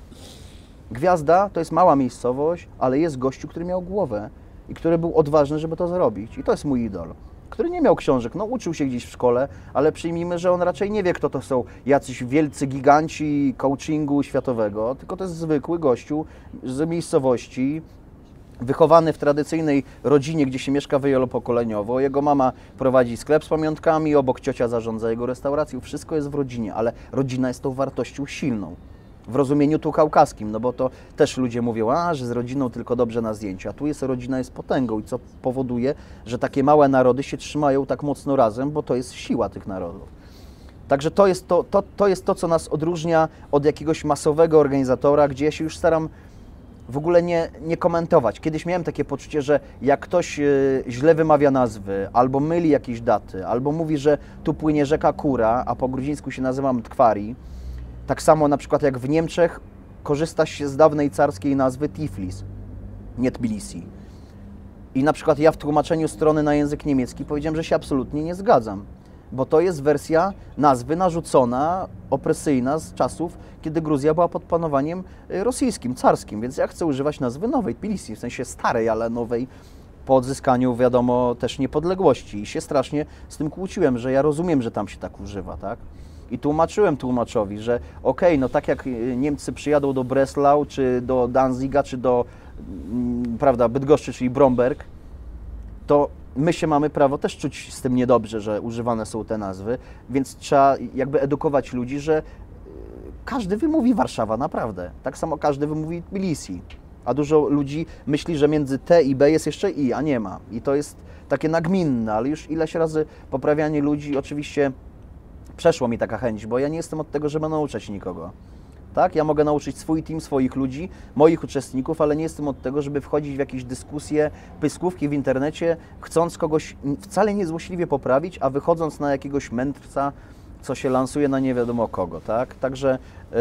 Gwiazda to jest mała miejscowość, ale jest gościu, który miał głowę i który był odważny, żeby to zrobić i to jest mój idol, który nie miał książek, no uczył się gdzieś w szkole, ale przyjmijmy, że on raczej nie wie, kto to są jacyś wielcy giganci coachingu światowego, tylko to jest zwykły gościu z miejscowości, wychowany w tradycyjnej rodzinie, gdzie się mieszka wielopokoleniowo. Jego mama prowadzi sklep z pamiątkami, obok ciocia zarządza jego restauracją. Wszystko jest w rodzinie, ale rodzina jest tą wartością silną. W rozumieniu tu kaukaskim, no bo to też ludzie mówią, a, że z rodziną tylko dobrze na zdjęciu, a tu jest rodzina jest potęgą i co powoduje, że takie małe narody się trzymają tak mocno razem, bo to jest siła tych narodów. Także to jest to, to, to jest to, co nas odróżnia od jakiegoś masowego organizatora, gdzie ja się już staram w ogóle nie, nie komentować. Kiedyś miałem takie poczucie, że jak ktoś y, źle wymawia nazwy, albo myli jakieś daty, albo mówi, że tu płynie rzeka Kura, a po gruzińsku się nazywa Mtkwari, tak samo na przykład jak w Niemczech korzysta się z dawnej carskiej nazwy Tiflis, nie Tbilisi. I na przykład ja w tłumaczeniu strony na język niemiecki powiedziałem, że się absolutnie nie zgadzam, bo to jest wersja nazwy narzucona, opresyjna z czasów, kiedy Gruzja była pod panowaniem rosyjskim, carskim, więc ja chcę używać nazwy nowej, Tbilisi, w sensie starej, ale nowej, po odzyskaniu, wiadomo, też niepodległości. I się strasznie z tym kłóciłem, że ja rozumiem, że tam się tak używa, tak? I tłumaczyłem tłumaczowi, że okej, okay, no tak jak Niemcy przyjadą do Breslau, czy do Danziga, czy do, prawda, Bydgoszczy, czyli Bromberg, to my się mamy prawo też czuć z tym niedobrze, że używane są te nazwy, więc trzeba jakby edukować ludzi, że każdy wymówi Warszawa, naprawdę. Tak samo każdy wymówi Tbilisi. A dużo ludzi myśli, że między T i B jest jeszcze I, a nie ma. I to jest takie nagminne, ale już ileś razy poprawianie ludzi, oczywiście przeszło mi taka chęć, bo ja nie jestem od tego, żeby nauczać nikogo. Tak? Ja mogę nauczyć swój team, swoich ludzi, moich uczestników, ale nie jestem od tego, żeby wchodzić w jakieś dyskusje, pyskówki w internecie, chcąc kogoś wcale niezłośliwie poprawić, a wychodząc na jakiegoś mędrca, co się lansuje na nie wiadomo kogo. Tak? Także yy,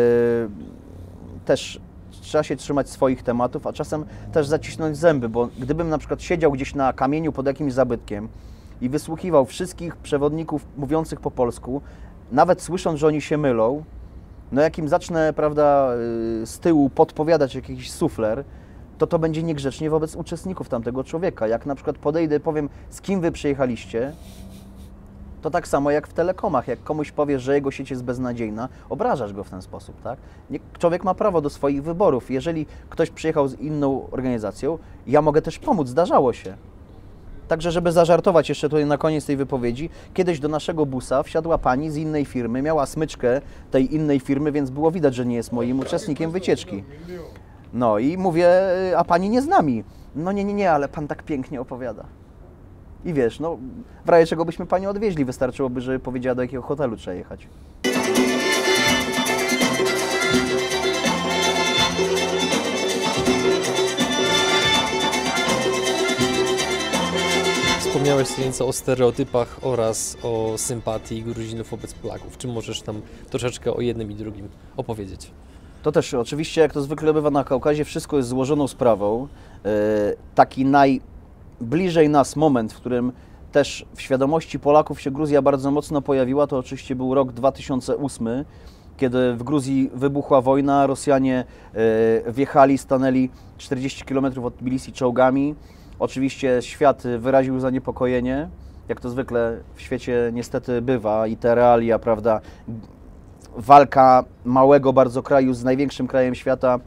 też trzeba się trzymać swoich tematów, a czasem też zacisnąć zęby, bo gdybym na przykład siedział gdzieś na kamieniu pod jakimś zabytkiem i wysłuchiwał wszystkich przewodników mówiących po polsku, nawet słysząc, że oni się mylą, no jak im zacznę, prawda, z tyłu podpowiadać jakiś sufler, to to będzie niegrzecznie wobec uczestników tamtego człowieka. Jak na przykład podejdę, powiem, z kim wy przyjechaliście, to tak samo jak w telekomach, jak komuś powiesz, że jego sieć jest beznadziejna, obrażasz go w ten sposób, tak? Nie, człowiek ma prawo do swoich wyborów. Jeżeli ktoś przyjechał z inną organizacją, ja mogę też pomóc, zdarzało się. Także, żeby zażartować jeszcze tutaj na koniec tej wypowiedzi, kiedyś do naszego busa wsiadła pani z innej firmy, miała smyczkę tej innej firmy, więc było widać, że nie jest moim uczestnikiem wycieczki. No i mówię, a pani nie z nami. No nie, nie, nie, ale pan tak pięknie opowiada. I wiesz, no w razie czego byśmy panią odwieźli, wystarczyłoby, żeby powiedziała, do jakiego hotelu trzeba jechać. Wspomniałeś sobie nieco o stereotypach oraz o sympatii Gruzinów wobec Polaków. Czy możesz nam troszeczkę o jednym i drugim opowiedzieć? To też oczywiście, jak to zwykle bywa na Kaukazie, wszystko jest złożoną sprawą. Yy, taki najbliżej nas moment, w którym też w świadomości Polaków się Gruzja bardzo mocno pojawiła, to oczywiście był rok dwa tysiące ósmy, kiedy w Gruzji wybuchła wojna, Rosjanie yy, wjechali, stanęli czterdzieści kilometrów od Tbilisi czołgami. Oczywiście świat wyraził zaniepokojenie, jak to zwykle w świecie niestety bywa i te realia, prawda, walka małego bardzo kraju z największym krajem świata,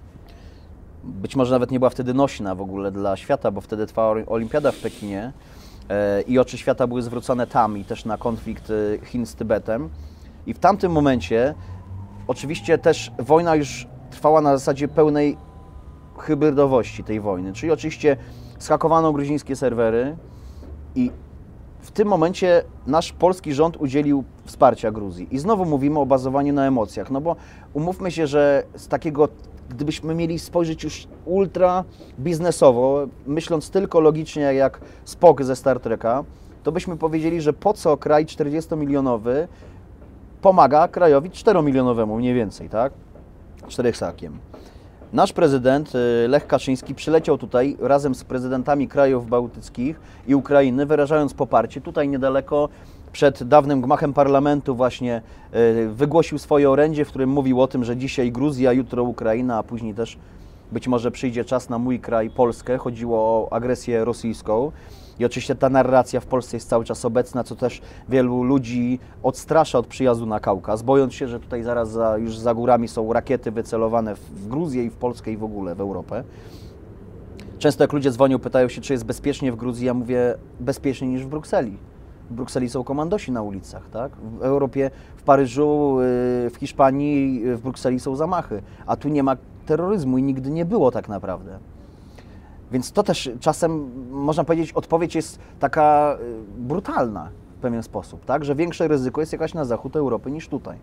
być może nawet nie była wtedy nośna w ogóle dla świata, bo wtedy trwała olimpiada w Pekinie i oczy świata były zwrócone tam i też na konflikt Chin z Tybetem. I w tamtym momencie oczywiście też wojna już trwała na zasadzie pełnej hybrydowości tej wojny, czyli oczywiście zhakowano gruzińskie serwery i w tym momencie nasz polski rząd udzielił wsparcia Gruzji. I znowu mówimy o bazowaniu na emocjach, no bo umówmy się, że z takiego, gdybyśmy mieli spojrzeć już ultra biznesowo, myśląc tylko logicznie jak Spock ze Star Treka, to byśmy powiedzieli, że po co kraj czterdziestomilionowy pomaga krajowi czteromilionowemu mniej więcej, tak? Czterech sakiem. Nasz prezydent Lech Kaczyński przyleciał tutaj razem z prezydentami krajów bałtyckich i Ukrainy, wyrażając poparcie. Tutaj niedaleko, przed dawnym gmachem parlamentu właśnie wygłosił swoje orędzie, w którym mówił o tym, że dzisiaj Gruzja, jutro Ukraina, a później też być może przyjdzie czas na mój kraj, Polskę. Chodziło o agresję rosyjską. I oczywiście ta narracja w Polsce jest cały czas obecna, co też wielu ludzi odstrasza od przyjazdu na Kaukaz, bojąc się, że tutaj zaraz za, już za górami są rakiety wycelowane w, w Gruzję i w Polskę i w ogóle w Europę. Często jak ludzie dzwonią, pytają się, czy jest bezpiecznie w Gruzji, ja mówię, bezpieczniej niż w Brukseli. W Brukseli są komandosi na ulicach, tak? W Europie, w Paryżu, w Hiszpanii, w Brukseli są zamachy, a tu nie ma terroryzmu i nigdy nie było tak naprawdę. Więc to też czasem, można powiedzieć, odpowiedź jest taka brutalna w pewien sposób, tak? Że większe ryzyko jest jakaś na zachód Europy niż tutaj.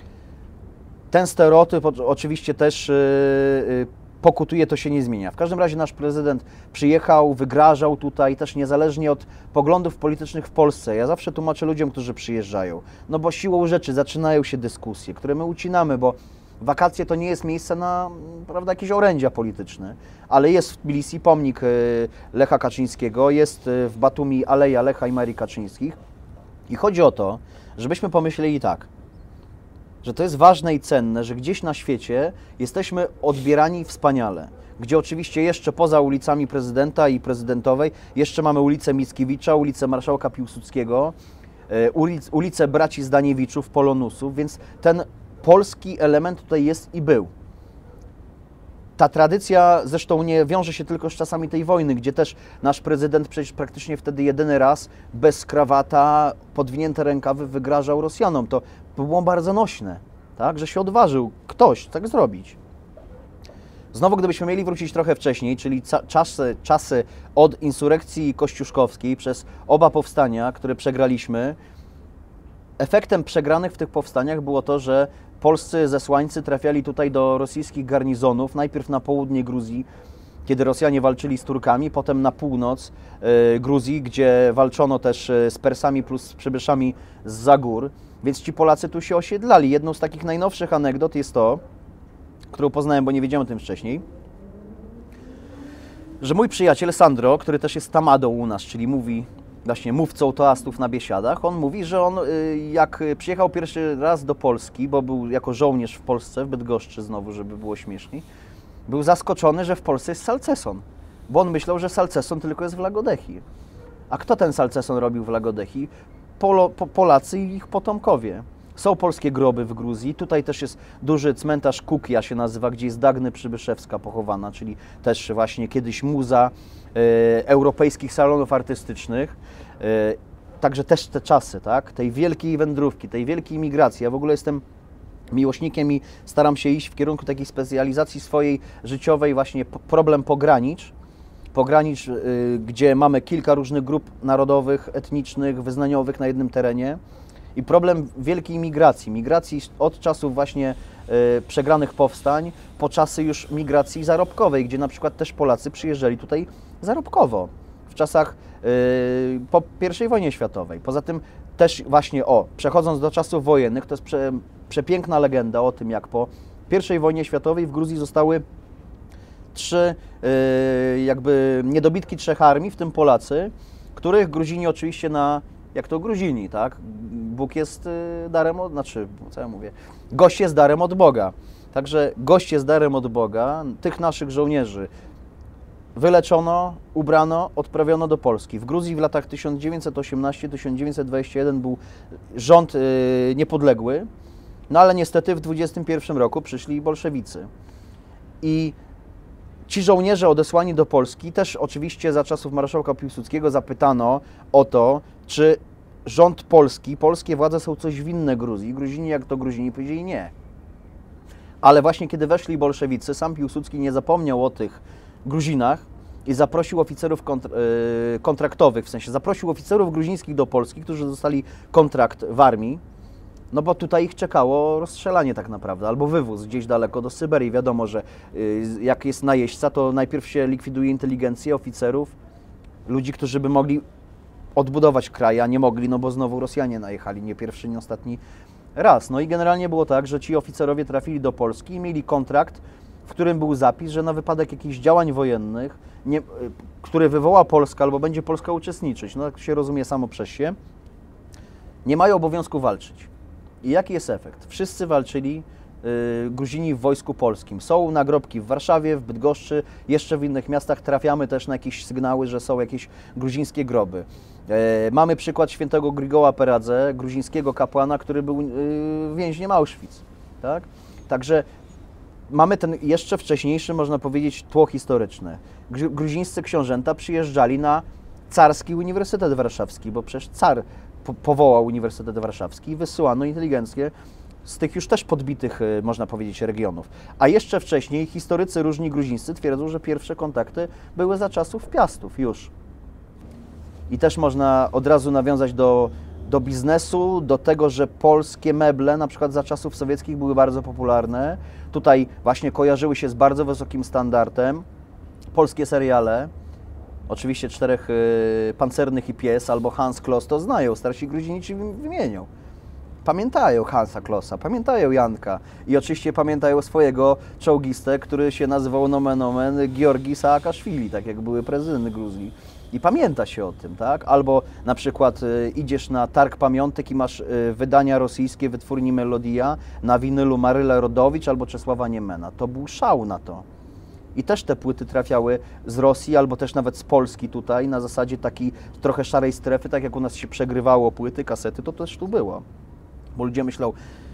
Ten stereotyp oczywiście też pokutuje, to się nie zmienia. W każdym razie nasz prezydent przyjechał, wygrażał tutaj, też niezależnie od poglądów politycznych w Polsce. Ja zawsze tłumaczę ludziom, którzy przyjeżdżają, no bo siłą rzeczy zaczynają się dyskusje, które my ucinamy, bo wakacje to nie jest miejsce na, prawda, jakieś orędzia polityczne, ale jest w Tbilisi pomnik Lecha Kaczyńskiego, jest w Batumi Aleja Lecha i Marii Kaczyńskich i chodzi o to, żebyśmy pomyśleli tak, że to jest ważne i cenne, że gdzieś na świecie jesteśmy odbierani wspaniale, gdzie oczywiście jeszcze poza ulicami prezydenta i prezydentowej jeszcze mamy ulicę Mickiewicza, ulicę Marszałka Piłsudskiego, ulic, ulicę braci Zdaniewiczów, Polonusów, więc ten polski element tutaj jest i był. Ta tradycja zresztą nie wiąże się tylko z czasami tej wojny, gdzie też nasz prezydent przecież praktycznie wtedy jedyny raz bez krawata, podwinięte rękawy wygrażał Rosjanom. To było bardzo nośne, tak, że się odważył ktoś tak zrobić. Znowu, gdybyśmy mieli wrócić trochę wcześniej, czyli czasy, czasy od insurekcji kościuszkowskiej przez oba powstania, które przegraliśmy, efektem przegranych w tych powstaniach było to, że polscy zesłańcy trafiali tutaj do rosyjskich garnizonów, najpierw na południe Gruzji, kiedy Rosjanie walczyli z Turkami, potem na północ y, Gruzji, gdzie walczono też z Persami plus z przybyszami zza gór, więc ci Polacy tu się osiedlali. Jedną z takich najnowszych anegdot jest to, którą poznałem, bo nie wiedziałem o tym wcześniej, że mój przyjaciel Sandro, który też jest tamadą u nas, czyli mówi właśnie mówcą toastów na biesiadach, on mówi, że on jak przyjechał pierwszy raz do Polski, bo był jako żołnierz w Polsce, w Bydgoszczy znowu, żeby było śmieszniej, był zaskoczony, że w Polsce jest salceson, bo on myślał, że salceson tylko jest w Lagodechi. A kto ten salceson robił w Lagodechi? Polo, po, Polacy i ich potomkowie. Są polskie groby w Gruzji. Tutaj też jest duży cmentarz Kukia się nazywa, gdzie jest Dagny Przybyszewska pochowana, czyli też właśnie kiedyś muza e, europejskich salonów artystycznych. E, także też te czasy, tak? Tej wielkiej wędrówki, tej wielkiej migracji. Ja w ogóle jestem miłośnikiem i staram się iść w kierunku takiej specjalizacji swojej życiowej, właśnie problem pogranicz. Pogranicz, y, gdzie mamy kilka różnych grup narodowych, etnicznych, wyznaniowych na jednym terenie. I problem wielkiej migracji, migracji od czasów właśnie y, przegranych powstań po czasy już migracji zarobkowej, gdzie na przykład też Polacy przyjeżdżali tutaj zarobkowo w czasach y, po pierwszej wojnie światowej. Poza tym też właśnie, o, przechodząc do czasów wojennych, to jest prze, przepiękna legenda o tym, jak po pierwszej wojnie światowej w Gruzji zostały trzy y, jakby niedobitki trzech armii, w tym Polacy, których Gruzini oczywiście na, jak to Gruzini, tak? Bóg jest y, darem od, znaczy, co ja mówię, gość jest darem od Boga. Także gość jest darem od Boga, tych naszych żołnierzy wyleczono, ubrano, odprawiono do Polski. W Gruzji w latach tysiąc dziewięćset osiemnasty do tysiąc dziewięćset dwudziesty pierwszy był rząd y, niepodległy, no ale niestety w dwudziestym pierwszym roku przyszli bolszewicy. I ci żołnierze odesłani do Polski, też oczywiście za czasów marszałka Piłsudskiego zapytano o to, czy rząd polski, polskie władze są coś winne Gruzji. Gruzini, jak to Gruzini, powiedzieli nie. Ale właśnie kiedy weszli bolszewicy, sam Piłsudski nie zapomniał o tych Gruzinach i zaprosił oficerów kontr yy, kontraktowych, w sensie zaprosił oficerów gruzińskich do Polski, którzy dostali kontrakt w armii, no bo tutaj ich czekało rozstrzelanie tak naprawdę, albo wywóz gdzieś daleko do Syberii. Wiadomo, że yy, jak jest najeźdźca, to najpierw się likwiduje inteligencję oficerów, ludzi, którzy by mogli odbudować kraj, a nie mogli, no bo znowu Rosjanie najechali, nie pierwszy, nie ostatni raz. No i generalnie było tak, że ci oficerowie trafili do Polski i mieli kontrakt, w którym był zapis, że na wypadek jakichś działań wojennych, nie, które wywoła Polska albo będzie Polska uczestniczyć, no tak się rozumie samo przez się, nie mają obowiązku walczyć. I jaki jest efekt? Wszyscy walczyli y, Gruzini w Wojsku Polskim. Są nagrobki w Warszawie, w Bydgoszczy, jeszcze w innych miastach trafiamy też na jakieś sygnały, że są jakieś gruzińskie groby. Y, mamy przykład świętego Grigoła Peradze, gruzińskiego kapłana, który był y, więźniem Auschwitz. Tak? Także mamy ten jeszcze wcześniejszy, można powiedzieć, tło historyczne. Gruzińscy książęta przyjeżdżali na Carski Uniwersytet Warszawski, bo przecież car po powołał Uniwersytet Warszawski i wysyłano inteligencję z tych już też podbitych, można powiedzieć, regionów. A jeszcze wcześniej historycy różni gruzińscy twierdzą, że pierwsze kontakty były za czasów Piastów już. I też można od razu nawiązać do, do biznesu, do tego, że polskie meble na przykład za czasów sowieckich były bardzo popularne. Tutaj właśnie kojarzyły się z bardzo wysokim standardem. Polskie seriale, oczywiście Czterech y, Pancernych i Pies albo Hans Kloss to znają, starsi Gruzini ci wymienią. Pamiętają Hansa Klossa, pamiętają Janka i oczywiście pamiętają swojego czołgistę, który się nazywał nomen omen Georgi Saakaszwili, tak jak były prezydent Gruzji. I pamięta się o tym, tak? Albo na przykład y, idziesz na targ pamiątek i masz y, wydania rosyjskie wytwórni Melodia na winylu Maryla Rodowicz albo Czesława Niemena. To był szał na to. I też te płyty trafiały z Rosji albo też nawet z Polski tutaj na zasadzie takiej trochę szarej strefy, tak jak u nas się przegrywało płyty, kasety, to też tu było. Bo ludzie myślą,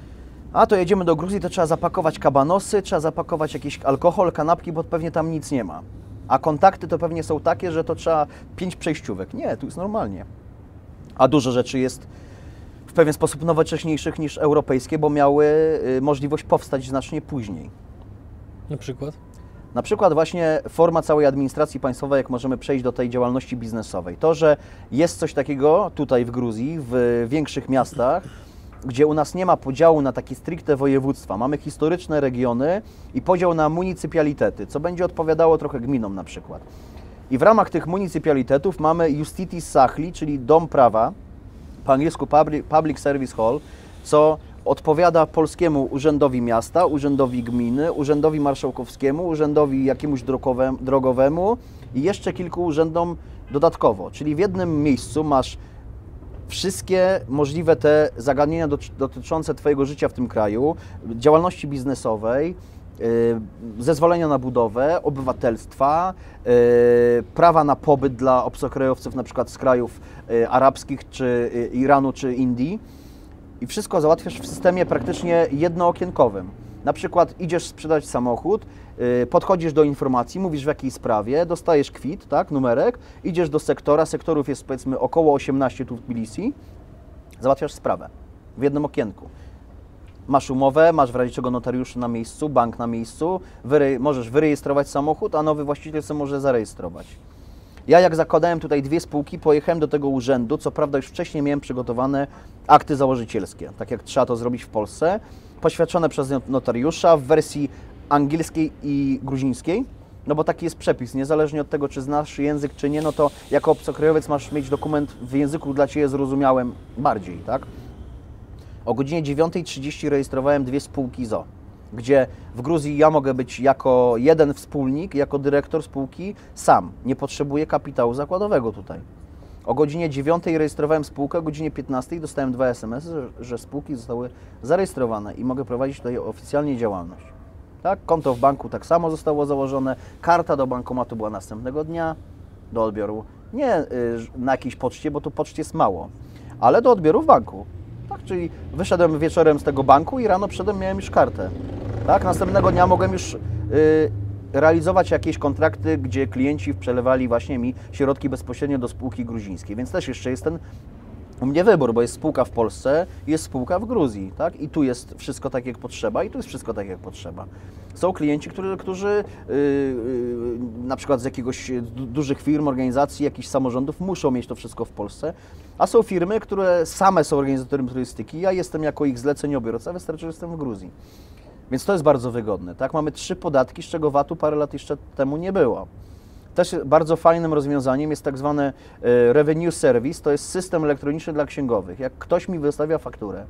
a to jedziemy do Gruzji, to trzeba zapakować kabanosy, trzeba zapakować jakiś alkohol, kanapki, bo pewnie tam nic nie ma. A kontakty to pewnie są takie, że to trzeba pięć przejściówek. Nie, tu jest normalnie. A dużo rzeczy jest w pewien sposób nowocześniejszych niż europejskie, bo miały możliwość powstać znacznie później. Na przykład? Na przykład właśnie forma całej administracji państwowej, jak możemy przejść do tej działalności biznesowej. To, że jest coś takiego tutaj w Gruzji, w większych miastach, gdzie u nas nie ma podziału na takie stricte województwa. Mamy historyczne regiony i podział na municypalitety, co będzie odpowiadało trochę gminom na przykład. I w ramach tych municypalitetów mamy Justitis Sachli, czyli Dom Prawa, po angielsku Public Service Hall, co odpowiada polskiemu urzędowi miasta, urzędowi gminy, urzędowi marszałkowskiemu, urzędowi jakiemuś drogowemu i jeszcze kilku urzędom dodatkowo. Czyli w jednym miejscu masz wszystkie możliwe te zagadnienia dotyczące Twojego życia w tym kraju, działalności biznesowej, zezwolenia na budowę, obywatelstwa, prawa na pobyt dla obcokrajowców, na przykład z krajów arabskich, czy Iranu, czy Indii. i wszystko załatwiasz w systemie praktycznie jednookienkowym. Na przykład idziesz sprzedać samochód, yy, podchodzisz do informacji, mówisz w jakiej sprawie, dostajesz kwit, tak, numerek, idziesz do sektora, sektorów jest powiedzmy około osiemnaście tu w Tbilisi, załatwiasz sprawę w jednym okienku. Masz umowę, masz w razie czego notariuszy na miejscu, bank na miejscu, wyre możesz wyrejestrować samochód, a nowy właściciel sobie może zarejestrować. Ja jak zakładałem tutaj dwie spółki, pojechałem do tego urzędu, co prawda już wcześniej miałem przygotowane akty założycielskie, tak jak trzeba to zrobić w Polsce, poświadczone przez notariusza w wersji angielskiej i gruzińskiej, no bo taki jest przepis, niezależnie od tego, czy znasz język, czy nie, no to jako obcokrajowiec masz mieć dokument w języku dla Ciebie zrozumiałym bardziej, tak? O godzinie dziewiątej trzydzieści rejestrowałem dwie spółki z o o, gdzie w Gruzji ja mogę być jako jeden wspólnik, jako dyrektor spółki sam. Nie potrzebuję kapitału zakładowego tutaj. O godzinie dziewiątej rejestrowałem spółkę, o godzinie piętnastej dostałem dwa es em esy, że, że spółki zostały zarejestrowane i mogę prowadzić tutaj oficjalnie działalność. Tak? Konto w banku tak samo zostało założone, karta do bankomatu była następnego dnia do odbioru. Nie y, na jakiejś poczcie, bo tu poczcie jest mało, ale do odbioru w banku. Tak, czyli wyszedłem wieczorem z tego banku i rano przyszedłem, miałem już kartę. Tak, następnego dnia mogłem już y, realizować jakieś kontrakty, gdzie klienci przelewali właśnie mi środki bezpośrednio do spółki gruzińskiej, więc też jeszcze jest ten u mnie wybór, bo jest spółka w Polsce, jest spółka w Gruzji, tak? I tu jest wszystko tak, jak potrzeba i tu jest wszystko tak, jak potrzeba. Są klienci, którzy, którzy yy, yy, na przykład z jakiegoś du dużych firm, organizacji, jakichś samorządów muszą mieć to wszystko w Polsce, a są firmy, które same są organizatorem turystyki, ja jestem jako ich zleceniobiorca, wystarczy, że jestem w Gruzji. Więc to jest bardzo wygodne, tak? Mamy trzy podatki, z czego vatu parę lat jeszcze temu nie było. Też bardzo fajnym rozwiązaniem jest tak zwany Revenue Service, to jest system elektroniczny dla księgowych. Jak ktoś mi wystawia fakturę,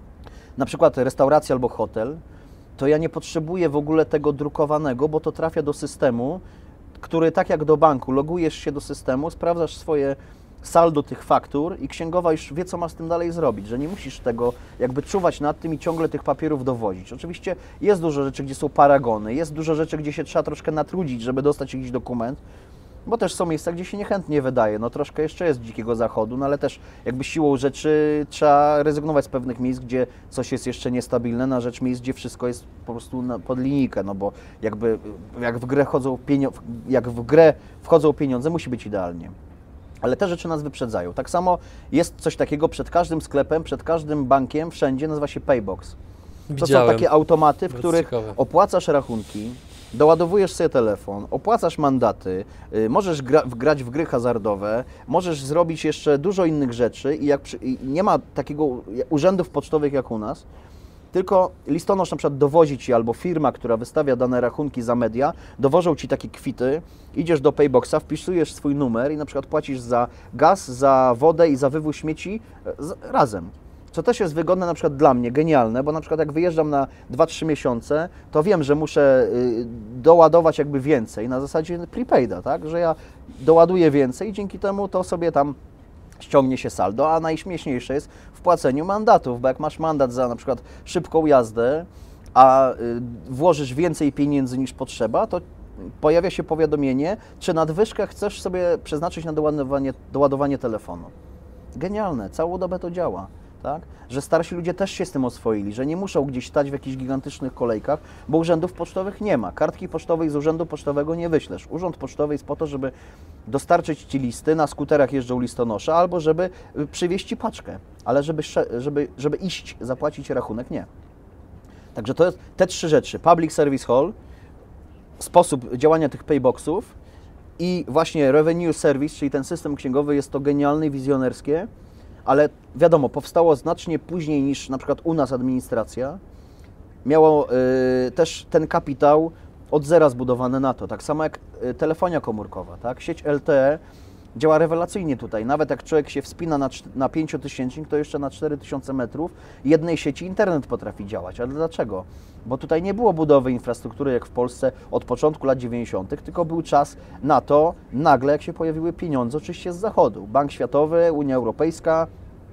na przykład restauracja albo hotel, to ja nie potrzebuję w ogóle tego drukowanego, bo to trafia do systemu, który tak jak do banku, logujesz się do systemu, sprawdzasz swoje saldo tych faktur i księgowa już wie, co ma z tym dalej zrobić, że nie musisz tego jakby czuwać nad tym i ciągle tych papierów dowozić. Oczywiście jest dużo rzeczy, gdzie są paragony, jest dużo rzeczy, gdzie się trzeba troszkę natrudzić, żeby dostać jakiś dokument, bo też są miejsca, gdzie się niechętnie wydaje. No troszkę jeszcze jest dzikiego zachodu, no ale też jakby siłą rzeczy trzeba rezygnować z pewnych miejsc, gdzie coś jest jeszcze niestabilne, na rzecz miejsc, gdzie wszystko jest po prostu na, pod linijkę, no bo jakby jak w grę wchodzą pieniądze, jak w grę wchodzą pieniądze, musi być idealnie. Ale te rzeczy nas wyprzedzają. Tak samo jest coś takiego przed każdym sklepem, przed każdym bankiem, wszędzie, nazywa się Paybox. To Widziałem. są takie automaty, w To których ciekawe. opłacasz rachunki, doładowujesz sobie telefon, opłacasz mandaty, y, możesz gra, grać w gry hazardowe, możesz zrobić jeszcze dużo innych rzeczy i, jak przy, i nie ma takiego urzędów pocztowych jak u nas, tylko listonosz na przykład dowozi Ci albo firma, która wystawia dane rachunki za media, dowożą Ci takie kwity, idziesz do Payboxa, wpisujesz swój numer i na przykład płacisz za gaz, za wodę i za wywóz śmieci z, razem. Co też jest wygodne na przykład dla mnie, genialne, bo na przykład jak wyjeżdżam na dwa trzy miesiące, to wiem, że muszę y, doładować jakby więcej, na zasadzie prepaida, tak, że ja doładuję więcej i dzięki temu to sobie tam ściągnie się saldo, a najśmieszniejsze jest w płaceniu mandatów, bo jak masz mandat za na przykład szybką jazdę, a y, włożysz więcej pieniędzy niż potrzeba, to pojawia się powiadomienie, czy nadwyżkę chcesz sobie przeznaczyć na doładowanie, doładowanie telefonu. Genialne, całą dobę to działa. Tak? Że starsi ludzie też się z tym oswoili, że nie muszą gdzieś stać w jakichś gigantycznych kolejkach, bo urzędów pocztowych nie ma. Kartki pocztowej z urzędu pocztowego nie wyślesz. Urząd pocztowy jest po to, żeby dostarczyć Ci listy, na skuterach jeżdżą listonosze, albo żeby przywieźć Ci paczkę, ale żeby, żeby, żeby iść, zapłacić rachunek, nie. Także to jest te trzy rzeczy. Public Service Hall, sposób działania tych payboxów i właśnie Revenue Service, czyli ten system księgowy, jest to genialne i wizjonerskie, ale wiadomo, powstało znacznie później niż na przykład u nas administracja. Miało y, też ten kapitał od zera zbudowany na to, tak samo jak y, telefonia komórkowa, tak? Sieć L T E działa rewelacyjnie tutaj, nawet jak człowiek się wspina na, na pięciotysięcznik, to jeszcze na cztery tysiące metrów jednej sieci internet potrafi działać. Ale dlaczego? Bo tutaj nie było budowy infrastruktury jak w Polsce od początku lat dziewięćdziesiątych, tylko był czas na to, nagle jak się pojawiły pieniądze, oczywiście z zachodu. Bank Światowy, Unia Europejska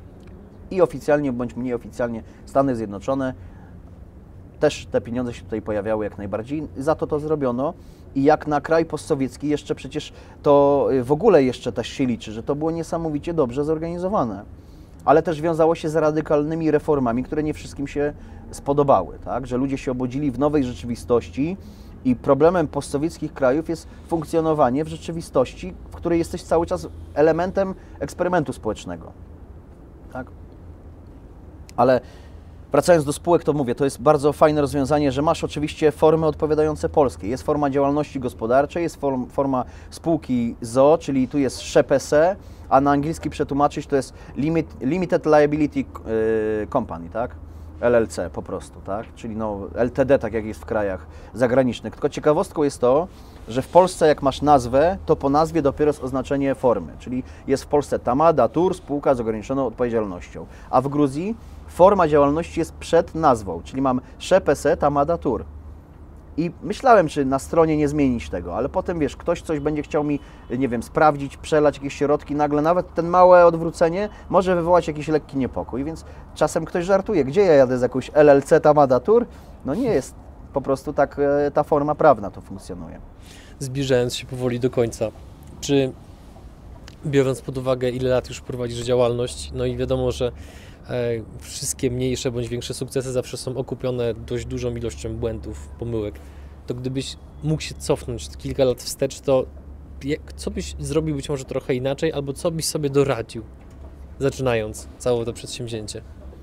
i oficjalnie bądź mniej oficjalnie Stany Zjednoczone. Też te pieniądze się tutaj pojawiały jak najbardziej. Za to to zrobiono. I jak na kraj postsowiecki jeszcze przecież to w ogóle jeszcze też się liczy, że to było niesamowicie dobrze zorganizowane. ale też wiązało się z radykalnymi reformami, które nie wszystkim się spodobały, tak? Że ludzie się obudzili w nowej rzeczywistości i problemem postsowieckich krajów jest funkcjonowanie w rzeczywistości, w której jesteś cały czas elementem eksperymentu społecznego. Tak? Ale wracając do spółek, to mówię, to jest bardzo fajne rozwiązanie, że masz oczywiście formy odpowiadające polskiej. Jest forma działalności gospodarczej, jest form, forma spółki z o o, czyli tu jest S H E P S E, a na angielski przetłumaczyć to jest Limit, Limited Liability Company, tak? L L C po prostu, tak? Czyli no L T D, tak jak jest w krajach zagranicznych. Tylko ciekawostką jest to, że w Polsce jak masz nazwę, to po nazwie dopiero jest oznaczenie formy, czyli jest w Polsce Tamada Tur, spółka z ograniczoną odpowiedzialnością, a w Gruzji forma działalności jest przed nazwą, czyli mam S H E P S E Tamada Tur. I myślałem, czy na stronie nie zmienić tego, ale potem, wiesz, ktoś coś będzie chciał mi, nie wiem, sprawdzić, przelać jakieś środki, nagle nawet ten małe odwrócenie może wywołać jakiś lekki niepokój, więc czasem ktoś żartuje, gdzie ja jadę z jakąś L L C Tamada Tur? No nie jest, po prostu tak ta forma prawna to funkcjonuje. Zbliżając się powoli do końca, czy biorąc pod uwagę, ile lat już prowadzisz działalność, no i wiadomo, że e, wszystkie mniejsze bądź większe sukcesy zawsze są okupione dość dużą ilością błędów, pomyłek, to gdybyś mógł się cofnąć kilka lat wstecz, to jak, co byś zrobił być może trochę inaczej, albo co byś sobie doradził, zaczynając całe to przedsięwzięcie?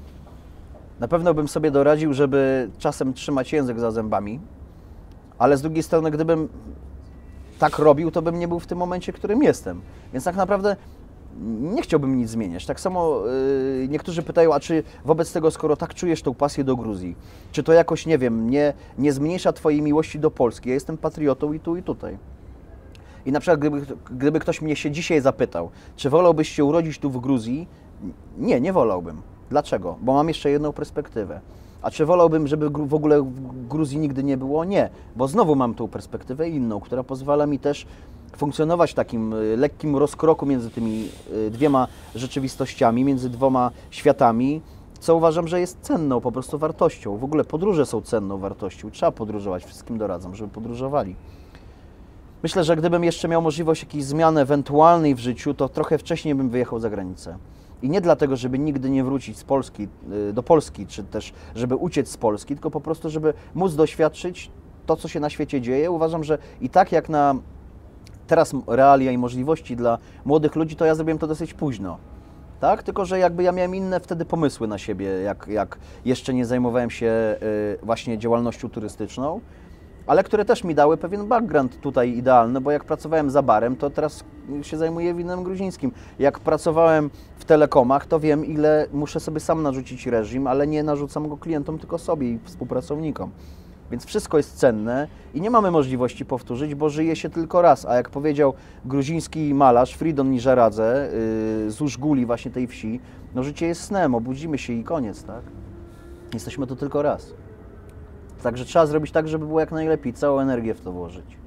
Na pewno bym sobie doradził, żeby czasem trzymać język za zębami, ale z drugiej strony, gdybym tak robił, to bym nie był w tym momencie, w którym jestem. Więc tak naprawdę nie chciałbym nic zmieniać. Tak samo yy, niektórzy pytają, a czy wobec tego, skoro tak czujesz tą pasję do Gruzji, czy to jakoś, nie wiem, nie, nie zmniejsza Twojej miłości do Polski? Ja jestem patriotą i tu, i tutaj. I na przykład, gdyby, gdyby ktoś mnie się dzisiaj zapytał, czy wolałbyś się urodzić tu w Gruzji? Nie, nie wolałbym. Dlaczego? Bo mam jeszcze jedną perspektywę. A czy wolałbym, żeby w ogóle w Gruzji nigdy nie było? Nie, bo znowu mam tą perspektywę inną, która pozwala mi też funkcjonować w takim lekkim rozkroku między tymi dwiema rzeczywistościami, między dwoma światami, co uważam, że jest cenną po prostu wartością. W ogóle podróże są cenną wartością. Trzeba podróżować, wszystkim doradzam, żeby podróżowali. Myślę, że gdybym jeszcze miał możliwość jakiejś zmiany ewentualnej w życiu, to trochę wcześniej bym wyjechał za granicę. I nie dlatego, żeby nigdy nie wrócić z Polski, do Polski, czy też żeby uciec z Polski, tylko po prostu, żeby móc doświadczyć to, co się na świecie dzieje. Uważam, że i tak jak na teraz realia i możliwości dla młodych ludzi, to ja zrobiłem to dosyć późno. Tak? Tylko że jakby ja miałem inne wtedy pomysły na siebie, jak, jak jeszcze nie zajmowałem się właśnie działalnością turystyczną, ale które też mi dały pewien background tutaj idealny, bo jak pracowałem za barem, to teraz się zajmuję winem gruzińskim. Jak pracowałem w telekomach, to wiem, ile muszę sobie sam narzucić reżim, ale nie narzucam go klientom, tylko sobie i współpracownikom. Więc wszystko jest cenne i nie mamy możliwości powtórzyć, bo żyje się tylko raz. A jak powiedział gruziński malarz Fridon Niżeradze yy, z Użguli, właśnie tej wsi, no życie jest snem, obudzimy się i koniec, tak? Jesteśmy tu tylko raz. Także trzeba zrobić tak, żeby było jak najlepiej, całą energię w to włożyć.